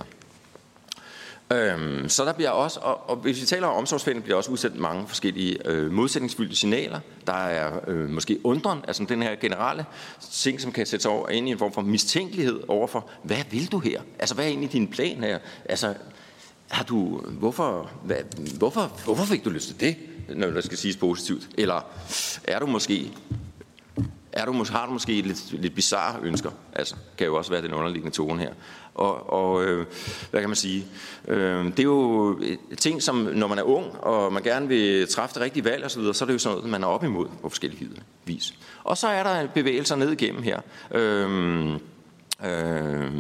Øhm, så der bliver også, og, og hvis vi taler om omsorgsfagene, bliver også udsendt mange forskellige øh, modsætningsfyldte signaler. Der er øh, måske undren, altså den her generelle ting, som kan sætte sig over ind i en form for mistænkelighed overfor, hvad vil du her? Altså, hvad er egentlig din plan her? Altså, har du, hvorfor, hvad, hvorfor, hvorfor fik du lyst til det, når der skal siges positivt? Eller er du måske, er du, har du måske lidt, lidt bizarre ønsker? Altså, kan jo også være den underliggende tone her. Og, og øh, hvad kan man sige? Øh, det er jo ting, som når man er ung, og man gerne vil træffe det rigtige valg osv., så er det jo sådan noget, man er op imod på forskellige vis. Og så er der bevægelser ned igennem her. Øh, øh,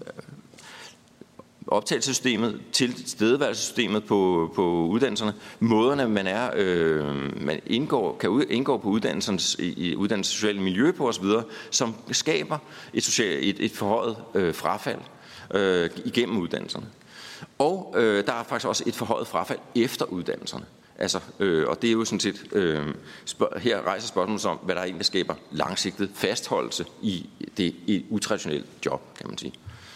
optagelsessystemet, tilstedeværelsessystemet på, på uddannelserne, måderne man er, øh, man indgår, kan indgå på uddannelsens, i uddannelsens sociale miljø på osv., som skaber et, social, et, et forhøjet øh, frafald øh, igennem uddannelserne. Og øh, der er faktisk også et forhøjet frafald efter uddannelserne. Altså, øh, og det er jo sådan set, øh, spørg- her rejser spørgsmålet om, hvad der egentlig skaber langsigtet fastholdelse i det et utraditionelt job, kan man sige.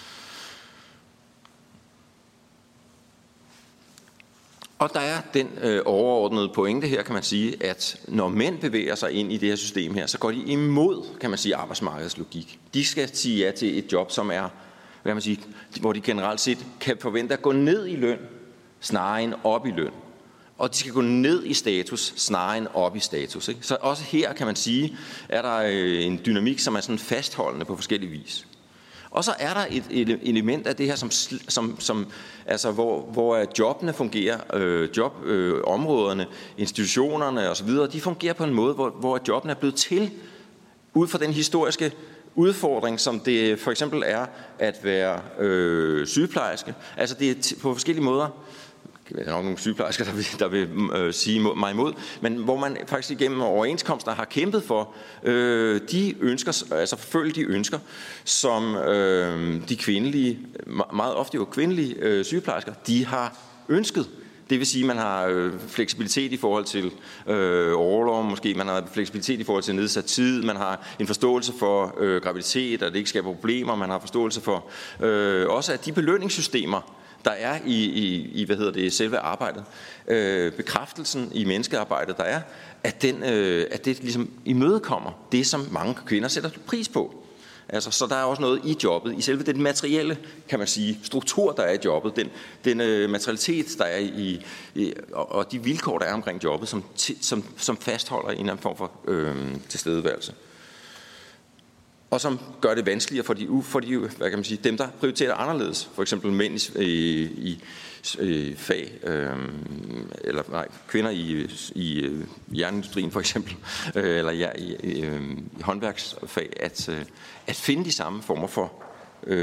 Og der er den øh, overordnede pointe her, kan man sige, at når mænd bevæger sig ind i det her system her, så går de imod, kan man sige, arbejdsmarkedets logik. De skal sige ja til et job, som er, hvad kan man sige, hvor de generelt set kan forvente at gå ned i løn, snarere end op i løn. Og de skal gå ned i status, snarere end op i status. Ikke? Så også her, kan man sige, er der øh, en dynamik, som er sådan fastholdende på forskellige vis. Og så er der et element af det her, som, som, som, altså, hvor, hvor jobbene fungerer, øh, jobområderne, øh, institutionerne osv., de fungerer på en måde, hvor, hvor jobbene er blevet til ud fra den historiske udfordring, som det for eksempel er at være øh, sygeplejerske. Altså det er t- på forskellige måder. Der er nok nogle sygeplejersker, der vil, der vil øh, sige mig imod, men hvor man faktisk igennem overenskomster har kæmpet for øh, de ønsker, altså forfølge de ønsker, som øh, de kvindelige, meget ofte jo kvindelige øh, sygeplejersker, de har ønsket. Det vil sige, at man har øh, fleksibilitet i forhold til øh, orlov, måske man har fleksibilitet i forhold til nedsat tid, man har en forståelse for øh, graviditet, at det ikke skaber problemer, man har forståelse for øh, også at de belønningssystemer, der er i, i, i hvad hedder det, selve arbejdet, øh, bekræftelsen i menneskearbejdet, der er, at, den, øh, at det ligesom imødekommer det, som mange kvinder sætter pris på. Altså, så der er også noget i jobbet, i selve den materielle, kan man sige, struktur, der er i jobbet, den, den øh, materialitet, der er i, i og, og de vilkår, der er omkring jobbet, som, som, som fastholder en eller anden form for øh, tilstedeværelse. Og som gør det vanskeligere for de, for de hvad kan man sige, dem, der prioriterer anderledes. For eksempel mænd i, i, i fag, øh, eller nej, kvinder i, i jernindustrien for eksempel, øh, eller ja, i, i, i håndværksfag, at, øh, at finde de samme former for øh,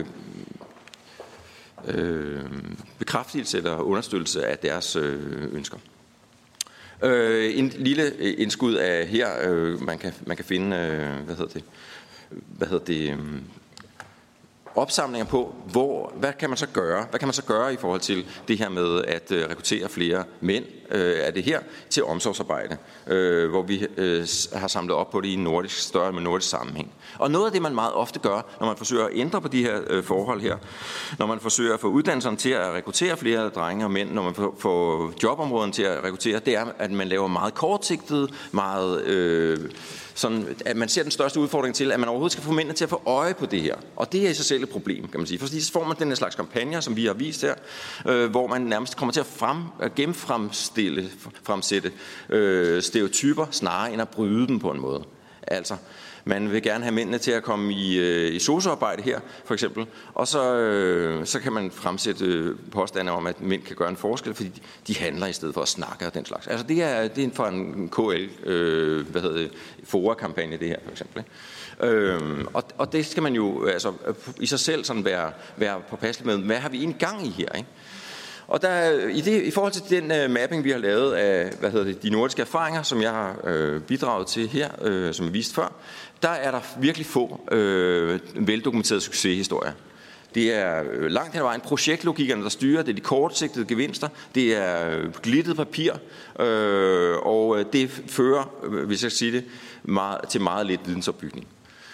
øh, bekræftelse eller understøttelse af deres øh, ønsker. Øh, en lille indskud af her, øh, man, kan, man kan finde, øh, hvad hedder det, hvad hedder det, opsamlinger på, hvor, hvad kan man så gøre? Hvad kan man så gøre i forhold til det her med at øh, rekruttere flere mænd øh, af det her til omsorgsarbejde, øh, hvor vi øh, har samlet op på det i en nordisk, større med nordisk sammenhæng. Og noget af det, man meget ofte gør, når man forsøger at ændre på de her øh, forhold her, når man forsøger at få uddannelserne til at rekruttere flere drenge og mænd, når man får, får jobområderne til at rekruttere, det er, at man laver meget kortsigtet, meget... Øh, sådan, at man ser den største udfordring til, at man overhovedet skal få mændene til at få øje på det her. Og det er i sig selv et problem, kan man sige. Fordi så får man den her slags kampagner, som vi har vist her, øh, hvor man nærmest kommer til at, frem, at genfremstille, fremsætte øh, stereotyper, snarere end at bryde dem på en måde. Altså, man vil gerne have mændene til at komme i, øh, i socioarbejde her, for eksempel, og så, øh, så kan man fremsætte øh, påstande om, at mænd kan gøre en forskel, fordi de, de handler i stedet for at snakke og den slags. Altså det er, det er fra en K L, øh, hvad hedder det, Fora-kampagne det her, for eksempel. Øhm, og, og det skal man jo altså, i sig selv sådan være, være påpasselig med, hvad har vi en gang i her, ikke? Og der, i, det, i forhold til den uh, mapping, vi har lavet af hvad hedder det, de nordiske erfaringer, som jeg har uh, bidraget til her, uh, som jeg viste før, der er der virkelig få uh, veldokumenterede succeshistorier. Det er uh, langt hen ad vejen projektlogikkerne, der styrer, det er de kortsigtede gevinster, det er uh, glittet papir, uh, og uh, det fører, uh, hvis jeg siger det, meget, til meget lidt vidensopbygning.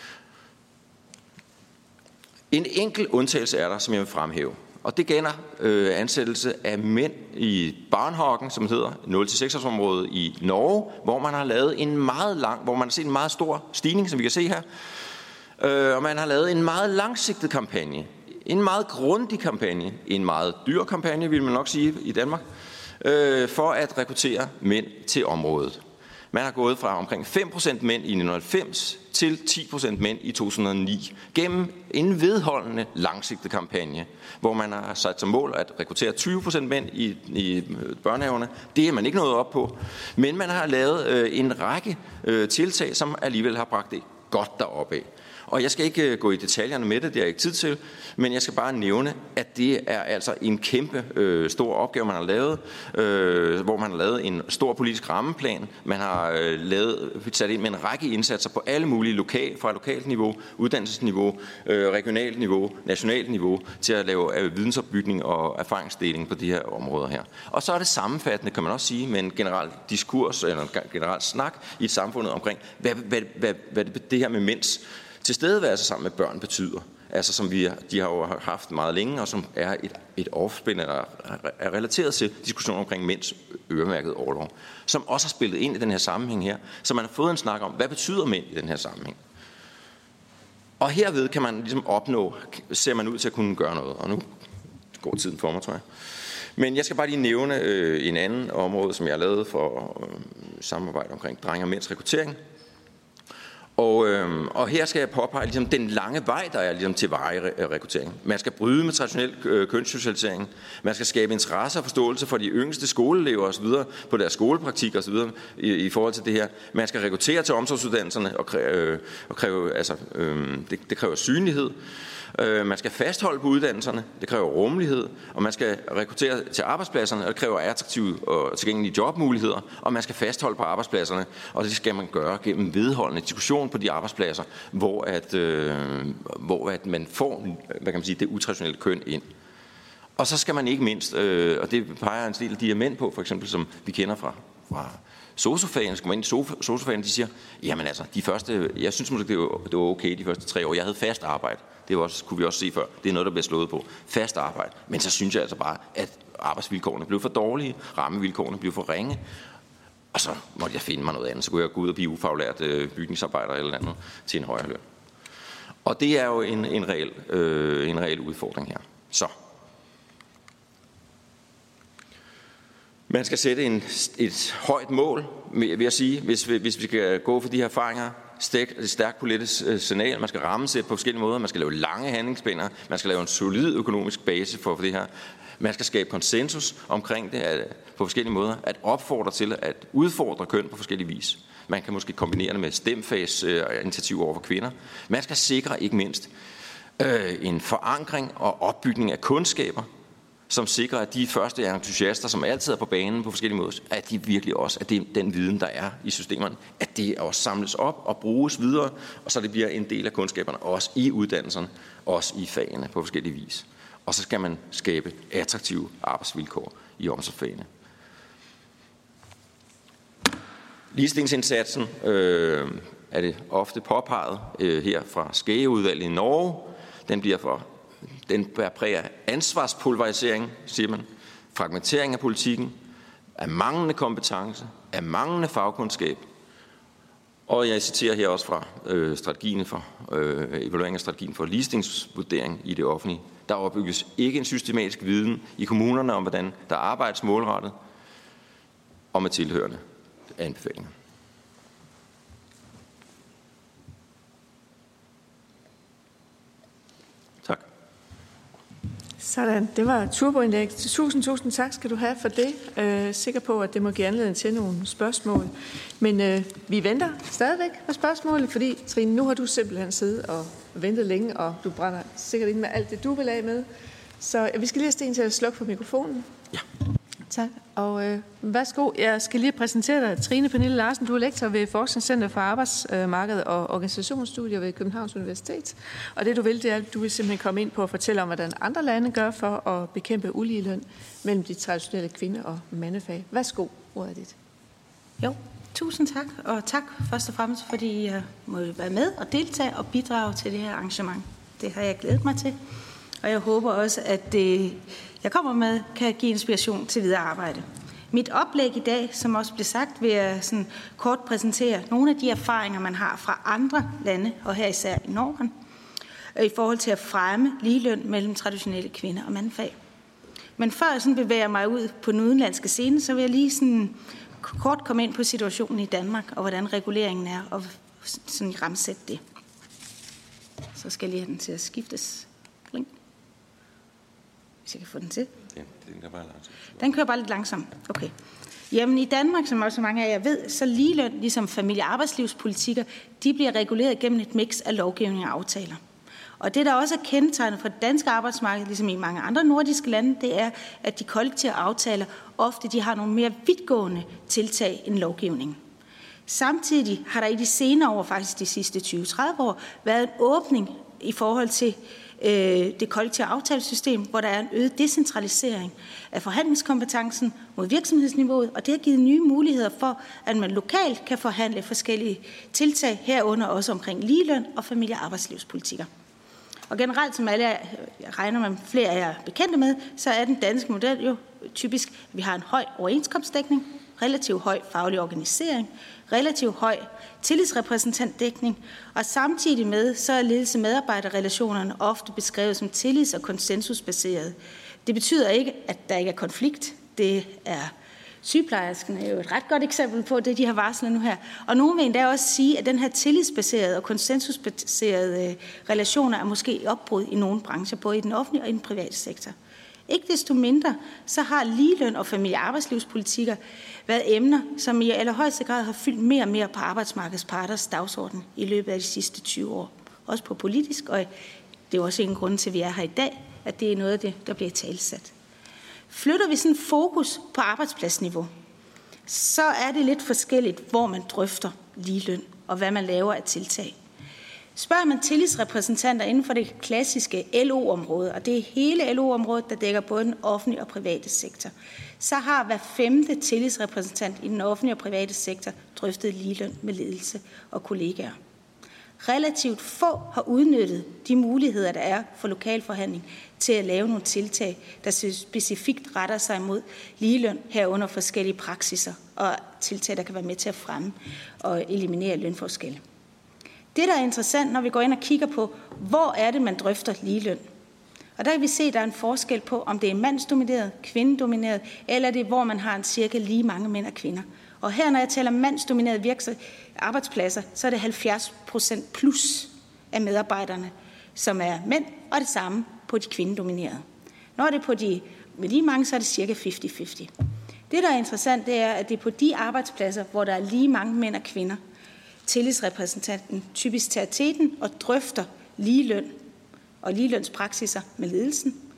En enkelt undtagelse er der, som jeg vil fremhæve. Og det gælder øh, ansættelse af mænd i Barnhagen, som hedder nul til seks års området i Norge, hvor man har lavet en meget lang, hvor man har set en meget stor stigning, som vi kan se her. Øh, og man har lavet en meget langsigtet kampagne, en meget grundig kampagne, en meget dyr kampagne, vil man nok sige i Danmark, øh, for at rekruttere mænd til området. Man har gået fra omkring fem procent mænd i nitten halvfems til ti procent mænd i to tusind og ni gennem en vedholdende langsigtet kampagne, hvor man har sat som mål at rekruttere tyve procent mænd i, i børnehaverne. Det er man ikke nået op på, men man har lavet øh, en række øh, tiltag, som alligevel har bragt det godt deroppe af. Og jeg skal ikke gå i detaljerne med det, det er ikke tid til, men jeg skal bare nævne, at det er altså en kæmpe øh, stor opgave, man har lavet, øh, hvor man har lavet en stor politisk rammeplan. Man har øh, lavet, sat ind med en række indsatser på alle mulige lokal, fra lokalt niveau, uddannelsesniveau, øh, regionalt niveau, nationalt niveau, til at lave øh, vidensopbygning og erfaringsdeling på de her områder her. Og så er det sammenfattende, kan man også sige, med en generel diskurs eller en generel snak i samfundet omkring, hvad, hvad, hvad, hvad det her med mænds tilstedeværelse sammen med børn betyder. Altså som vi, de har jo haft meget længe, og som er et, et offspænd, eller er relateret til diskussioner omkring mænds øremærket orlov, som også har spillet ind i den her sammenhæng her, så man har fået en snak om, hvad betyder mænd i den her sammenhæng. Og herved kan man ligesom opnå, ser man ud til at kunne gøre noget, og nu går tiden for mig, tror jeg. Men jeg skal bare lige nævne øh, en anden område, som jeg har lavet for øh, samarbejde omkring drenge og mænds rekruttering. Og, øhm, og her skal jeg påpege ligesom, den lange vej, der er ligesom, til varig rekruttering. Man skal bryde med traditionel øh, kønssocialisering. Man skal skabe interesse og forståelse for de yngste skoleelever osv. på deres skolepraktik osv. I, i forhold til det her. Man skal rekruttere til omsorgsuddannelserne og kræve, øh, og kræve altså, øh, det, det kræver synlighed. Øh, man skal fastholde på uddannelserne, det kræver rummelighed, og man skal rekruttere til arbejdspladserne, og det kræver attraktive og tilgængelige jobmuligheder, og man skal fastholde på arbejdspladserne, og det skal man gøre gennem vedholdende diskussion på de arbejdspladser, hvor, at, øh, hvor at man får hvad kan man sige, det utraditionelle køn ind. Og så skal man ikke mindst, øh, og det peger en del af de her mænd på, for eksempel som vi kender fra, fra sosu-fagene, skal man ind i sosu-fagene, de siger, jamen altså, de første, jeg synes måske, det var, det var okay de første tre år, jeg havde fast arbejde. Det var også, kunne vi også se før. Det er noget, der bliver slået på. Fast arbejde. Men så synes jeg altså bare, at arbejdsvilkårene blev for dårlige, rammevilkårene blev for ringe. Og så måtte jeg finde mig noget andet. Så kunne jeg gå ud og blive ufaglært øh, bygningsarbejder eller andet til en højere løn. Og det er jo en, en, reel, øh, en reel udfordring her. Så. Man skal sætte en, et højt mål, vil jeg sige, hvis vi, hvis vi skal gå for de her erfaringer. Et stærkt politisk signal. Man skal rammesætte på forskellige måder. Man skal lave lange handlingsspænder. Man skal lave en solid økonomisk base for det her. Man skal skabe konsensus omkring det at, på forskellige måder. At opfordre til at udfordre køn på forskellige vis. Man kan måske kombinere det med stemfagsinitiativer over for kvinder. Man skal sikre ikke mindst øh, en forankring og opbygning af kundskaber, som sikrer, at de første entusiaster, som altid er på banen på forskellige måder, at de virkelig også, at det, den viden, der er i systemerne, at det også samles op og bruges videre, og så det bliver en del af kundskaberne, også i uddannelserne, også i fagene på forskellige vis. Og så skal man skabe attraktive arbejdsvilkår i omsorgsfagene. Ligestillingsindsatsen øh, er det ofte påpeget øh, her fra Skageudvalget i Norge. Den bliver for den bærer præg af ansvarspulverisering, siger man, fragmentering af politikken, af manglende kompetence, af manglende fagkundskab. Og jeg citerer her også fra øh, strategien for øh, evaluering af strategien for ligestillingsvurdering i det offentlige. Der opbygges ikke en systematisk viden i kommunerne om, hvordan der arbejdes målrettet og med tilhørende anbefalinger. Tak. Sådan, det var turboindlæg. Tusind, tusind tak skal du have for det. Jeg er sikker på, at det må give anledning til nogle spørgsmål. Men øh, vi venter stadigvæk på spørgsmålet, fordi Trine, nu har du simpelthen siddet og ventet længe, og du brænder sikkert ind med alt det, du vil af med. Så vi skal lige have Sten til at slukke for mikrofonen. Ja. Tak. Og øh, værsgo, jeg skal lige præsentere dig. Trine Pernille Larsen, du er lektor ved Forskningscenter for Arbejdsmarked og Organisationsstudier ved Københavns Universitet. Og det du vil, det er, at du vil simpelthen komme ind på at fortælle om, hvordan andre lande gør for at bekæmpe uligeløn mellem de traditionelle kvinde- og mandefag. Værsgo, ordet er dit. Jo, tusind tak. Og tak først og fremmest, fordi jeg må være med og deltage og bidrage til det her arrangement. Det har jeg glædet mig til. Og jeg håber også, at det, jeg kommer med, kan give inspiration til videre arbejde. Mit oplæg i dag, som også blev sagt, vil jeg sådan kort præsentere nogle af de erfaringer, man har fra andre lande, og her især i Norden, i forhold til at fremme ligeløn mellem traditionelle kvinder- og mandfag. Men før jeg sådan bevæger mig ud på den udenlandske scene, så vil jeg lige sådan kort komme ind på situationen i Danmark, og hvordan reguleringen er, og sådan ramsætte det. Så skal jeg lige have den til at skiftes. Hvis jeg kan få den til. Den, den, der bare langsomt. Den kører bare lidt langsomt. Okay. Jamen i Danmark, som også mange af jer ved, så ligeløn, ligesom familie- og arbejdslivspolitikker, de bliver reguleret gennem et mix af lovgivning og aftaler. Og det, der også er kendetegnet for det danske arbejdsmarked, ligesom i mange andre nordiske lande, det er, at de kollektive aftaler ofte de har nogle mere vidtgående tiltag end lovgivningen. Samtidig har der i de senere år, faktisk de sidste tyve til tredive år, været en åbning i forhold til det kollektive aftalesystem, hvor der er en øget decentralisering af forhandlingskompetencen mod virksomhedsniveauet, og det har givet nye muligheder for, at man lokalt kan forhandle forskellige tiltag, herunder også omkring ligeløn og familie- og arbejdslivspolitikker. Og generelt, som alle jeg regner med flere af jer er bekendte med, så er den danske model jo typisk, at vi har en høj overenskomstdækning, relativt høj faglig organisering, relativt høj tillidsrepræsentantdækning, og samtidig med, så er ledelse-medarbejderrelationerne ofte beskrevet som tillids- og konsensusbaseret. Det betyder ikke, at der ikke er konflikt. Det er sygeplejerskerne jo et ret godt eksempel på det, de har varslet nu her. Og nogen vil endda også sige, at den her tillidsbaserede og konsensusbaserede relationer er måske i opbrud i nogle brancher, både i den offentlige og i den private sektor. Ikke desto mindre, så har ligeløn og familie- og arbejdslivspolitikker været emner, som i allerhøjeste grad har fyldt mere og mere på arbejdsmarkedets parters dagsorden i løbet af de sidste tyve år. Også på politisk, og det er også en grund til, at vi er her i dag, at det er noget af det, der bliver talsat. Flytter vi sådan fokus på arbejdspladsniveau, så er det lidt forskelligt, hvor man drøfter ligeløn og hvad man laver af tiltag. Spørger man tillidsrepræsentanter inden for det klassiske L O-område, og det er hele L O-området, der dækker både den offentlige og private sektor, så har hver femte tillidsrepræsentant i den offentlige og private sektor drøftet ligeløn med ledelse og kollegaer. Relativt få har udnyttet de muligheder, der er for lokalforhandling til at lave nogle tiltag, der specifikt retter sig mod ligeløn herunder forskellige praksiser og tiltag, der kan være med til at fremme og eliminere lønforskelle. Det, der er interessant, når vi går ind og kigger på, hvor er det, man drøfter ligeløn. Og der kan vi se, at der er en forskel på, om det er mandsdomineret, kvindedomineret, eller det er, hvor man har en cirka lige mange mænd og kvinder. Og her, når jeg taler mandsdominerede virksomheder, arbejdspladser, så er det halvfjerds procent plus af medarbejderne, som er mænd, og det samme på de kvindedominerede. Når det er på de med lige mange, så er det cirka halvtreds halvtreds. Det, der er interessant, det er, at det er på de arbejdspladser, hvor der er lige mange mænd og kvinder, tillidsrepræsentanten typisk tager teten og drøfter ligeløn og ligelønspraksiser med ledelsen.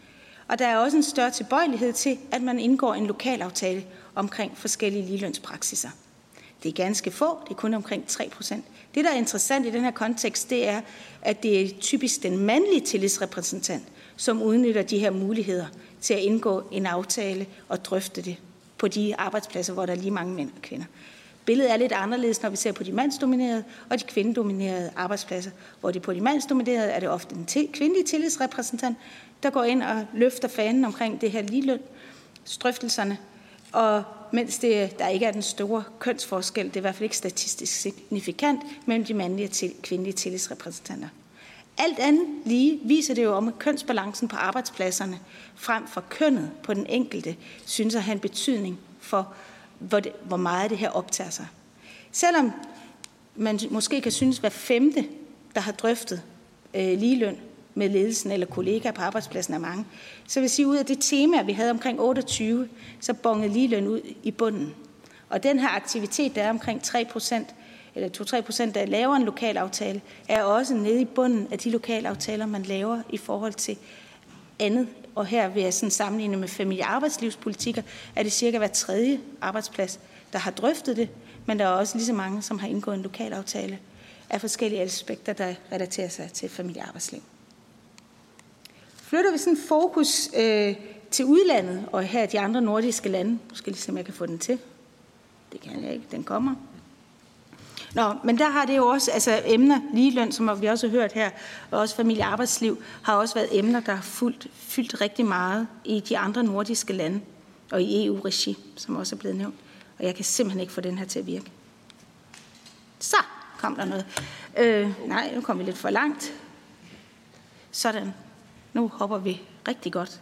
Og der er også en større tilbøjelighed til, at man indgår en lokalaftale omkring forskellige ligelønspraksiser. Det er ganske få, det er kun omkring tre procent. Det, der er interessant i den her kontekst, det er, at det er typisk den mandlige tillidsrepræsentant, som udnytter de her muligheder til at indgå en aftale og drøfte det på de arbejdspladser, hvor der er lige mange mænd og kvinder. Billedet er lidt anderledes, når vi ser på de mandsdominerede og de kvindedominerede arbejdspladser, hvor det på de mandsdominerede er det ofte en til, kvindelig tillidsrepræsentant, der går ind og løfter fanen omkring det her ligelønsdrøftelserne, og mens det, der ikke er den store kønsforskel, det er i hvert fald ikke statistisk signifikant, mellem de mandlige og til, kvindelige tillidsrepræsentanter. Alt andet lige viser det jo om, at kønsbalancen på arbejdspladserne frem for kønnet på den enkelte synes at have en betydning for, hvor, det, hvor meget det her optager sig. Selvom man måske kan synes, hver femte, der har drøftet øh, ligeløn med ledelsen eller kollegaer på arbejdspladsen er mange, så vil jeg sige, ud af det tema, vi havde omkring otteogtyve, så bongede ligeløn ud i bunden. Og den her aktivitet, der er omkring tre procent, eller to til tre procent, der laver en lokalaftale, er også nede i bunden af de lokalaftaler, man laver i forhold til andet. Og her vil jeg sådan sammenligne med familiearbejdslivspolitikker, er det cirka hver tredje arbejdsplads, der har drøftet det, men der er også lige så mange, som har indgået en lokalaftale af forskellige aspekter, der relaterer sig til familiearbejdsliv. Flytter vi sådan fokus øh, til udlandet, og her de andre nordiske lande, nu skal jeg lige se, om jeg kan få den til. Det kan jeg ikke, den kommer. Nå, men der har det jo også, altså emner, ligeløn, som vi også har hørt her, og også familiearbejdsliv, har også været emner, der har fyldt, fyldt rigtig meget i de andre nordiske lande, og i E U-regi, som også er blevet nævnt. Og jeg kan simpelthen ikke få den her til at virke. Så kom der noget. Øh, nej, nu kom vi lidt for langt. Sådan. Nu hopper vi rigtig godt.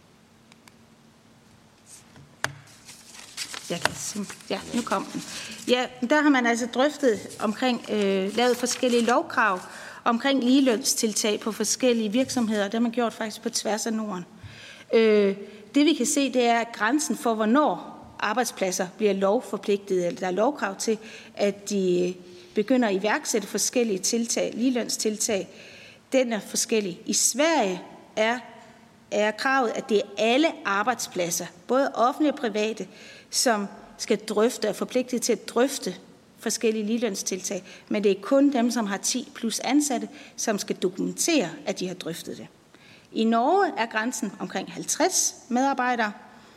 Jeg kan simpelthen... Ja, nu kom den. Ja, der har man altså drøftet omkring, øh, lavet forskellige lovkrav omkring ligelønstiltag på forskellige virksomheder. Det har man gjort faktisk på tværs af Norden. Øh, det vi kan se, det er, at grænsen for, hvornår arbejdspladser bliver lovforpligtede, eller der er lovkrav til, at de begynder at iværksætte forskellige tiltag, ligelønstiltag, den er forskellig. I Sverige er, er kravet, at det er alle arbejdspladser, både offentlige og private, som skal drøfte og forpligtet til at drøfte forskellige ligelønstiltag, men det er kun dem, som har ti plus ansatte, som skal dokumentere, at de har drøftet det. I Norge er grænsen omkring halvtreds medarbejdere,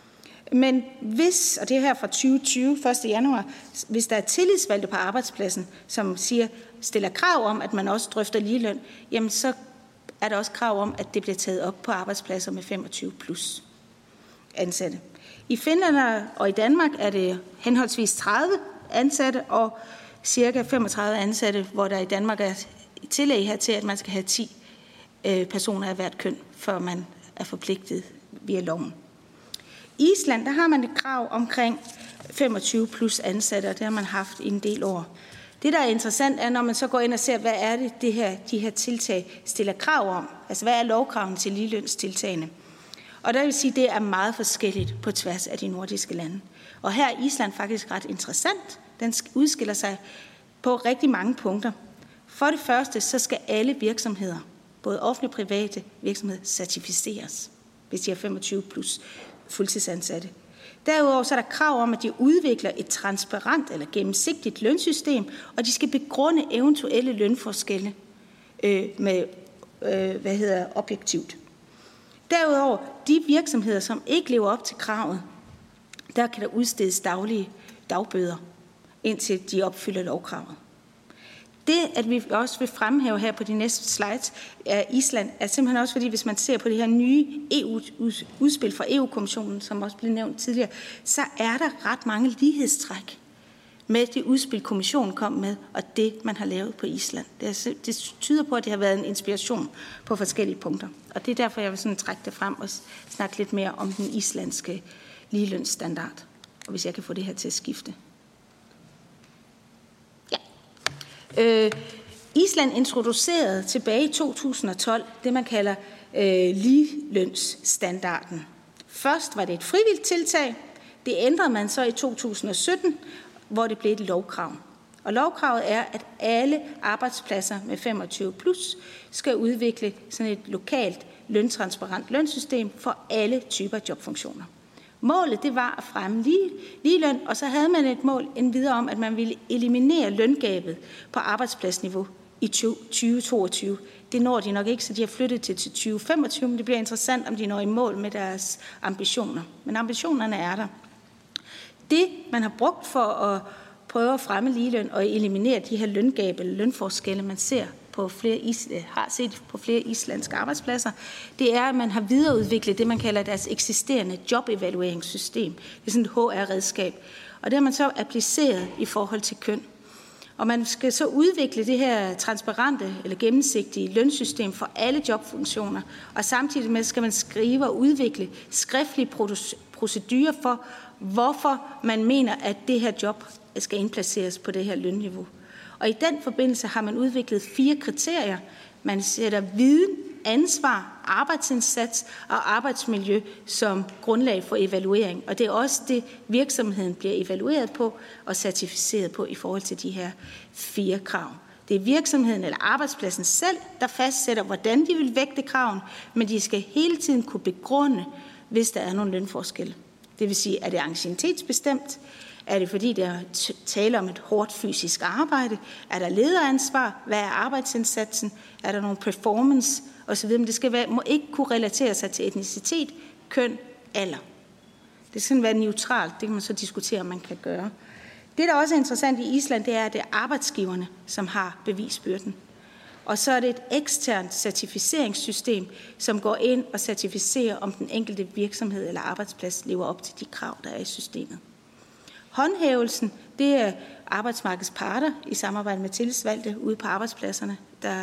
men hvis, og det er her fra tyve tyve, første januar, hvis der er tillidsvalgte på arbejdspladsen, som siger, stiller krav om, at man også drøfter ligeløn, jamen så er der også krav om, at det bliver taget op på arbejdspladser med femogtyve plus ansatte. I Finland og i Danmark er det henholdsvis tredive ansatte og cirka femogtredive ansatte, hvor der i Danmark er i tillæg her til, at man skal have ti personer af hvert køn, før man er forpligtet via loven. I Island, der har man et krav omkring femogtyve plus ansatte, og det har man haft i en del år. Det, der er interessant, er, når man så går ind og ser, hvad er det, det her, de her tiltag stiller krav om. Altså, hvad er lovkraven til ligelønstiltagene? Og der vil sige, at det er meget forskelligt på tværs af de nordiske lande. Og her er Island faktisk ret interessant. Den udskiller sig på rigtig mange punkter. For det første, så skal alle virksomheder, både offentlige og private virksomheder, certificeres, hvis de har femogtyve plus fuldtidsansatte. Derudover så er der krav om, at de udvikler et transparent eller gennemsigtigt lønsystem, og de skal begrunde eventuelle lønforskelle øh, med, øh, hvad hedder, objektivt. Derudover, de virksomheder, som ikke lever op til kravet, der kan der udstedes daglige dagbøder, indtil de opfylder lovkravet. Det, at vi også vil fremhæve her på de næste slides af Island, er simpelthen også fordi, hvis man ser på det her nye E U-udspil fra E U-kommissionen, som også blev nævnt tidligere, så er der ret mange lighedstræk med det udspil, kommissionen kom med, og det, man har lavet på Island. Det, er, det tyder på, at det har været en inspiration på forskellige punkter. Og det er derfor, jeg vil sådan trække det frem og snakke lidt mere om den islandske ligelønsstandard. Og hvis jeg kan få det her til at skifte. Øh, Island introducerede tilbage i to tusind og tolv det, man kalder øh, ligelønsstandarden. Først var det et frivilligt tiltag. Det ændrede man så i to tusind og sytten, hvor det blev et lovkrav. Og lovkravet er, at alle arbejdspladser med femogtyve plus skal udvikle sådan et lokalt løntransparent lønsystem for alle typer jobfunktioner. Målet det var at fremme lige, ligeløn, og så havde man et mål endvidere om, at man ville eliminere løngabet på arbejdspladsniveau i tyve toogtyve. Det når de nok ikke, så de har flyttet til, til tyve femogtyve, men det bliver interessant, om de når i mål med deres ambitioner. Men ambitionerne er der. Det, man har brugt for at prøve at fremme ligeløn og eliminere de her løngab eller lønforskelle, man ser på flere, har set på flere islandske arbejdspladser, det er, at man har videreudviklet det, man kalder deres eksisterende jobevalueringssystem. Det er sådan et H R-redskab. Og det har man så appliceret i forhold til køn. Og man skal så udvikle det her transparente eller gennemsigtige lønsystem for alle jobfunktioner, og samtidig med skal man skrive og udvikle skriftlige procedurer for, hvorfor man mener, at det her job skal indplaceres på det her lønniveau. Og i den forbindelse har man udviklet fire kriterier. Man sætter viden, ansvar, arbejdsindsats og arbejdsmiljø som grundlag for evaluering. Og det er også det, virksomheden bliver evalueret på og certificeret på i forhold til de her fire krav. Det er virksomheden eller arbejdspladsen selv, der fastsætter, hvordan de vil vægte kraven, men de skal hele tiden kunne begrunde, hvis der er nogle lønforskelle. Det vil sige, er det anciennitetsbestemt? Er det fordi, der taler om et hårdt fysisk arbejde? Er der lederansvar? Hvad er arbejdsindsatsen? Er der nogle performance? Og så videre. Men det skal være, må ikke kunne relatere sig til etnicitet, køn, alder. Det skal være neutralt. Det kan man så diskutere, om man kan gøre. Det, der også er interessant i Island, det er, at det er arbejdsgiverne, som har bevisbyrden. Og så er det et eksternt certificeringssystem, som går ind og certificerer, om den enkelte virksomhed eller arbejdsplads lever op til de krav, der er i systemet. Håndhævelsen, det er arbejdsmarkedets parter i samarbejde med tillidsvalgte ude på arbejdspladserne, der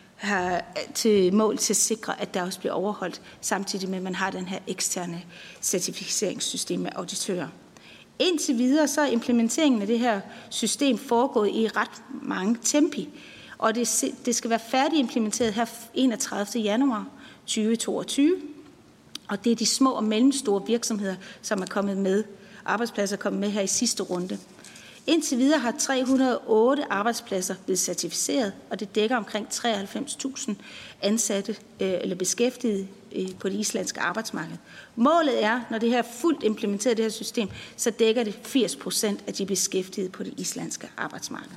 har til mål til at sikre, at der også bliver overholdt, samtidig med, at man har den her eksterne certificeringssystem med auditører. Indtil videre så er implementeringen af det her system foregået i ret mange tempi, og det, det skal være færdigimplementeret her enogtredivte januar tyve toogtyve, og det er de små og mellemstore virksomheder, som er kommet med. Arbejdspladser er kommet med her i sidste runde. Indtil videre har tre hundrede og otte arbejdspladser blevet certificeret, og det dækker omkring treoghalvfems tusind ansatte øh, eller beskæftigede øh, på det islandske arbejdsmarked. Målet er, når det her er fuldt implementeret det her system, så dækker det firs procent af de beskæftigede på det islandske arbejdsmarked.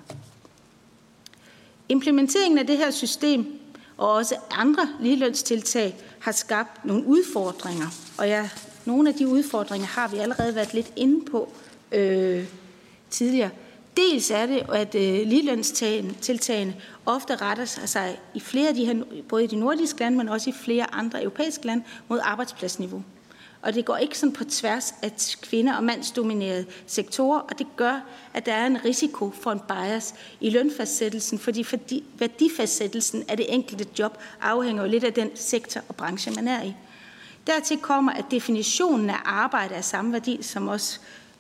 Implementeringen af det her system og også andre ligelønstiltag har skabt nogle udfordringer, og ja, nogle af de udfordringer har vi allerede været lidt inde på øh, tidligere. Dels er det, at øh, ligelønstiltagene ofte retter sig i flere af de her, både i de nordiske lande, men også i flere andre europæiske lande, mod arbejdspladsniveau. Og det går ikke sådan på tværs af kvinder- og mandsdominerede sektorer, og det gør, at der er en risiko for en bias i lønfastsættelsen, fordi, fordi værdifastsættelsen af det enkelte job afhænger jo lidt af den sektor og branche, man er i. Dertil kommer, at definitionen af arbejde er samme værdi, som også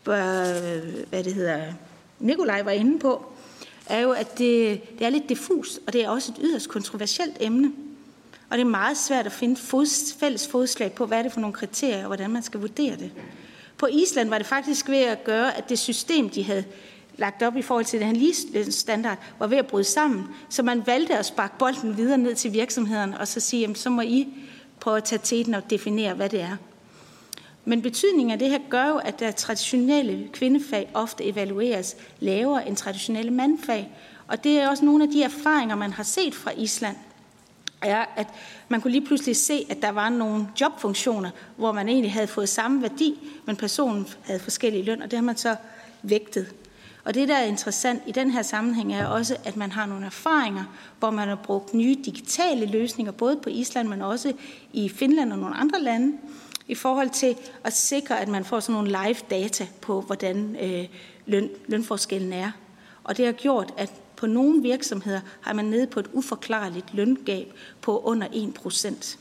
hvad det hedder, Nikolaj var inde på, er jo, at det, det er lidt diffust, og det er også et yderst kontroversielt emne. Og det er meget svært at finde fods, fælles fodslag på, hvad er det for nogle kriterier, og hvordan man skal vurdere det. På Island var det faktisk ved at gøre, at det system, de havde lagt op i forhold til den her ligestillingsstandard, var ved at bryde sammen. Så man valgte at sparke bolden videre ned til virksomhederne, og så sige, jamen, så må I prøve at tage teten og definere, hvad det er. Men betydningen af det her gør jo, at der traditionelle kvindefag ofte evalueres lavere end traditionelle mandfag. Og det er også nogle af de erfaringer, man har set fra Island, er, at man kunne lige pludselig se, at der var nogle jobfunktioner, hvor man egentlig havde fået samme værdi, men personen havde forskellige løn, og det har man så vægtet. Og det, der er interessant i den her sammenhæng, er også, at man har nogle erfaringer, hvor man har brugt nye digitale løsninger, både på Island, men også i Finland og nogle andre lande, i forhold til at sikre, at man får sådan nogle live data på, hvordan øh, løn, lønforskellen er. Og det har gjort, at på nogle virksomheder har man nede på et uforklarligt løngab på under en procent.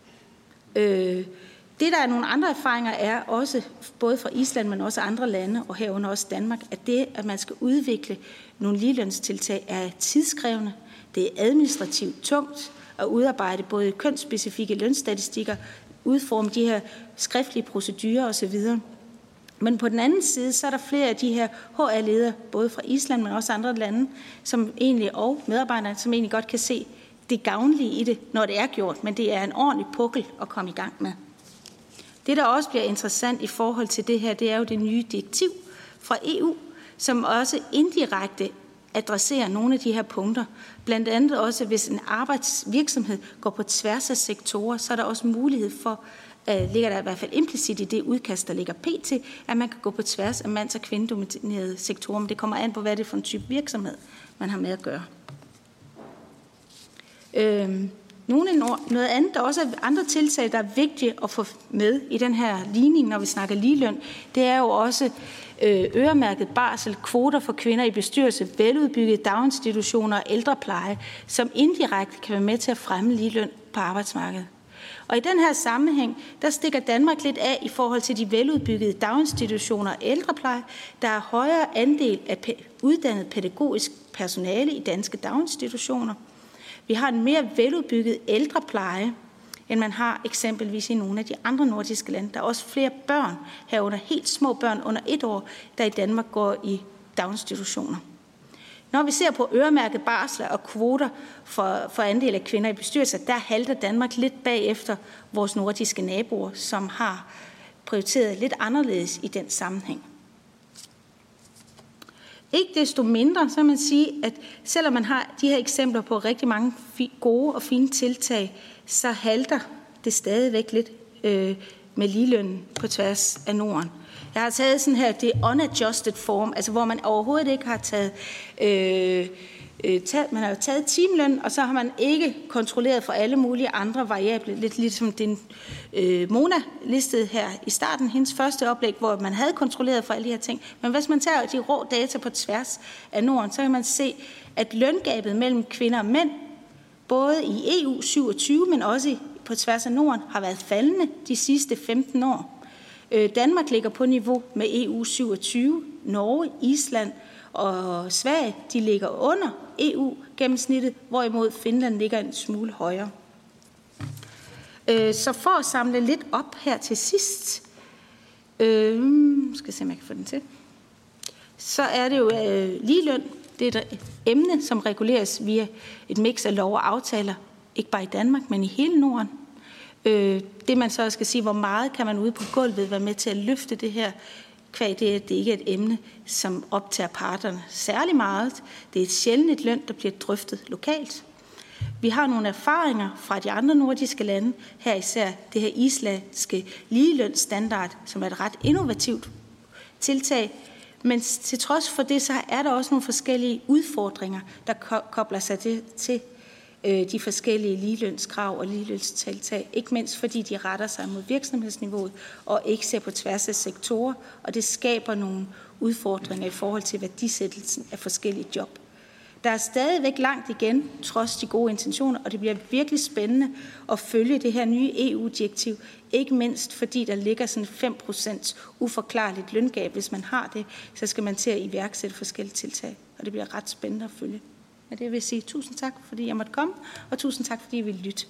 Øh, det, der er nogle andre erfaringer, er også, både fra Island, men også andre lande, og herunder også Danmark, at det, at man skal udvikle nogle ligelønstiltag, er tidskrævende. Det er administrativt tungt at udarbejde både kønsspecifikke lønstatistikker, udforme de her skriftlige procedurer osv. Men på den anden side, så er der flere af de her H R-ledere, både fra Island, men også andre lande, som egentlig, og medarbejdere, som egentlig godt kan se, det gavnlige i det, når det er gjort, men det er en ordentlig pukkel at komme i gang med. Det, der også bliver interessant i forhold til det her, det er jo det nye direktiv fra E U, som også indirekte adresserer nogle af de her punkter. Blandt andet også, hvis en arbejdsvirksomhed går på tværs af sektorer, så er der også mulighed for, uh, ligger der i hvert fald implicit i det udkast, der ligger pt., at man kan gå på tværs af mands- og kvindedominerede sektorer, men det kommer an på, hvad det er for en type virksomhed, man har med at gøre. Øhm, nogle, noget andet, der også er andre tiltag, der er vigtige at få med i den her ligning, når vi snakker ligeløn, det er jo også øremærket barsel, kvoter for kvinder i bestyrelse, veludbyggede daginstitutioner og ældrepleje, som indirekte kan være med til at fremme ligeløn på arbejdsmarkedet. Og i den her sammenhæng, der stikker Danmark lidt af i forhold til de veludbyggede daginstitutioner og ældrepleje. Der er højere andel af uddannet pædagogisk personale i danske daginstitutioner. Vi har en mere veludbygget ældrepleje, end man har eksempelvis i nogle af de andre nordiske lande. Der er også flere børn, herunder helt små børn under et år, der i Danmark går i daginstitutioner. Når vi ser på øremærket barsler og kvoter for, for andel af kvinder i bestyrelser, der halter Danmark lidt bagefter vores nordiske naboer, som har prioriteret lidt anderledes i den sammenhæng. Ikke desto mindre, så kan man sige, at selvom man har de her eksempler på rigtig mange gode og fine tiltag, så halter det stadigvæk lidt øh, med ligelønnen på tværs af Norden. Jeg har taget sådan her, det unadjusted form, altså hvor man overhovedet ikke har taget, øh, øh, taget man har taget timeløn, og så har man ikke kontrolleret for alle mulige andre variable, lidt ligesom den øh, Mona listede her i starten, hendes første oplæg, hvor man havde kontrolleret for alle de her ting. Men hvis man tager de rå data på tværs af Norden, så kan man se, at løngabet mellem kvinder og mænd, både i E U syvogtyve, men også på tværs af Norden, har været faldende de sidste femten år. Danmark ligger på niveau med E U syvogtyve, Norge, Island og Sverige, de ligger under E U-gennemsnittet, hvorimod Finland ligger en smule højere. Så for at samle lidt op her til sidst, øh, skal se, om jeg kan få den til, så er det jo øh, ligeløn. Det er et emne, som reguleres via et mix af lov og aftaler, ikke bare i Danmark, men i hele Norden. Det man så skal sige, hvor meget kan man ude på gulvet være med til at løfte det her, kvæg det er, det ikke er et emne, som optager parterne særlig meget. Det er et sjældent løn, der bliver drøftet lokalt. Vi har nogle erfaringer fra de andre nordiske lande, her især det her islandske ligelønsstandard, som er et ret innovativt tiltag. Men til trods for det, så er der også nogle forskellige udfordringer, der kobler sig til, til de forskellige ligelønskrav og ligelønstiltag, ikke mindst fordi de retter sig mod virksomhedsniveauet og ikke ser på tværs af sektorer, og det skaber nogle udfordringer i forhold til værdisættelsen af forskellige job. Der er stadigvæk langt igen, trods de gode intentioner, og det bliver virkelig spændende at følge det her nye E U-direktiv, ikke mindst fordi der ligger sådan fem procent uforklarligt løngab. Hvis man har det, så skal man til at iværksætte forskellige tiltag, og det bliver ret spændende at følge. Men det vil jeg sige tusind tak, fordi jeg måtte komme, og tusind tak, fordi I ville lytte.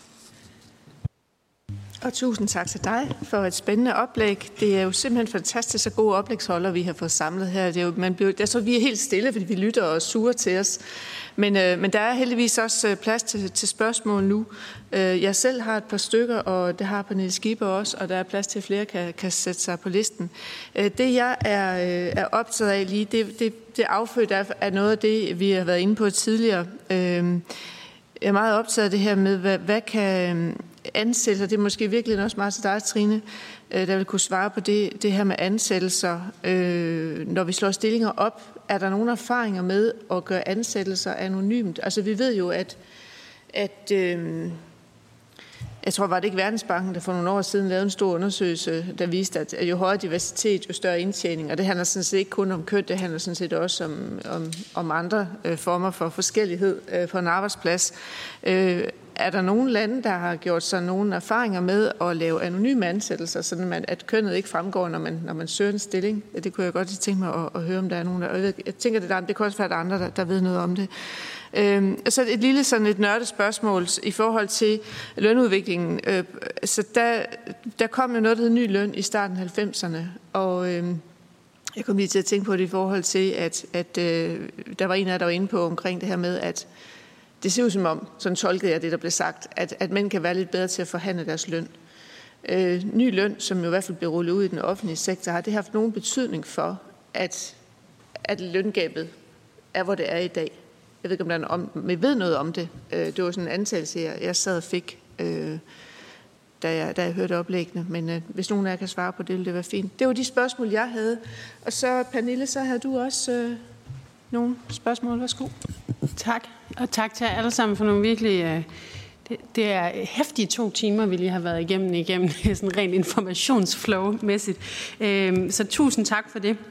Og tusind tak til dig for et spændende oplæg. Det er jo simpelthen fantastisk så gode oplægsholder, vi har fået samlet her. Det er jo, man bliver, jeg tror, vi er helt stille, fordi vi lytter og suger til os. Men, øh, men der er heldigvis også plads til, til spørgsmål nu. Øh, jeg selv har et par stykker, og det har Pernille Skipper også, og der er plads til, at flere kan, kan sætte sig på listen. Øh, det, jeg er, øh, er optaget af lige, det, det, det affødt af noget af det, vi har været inde på tidligere. Øh, jeg er meget optaget af det her med, hvad, hvad kan ansættelser, det er måske virkelig også meget til dig, Trine, der vil kunne svare på det, det her med ansættelser. Øh, når vi slår stillinger op, er der nogle erfaringer med at gøre ansættelser anonymt? Altså vi ved jo, at, at øh, jeg tror, var det ikke Verdensbanken, der for nogle år siden lavede en stor undersøgelse, der viste, at jo højere diversitet, jo større indtjening. Og det handler sådan set ikke kun om køn, det handler sådan set også om, om, om andre øh, former for forskellighed øh, på en arbejdsplads. Øh, Er der nogle lande, der har gjort sig nogle erfaringer med at lave anonyme ansættelser, sådan at kønnet ikke fremgår, når man, når man søger en stilling? Det kunne jeg godt tænke mig at, at høre, om der er nogen, der... Jeg, jeg tænker, det, der, det kan også være, der er andre, der, der ved noget om det. Øhm, så et lille sådan et nørdet spørgsmål i forhold til lønudviklingen. Øh, så der, der kom jo noget, der hed ny løn i starten af halvfemserne, og... Øh, jeg kom lige til at tænke på det i forhold til, at, at øh, der var en af der var inde på omkring det her med, at det ser ud som om, sådan tolkede jeg det, der blev sagt, at, at mænd kan være lidt bedre til at forhandle deres løn. Øh, ny løn, som jo i hvert fald bliver rullet ud i den offentlige sektor, har det haft nogen betydning for, at, at løngabet er, hvor det er i dag? Jeg ved ikke, om der er om, men ved noget om det. Øh, det var sådan en antagelse, jeg, jeg sad og fik, øh, da, jeg, da jeg hørte oplæggene. Men øh, hvis nogen af jer kan svare på det, ville det være fint. Det var de spørgsmål, jeg havde. Og så, Pernille, så havde du også øh, nogle spørgsmål. Værsgo. Tak, og tak til jer alle sammen for nogle virkelig... Øh, det, det er heftige to timer, vi lige har været igennem igennem sådan rent informationsflow-mæssigt. Øh, så tusind tak for det.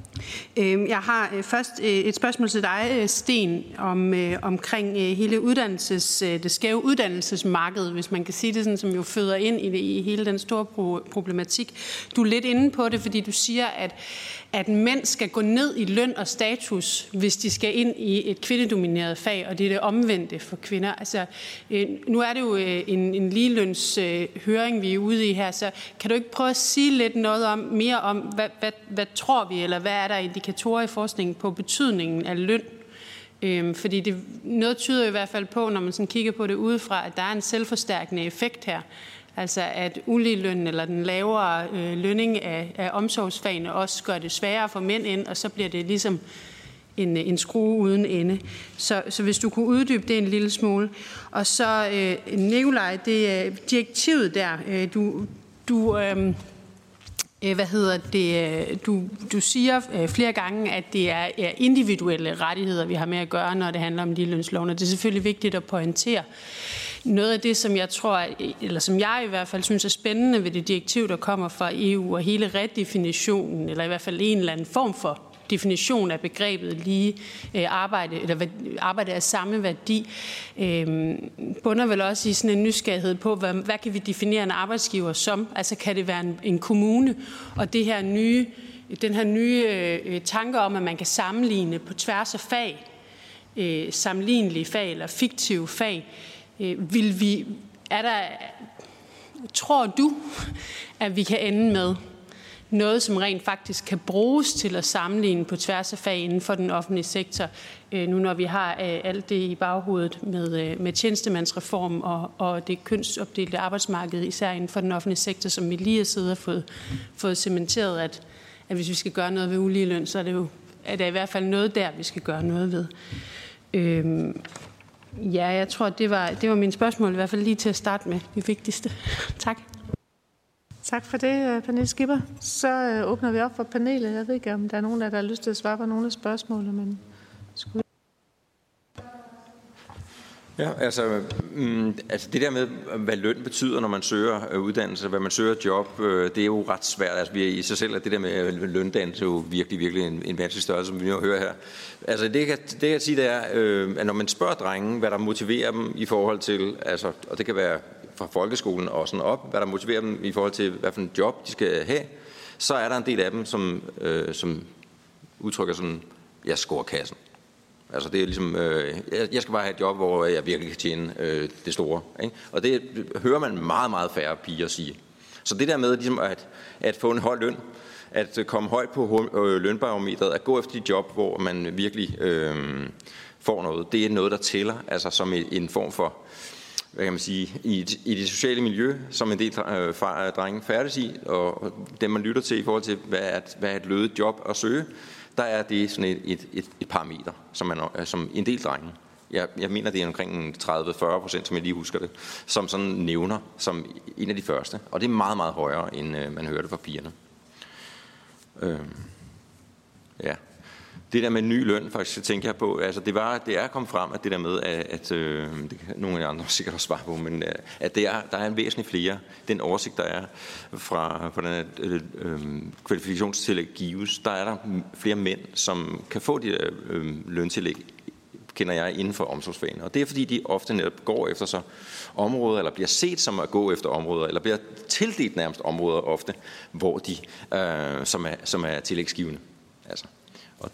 Jeg har først et spørgsmål til dig, Sten, om, omkring hele uddannelses, det skæve uddannelsesmarked, hvis man kan sige det sådan, som jo føder ind i, det, i hele den store problematik. Du er lidt inde på det, fordi du siger, at, at mænd skal gå ned i løn og status, hvis de skal ind i et kvindedomineret fag, og det er det omvendte for kvinder. Altså, nu er det jo en, en ligelønshøring, vi er ude i her, så kan du ikke prøve at sige lidt noget om, mere om, hvad, hvad, hvad tror vi, eller hvad er der indikatorer i forskningen på betydningen af løn? Øhm, fordi det, noget tyder i hvert fald på, når man sådan kigger på det udefra, at der er en selvforstærkende effekt her. Altså at uligelønnen eller den lavere øh, lønning af, af omsorgsfagene også gør det sværere for mænd ind, og så bliver det ligesom en, en skrue uden ende. Så, så hvis du kunne uddybe det en lille smule. Og så øh, Nikolaj, det er direktivet der. Øh, du... du øh, Hvad hedder det? Du, du siger flere gange, at det er individuelle rettigheder, vi har med at gøre, når det handler om ligelønsloven, og det er selvfølgelig vigtigt at pointere. Noget af det, som jeg tror, eller som jeg i hvert fald synes er spændende ved det direktiv, der kommer fra E U, og hele redefinitionen, eller i hvert fald en eller anden form for definition af begrebet lige arbejde, eller arbejde af samme værdi, øh, bunder vel også i sådan en nysgerrighed på, hvad, hvad kan vi definere en arbejdsgiver som? Altså kan det være en, en kommune, og det her nye, den her nye øh, tanke om, at man kan sammenligne på tværs af fag, øh, sammenlignelige fag eller fiktive fag, øh, vil vi, er der, tror du, at vi kan ende med noget, som rent faktisk kan bruges til at sammenligne på tværs af fag inden for den offentlige sektor, nu når vi har alt det i baghovedet med, med tjenestemandsreform og, og det kønsopdelte arbejdsmarked, især inden for den offentlige sektor, som vi lige har siddet og fået, fået cementeret, at, at hvis vi skal gøre noget ved uligeløn, så er det jo er der i hvert fald noget der, vi skal gøre noget ved. Øhm, ja, jeg tror, det var, det var mine spørgsmål, i hvert fald lige til at starte med det vigtigste. Tak. Tak for det, Pernille Skipper. Så åbner vi op for panelet. Jeg ved ikke, om der er nogen, der har lyst til at svare på nogle af spørgsmålene, men skulle... Ja, altså, mm, altså det der med, hvad løn betyder, når man søger uddannelse, hvad man søger job, øh, det er jo ret svært. Altså, vi er i sig selv, at det der med løndannelse er jo virkelig, virkelig en, en vanskelig størrelse, som vi nu hører her. Altså, det kan, det kan jeg sige, det er, øh, at når man spørger drenge, hvad der motiverer dem i forhold til, altså, og det kan være fra folkeskolen og sådan op, hvad der motiverer dem i forhold til, hvad for en job de skal have, så er der en del af dem, som, øh, som udtrykker sådan, jeg scorer kassen. Altså det er ligesom, øh, jeg skal bare have et job, hvor jeg virkelig kan tjene øh, det store. Ikke? Og det hører man meget, meget færre piger sige. Så det der med ligesom at, at få en høj løn, at komme højt på lønbarometeret, at gå efter de job, hvor man virkelig øh, får noget, det er noget, der tæller, altså som en form for, hvad kan man sige, i, et, i det sociale miljø, som en del øh, drenge færdes i, og dem man lytter til i forhold til, hvad er et, hvad er et lødigt job at søge, der er det sådan et, et, et, et parameter, som, man, som en del drenge, jeg, jeg mener det er omkring tredive til fyrre procent, som jeg lige husker det, som sådan nævner som en af de første, og det er meget, meget højere, end øh, man hørte fra pigerne. Øh, ja. Det der med ny løn, faktisk tænker jeg på, altså det, var, det er kommet frem, at det der med, at, at øh, det kan nogle af de andre sikkert også svare på, men at det er, der er en væsentlig flere, den oversigt, der er fra, fra den øh, øh, kvalifikationstillæg gives, der er der flere mænd, som kan få de der øh, løntillæg, kender jeg, inden for omsorgsfagene. Og det er fordi, de ofte netop går efter så områder, eller bliver set som at gå efter områder, eller bliver tildelt nærmest områder ofte, hvor de, øh, som, er, som er tillægsgivende. Altså, og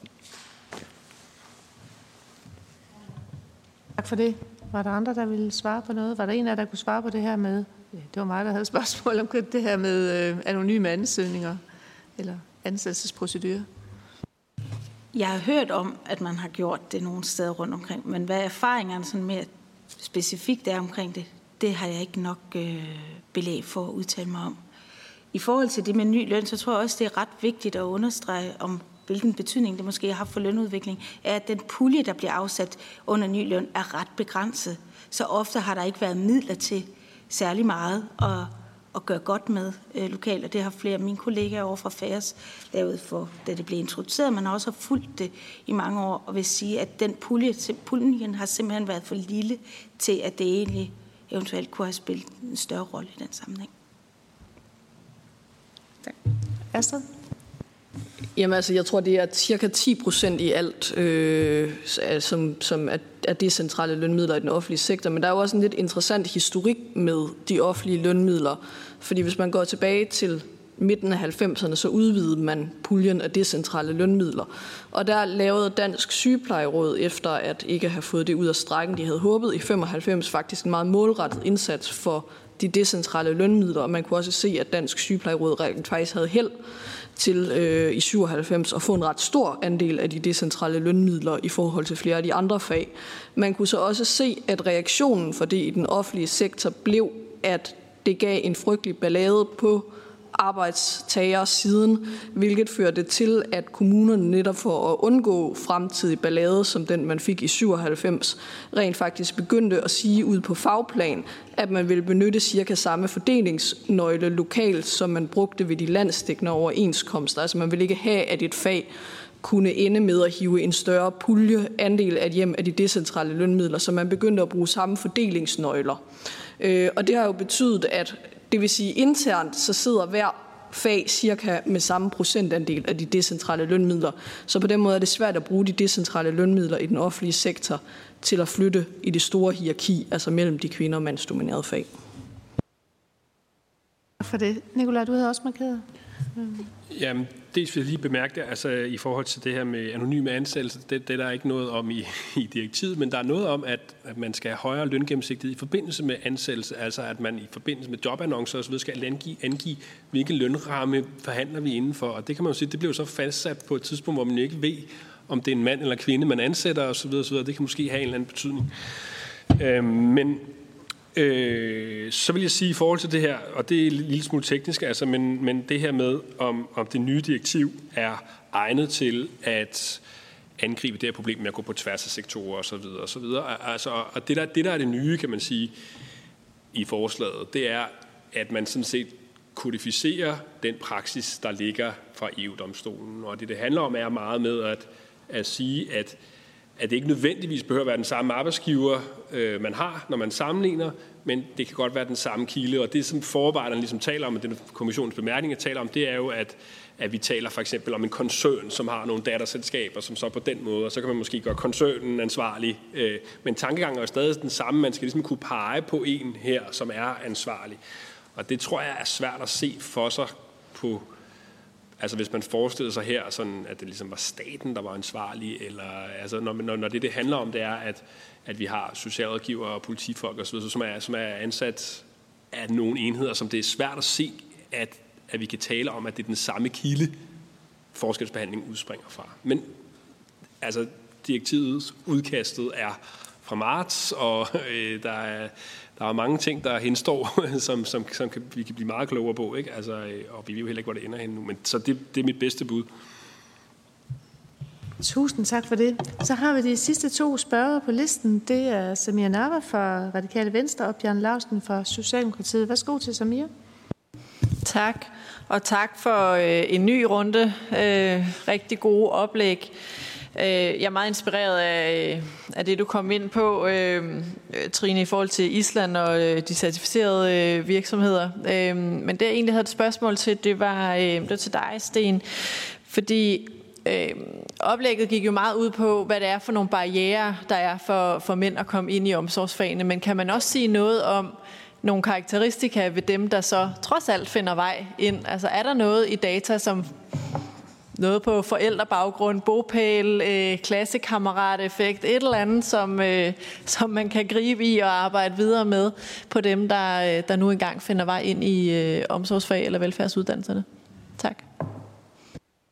tak for det. Var der andre, der ville svare på noget? Var der en af der kunne svare på det her med, det var mig, der havde spørgsmål om det her med øh, anonyme ansøgninger eller ansættelsesprocedurer? Jeg har hørt om, at man har gjort det nogle steder rundt omkring, men hvad erfaringerne sådan mere specifikt er omkring det, det har jeg ikke nok øh, belæg for at udtale mig om. I forhold til det med ny løn, så tror jeg også, det er ret vigtigt at understrege om, hvilken betydning det måske har haft for lønudvikling, er, at den pulje, der bliver afsat under ny løn, er ret begrænset. Så ofte har der ikke været midler til særlig meget at, at gøre godt med øh, lokalt, og det har flere af mine kollegaer over fra F A S lavet for, da det blev introduceret. Man har også fulgt det i mange år, og vil sige, at den pulje, puljen har simpelthen været for lille til, at det egentlig eventuelt kunne have spillet en større rolle i den sammenhæng. Tak. Astrid? Jamen altså, jeg tror, det er cirka ti procent i alt, øh, som, som er, er decentrale lønmidler i den offentlige sektor. Men der er jo også en lidt interessant historik med de offentlige lønmidler. Fordi hvis man går tilbage til midten af halvfemserne, så udvidede man puljen af decentrale lønmidler. Og der lavede Dansk Sygeplejeråd, efter at ikke have fået det ud af strækken, de havde håbet, i femoghalvfems faktisk en meget målrettet indsats for de decentrale lønmidler. Og man kunne også se, at Dansk Sygeplejeråd faktisk havde held til øh, i syvoghalvfems at få en ret stor andel af de decentrale lønmidler i forhold til flere af de andre fag. Man kunne så også se, at reaktionen for det i den offentlige sektor blev, at det gav en frygtelig ballade på arbejdstagers siden, hvilket førte til, at kommunerne netop for at undgå fremtidig ballade, som den man fik i syvoghalvfems, rent faktisk begyndte at sige ud på fagplan, at man ville benytte cirka samme fordelingsnøgle lokalt, som man brugte ved de landsdækkende overenskomster. Altså man ville ikke have, at et fag kunne ende med at hive en større pulje andel af hjem af de decentrale lønmidler, så man begyndte at bruge samme fordelingsnøgler. Og det har jo betydet, at det vil sige internt, så sidder hver fag cirka med samme procentandel af de decentrale lønmidler. Så på den måde er det svært at bruge de decentrale lønmidler i den offentlige sektor til at flytte i det store hierarki, altså mellem de kvinder- og mandsdominerede fag. For det. Nicolai, du havde også markeret. Mm. Jamen, dels vil jeg lige bemærke det, altså i forhold til det her med anonyme ansættelser, det, det er der ikke noget om i, i direktivet, men der er noget om, at, at man skal have højere løngennemsigtighed i forbindelse med ansættelse, altså at man i forbindelse med jobannoncer osv. skal angive, angive, hvilken lønramme forhandler vi indenfor, og det kan man jo sige, det bliver så fastsat på et tidspunkt, hvor man ikke ved, om det er en mand eller kvinde, man ansætter osv. osv. Det kan måske have en eller anden betydning. Øhm, men Øh, så vil jeg sige i forhold til det her, og det er en lille smule teknisk, altså, men, men det her med, om, om det nye direktiv er egnet til at angribe det her problem med at gå på tværs af sektorer osv. osv. Altså, og det der, det der er det nye, kan man sige, i forslaget, det er, at man sådan set kodificerer den praksis, der ligger fra E U-domstolen. Og det, det handler om, er meget med at, at sige, at at det ikke nødvendigvis behøver at være den samme arbejdsgiver, øh, man har, når man sammenligner, men det kan godt være den samme kilde. Og det, som forarbejderne ligesom taler om, og den kommissionens bemærkninger taler om, det er jo, at, at vi taler for eksempel om en koncern, som har nogle datterselskaber, som så på den måde, og så kan man måske gøre koncernen ansvarlig. Øh, men tankegangen er jo stadig den samme. Man skal ligesom kunne pege på en her, som er ansvarlig. Og det tror jeg er svært at se for sig på. Altså hvis man forestiller sig her, sådan, at det ligesom var staten, der var ansvarlig, eller altså, når, når, når det, det handler om, det er, at, at vi har socialrådgivere og politifolk osv., som er, som er ansat af nogle enheder, som det er svært at se, at, at vi kan tale om, at det er den samme kilde, forskelsbehandling udspringer fra. Men altså, direktivets udkastet er fra marts, og øh, der er Der er mange ting, der henstår, som, som, som kan, vi kan blive meget klogere på, ikke? Altså, og vi ved jo heller ikke, hvor det ender hen nu. Men, så det, det er mit bedste bud. Tusind tak for det. Så har vi de sidste to spørgere på listen. Det er Samir Nawa fra Radikale Venstre og Bjørn Lausten fra Socialdemokratiet. Værsgo til Samir. Tak, og tak for øh, en ny runde. Øh, rigtig gode oplæg. Jeg er meget inspireret af, af det, du kom ind på, øh, Trine, i forhold til Island og de certificerede øh, virksomheder. Øh, men det, jeg egentlig havde et spørgsmål til, det var, øh, det var til dig, Sten. Fordi øh, oplægget gik jo meget ud på, hvad det er for nogle barrierer, der er for, for mænd at komme ind i omsorgsfagene. Men kan man også sige noget om nogle karakteristika ved dem, der så trods alt finder vej ind? Altså er der noget i data, som noget på forældrebaggrund, bopæl, øh, klassekammerateffekt, et eller andet, som, øh, som man kan gribe i og arbejde videre med på dem, der, der nu engang finder vej ind i øh, omsorgsfag eller velfærdsuddannelserne. Tak.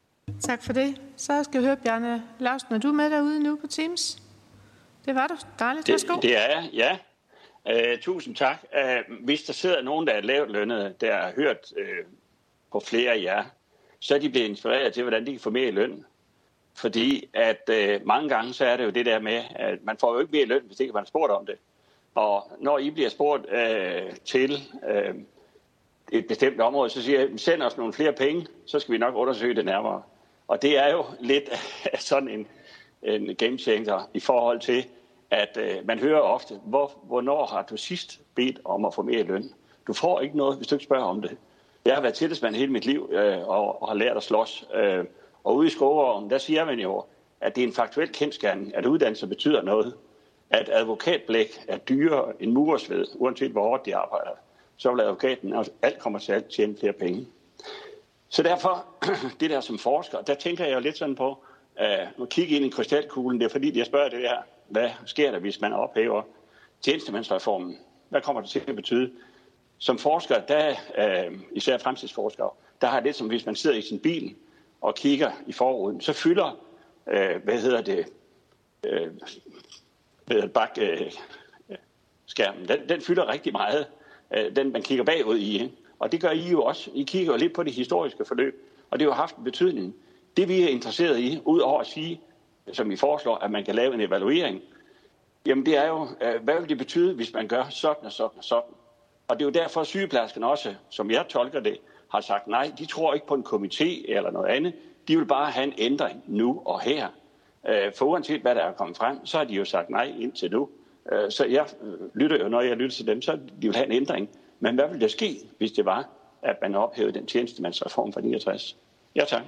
Tak for det. Så skal vi høre, Bjarne Laustsen, er du med derude nu på Teams? Det var du. Dejligt. Værsgo. Det, det er jeg, ja. Uh, tusind tak. Uh, hvis der sidder nogen, der er lavt lønnet, der har hørt uh, på flere af jer, så er de blevet inspireret til, hvordan de kan få mere i løn. Fordi at uh, mange gange, så er det jo det der med, at man får jo ikke mere løn, hvis ikke man har spurgt om det. Og når I bliver spurgt uh, til uh, et bestemt område, så siger jeg, send os nogle flere penge, så skal vi nok undersøge det nærmere. Og det er jo lidt af sådan en, en game changer i forhold til, at uh, man hører ofte, hvor, hvornår har du sidst bedt om at få mere løn? Du får ikke noget, hvis du ikke spørger om det. Jeg har været tillidsmand hele mit liv uh, og, og har lært at slås. Uh, og ude i Skovgården, der siger man jo, at det er en faktuel kendsgerning, at uddannelse betyder noget. At advokatblæk er dyrere end murersved, uanset hvor hårdt de arbejder. Så vil advokaten, altså alt kommer til at tjene flere penge. Så derfor, det der som forsker, der tænker jeg jo lidt sådan på, uh, at kigge ind i krystalkuglen. Det er fordi, jeg spørger det her, hvad sker der, hvis man ophæver tjenestemandsreformen? Hvad kommer det til at betyde? Som forsker, der, uh, især fremtidsforskere, der har det som hvis man sidder i sin bil og kigger i forruden, så fylder, uh, hvad hedder det, uh, hvad hedder det, bak, uh, skærmen, den, den fylder rigtig meget. Uh, den man kigger bagud i, ikke? Og det gør I jo også. I kigger jo lidt på det historiske forløb, og det har jo haft en betydning. Det vi er interesseret i, ud over at sige, som I foreslår, at man kan lave en evaluering, jamen det er jo, hvad vil det betyde, hvis man gør sådan og sådan og sådan. Og det er jo derfor, at sygeplejerskerne også, som jeg tolker det, har sagt nej. De tror ikke på en komité eller noget andet. De vil bare have en ændring nu og her. For uanset hvad der er kommet frem, så har de jo sagt nej indtil nu. Så jeg lytter jo, når jeg lytter til dem, så de vil have en ændring. Men hvad ville der ske, hvis det var, at man ophævede den tjenestemandsreform fra niogtres? Ja, tak.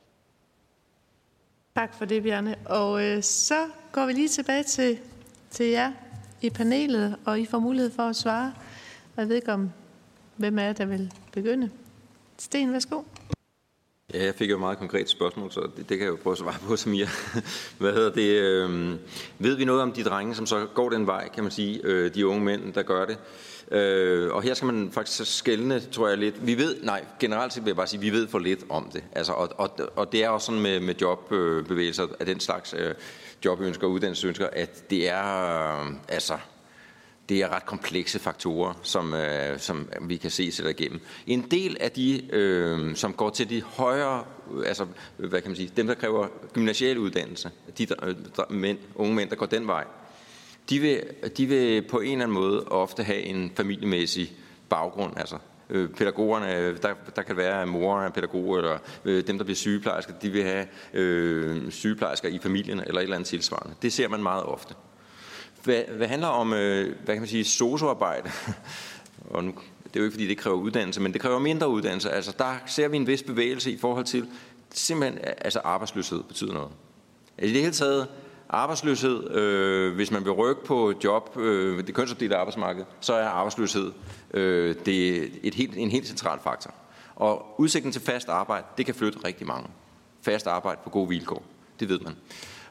Tak for det, Bjarne. Og øh, så går vi lige tilbage til, til jer i panelet, og I får mulighed for at svare. Og jeg ved ikke, om hvem er der vil begynde. Sten, værsgo. Ja, jeg fik jo et meget konkret spørgsmål, så det, det kan jeg jo prøve at svare på, Samir. Hvad hedder det? Øh, ved vi noget om de drenge, som så går den vej, kan man sige, øh, de unge mænd, der gør det? Øh, og her skal man faktisk skelne, tror jeg lidt. Vi ved, nej, generelt set vil jeg bare sige, vi ved for lidt om det. Altså, og, og, og det er også sådan med, med jobbevægelser af den slags øh, jobønsker og uddannelsesønsker, at det er, øh, altså, det er ret komplekse faktorer, som, øh, som vi kan se sætter igennem. En del af de, øh, som går til de højere, altså, hvad kan man sige, dem, der kræver gymnasial uddannelse, de der, der, mænd, unge mænd, der går den vej, De vil, de vil på en eller anden måde ofte have en familiemæssig baggrund. Altså øh, pædagogerne, der, der kan være moren er pædagog, eller øh, dem, der bliver sygeplejersker, de vil have øh, sygeplejersker i familien, eller et eller andet tilsvarende. Det ser man meget ofte. Hvad, hvad handler om, øh, hvad kan man sige, sosu-arbejde, og nu, det er jo ikke, fordi det kræver uddannelse, men det kræver mindre uddannelse. Altså der ser vi en vis bevægelse i forhold til, simpelthen, altså arbejdsløshed betyder noget. I det hele taget, arbejdsløshed, øh, hvis man vil rykke på job, øh, det kønsopdelte arbejdsmarked, så er arbejdsløshed øh, det er et helt, en helt central faktor. Og udsigten til fast arbejde, det kan flytte rigtig mange. Fast arbejde på gode vilkår, det ved man.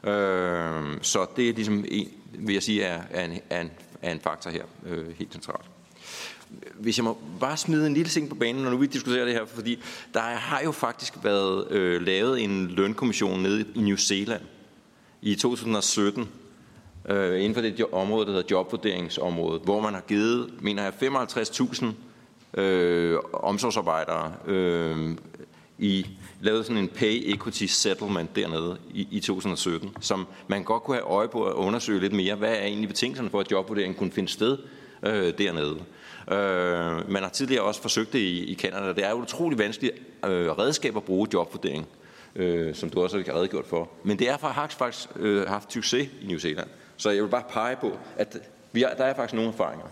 Øh, så det er ligesom, en, vil jeg sige, er, er, en, er, en, er en faktor her, øh, helt centralt. Hvis jeg må bare smide en lille ting på banen, når nu vi diskuterer det her, fordi der har jo faktisk været øh, lavet en lønkommission nede i New Zealand, i to tusind og sytten, øh, inden for det område, der hedder jobvurderingsområdet, hvor man har givet, mener jeg, femoghalvtreds tusind øh, omsorgsarbejdere øh, i lavet sådan en pay equity settlement dernede i, i to tusind og sytten, som man godt kunne have øje på at undersøge lidt mere. Hvad er egentlig betingelserne for, at jobvurderingen kunne finde sted øh, dernede? Øh, man har tidligere også forsøgt det i, i Canada. Det er jo utrolig vanskeligt øh, redskab at bruge jobvurdering, Øh, som du også har redegjort for. Men det er faktisk, faktisk øh, haft succes i New Zealand. Så jeg vil bare pege på, at vi er, der er faktisk nogle erfaringer.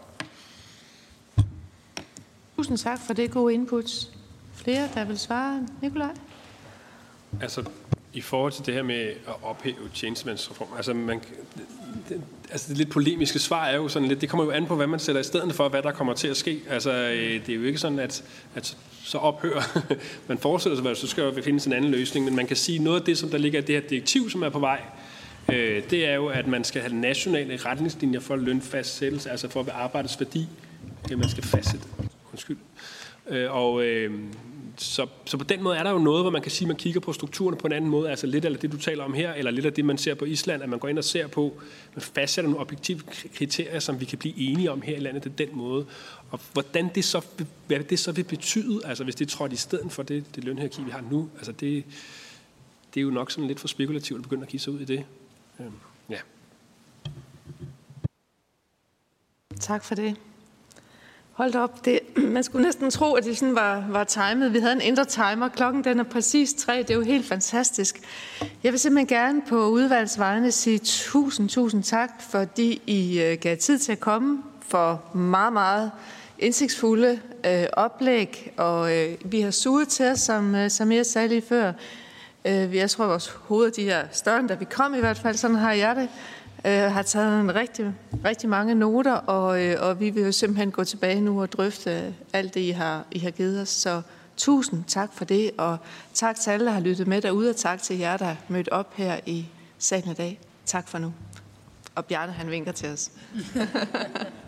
Tusind tak for det gode input. Flere, der vil svare. Nikolaj? Altså, i forhold til det her med at ophæve tjenestemandsreform, altså, man, det, altså det lidt polemiske svar er jo sådan lidt, det kommer jo an på, hvad man sætter i stedet for, hvad der kommer til at ske. Altså, det er jo ikke sådan, at, at så ophører. Man forestiller sig, at så skal der findes en anden løsning, men man kan sige, noget af det, som der ligger i det her direktiv, som er på vej, øh, det er jo, at man skal have nationale retningslinjer for lønfastsættelse, altså for, hvad arbejdets værdi man skal fastsætte. Undskyld. Øh, og øh, så, så på den måde er der jo noget, hvor man kan sige, at man kigger på strukturerne på en anden måde, altså lidt af det, du taler om her, eller lidt af det, man ser på Island, at man går ind og ser på, man fastsætter nogle objektive kriterier, som vi kan blive enige om her i landet, det er den måde. Og hvordan det så, hvad det så vil betyde, altså hvis det trådte i stedet for det, det lønhierarki, vi har nu, altså det, det er jo nok sådan lidt for spekulativt at begynde at kigge sig ud i det. Øhm, ja. Tak for det. Hold da op. Det, man skulle næsten tro, at det sådan var, var timet. Vi havde en indre timer. Klokken den er præcis tre. Det er jo helt fantastisk. Jeg vil simpelthen gerne på udvalgsvejene sige tusind, tusind tak, fordi I uh, gav tid til at komme, for meget, meget indsigtsfulde øh, oplæg, og øh, vi har suget til os, som, øh, som jeg sagde lige før. Øh, jeg tror, at vores hoveder de er større, end da vi kom i hvert fald. Sådan har jeg det. Jeg har taget en rigtig, rigtig mange noter, og, øh, og vi vil jo simpelthen gå tilbage nu og drøfte alt det, I har, I har givet os. Så tusind tak for det, og tak til alle, der har lyttet med derude, og tak til jer, der er mødt op her i salen i dag. Tak for nu. Og Bjarne, han vinker til os.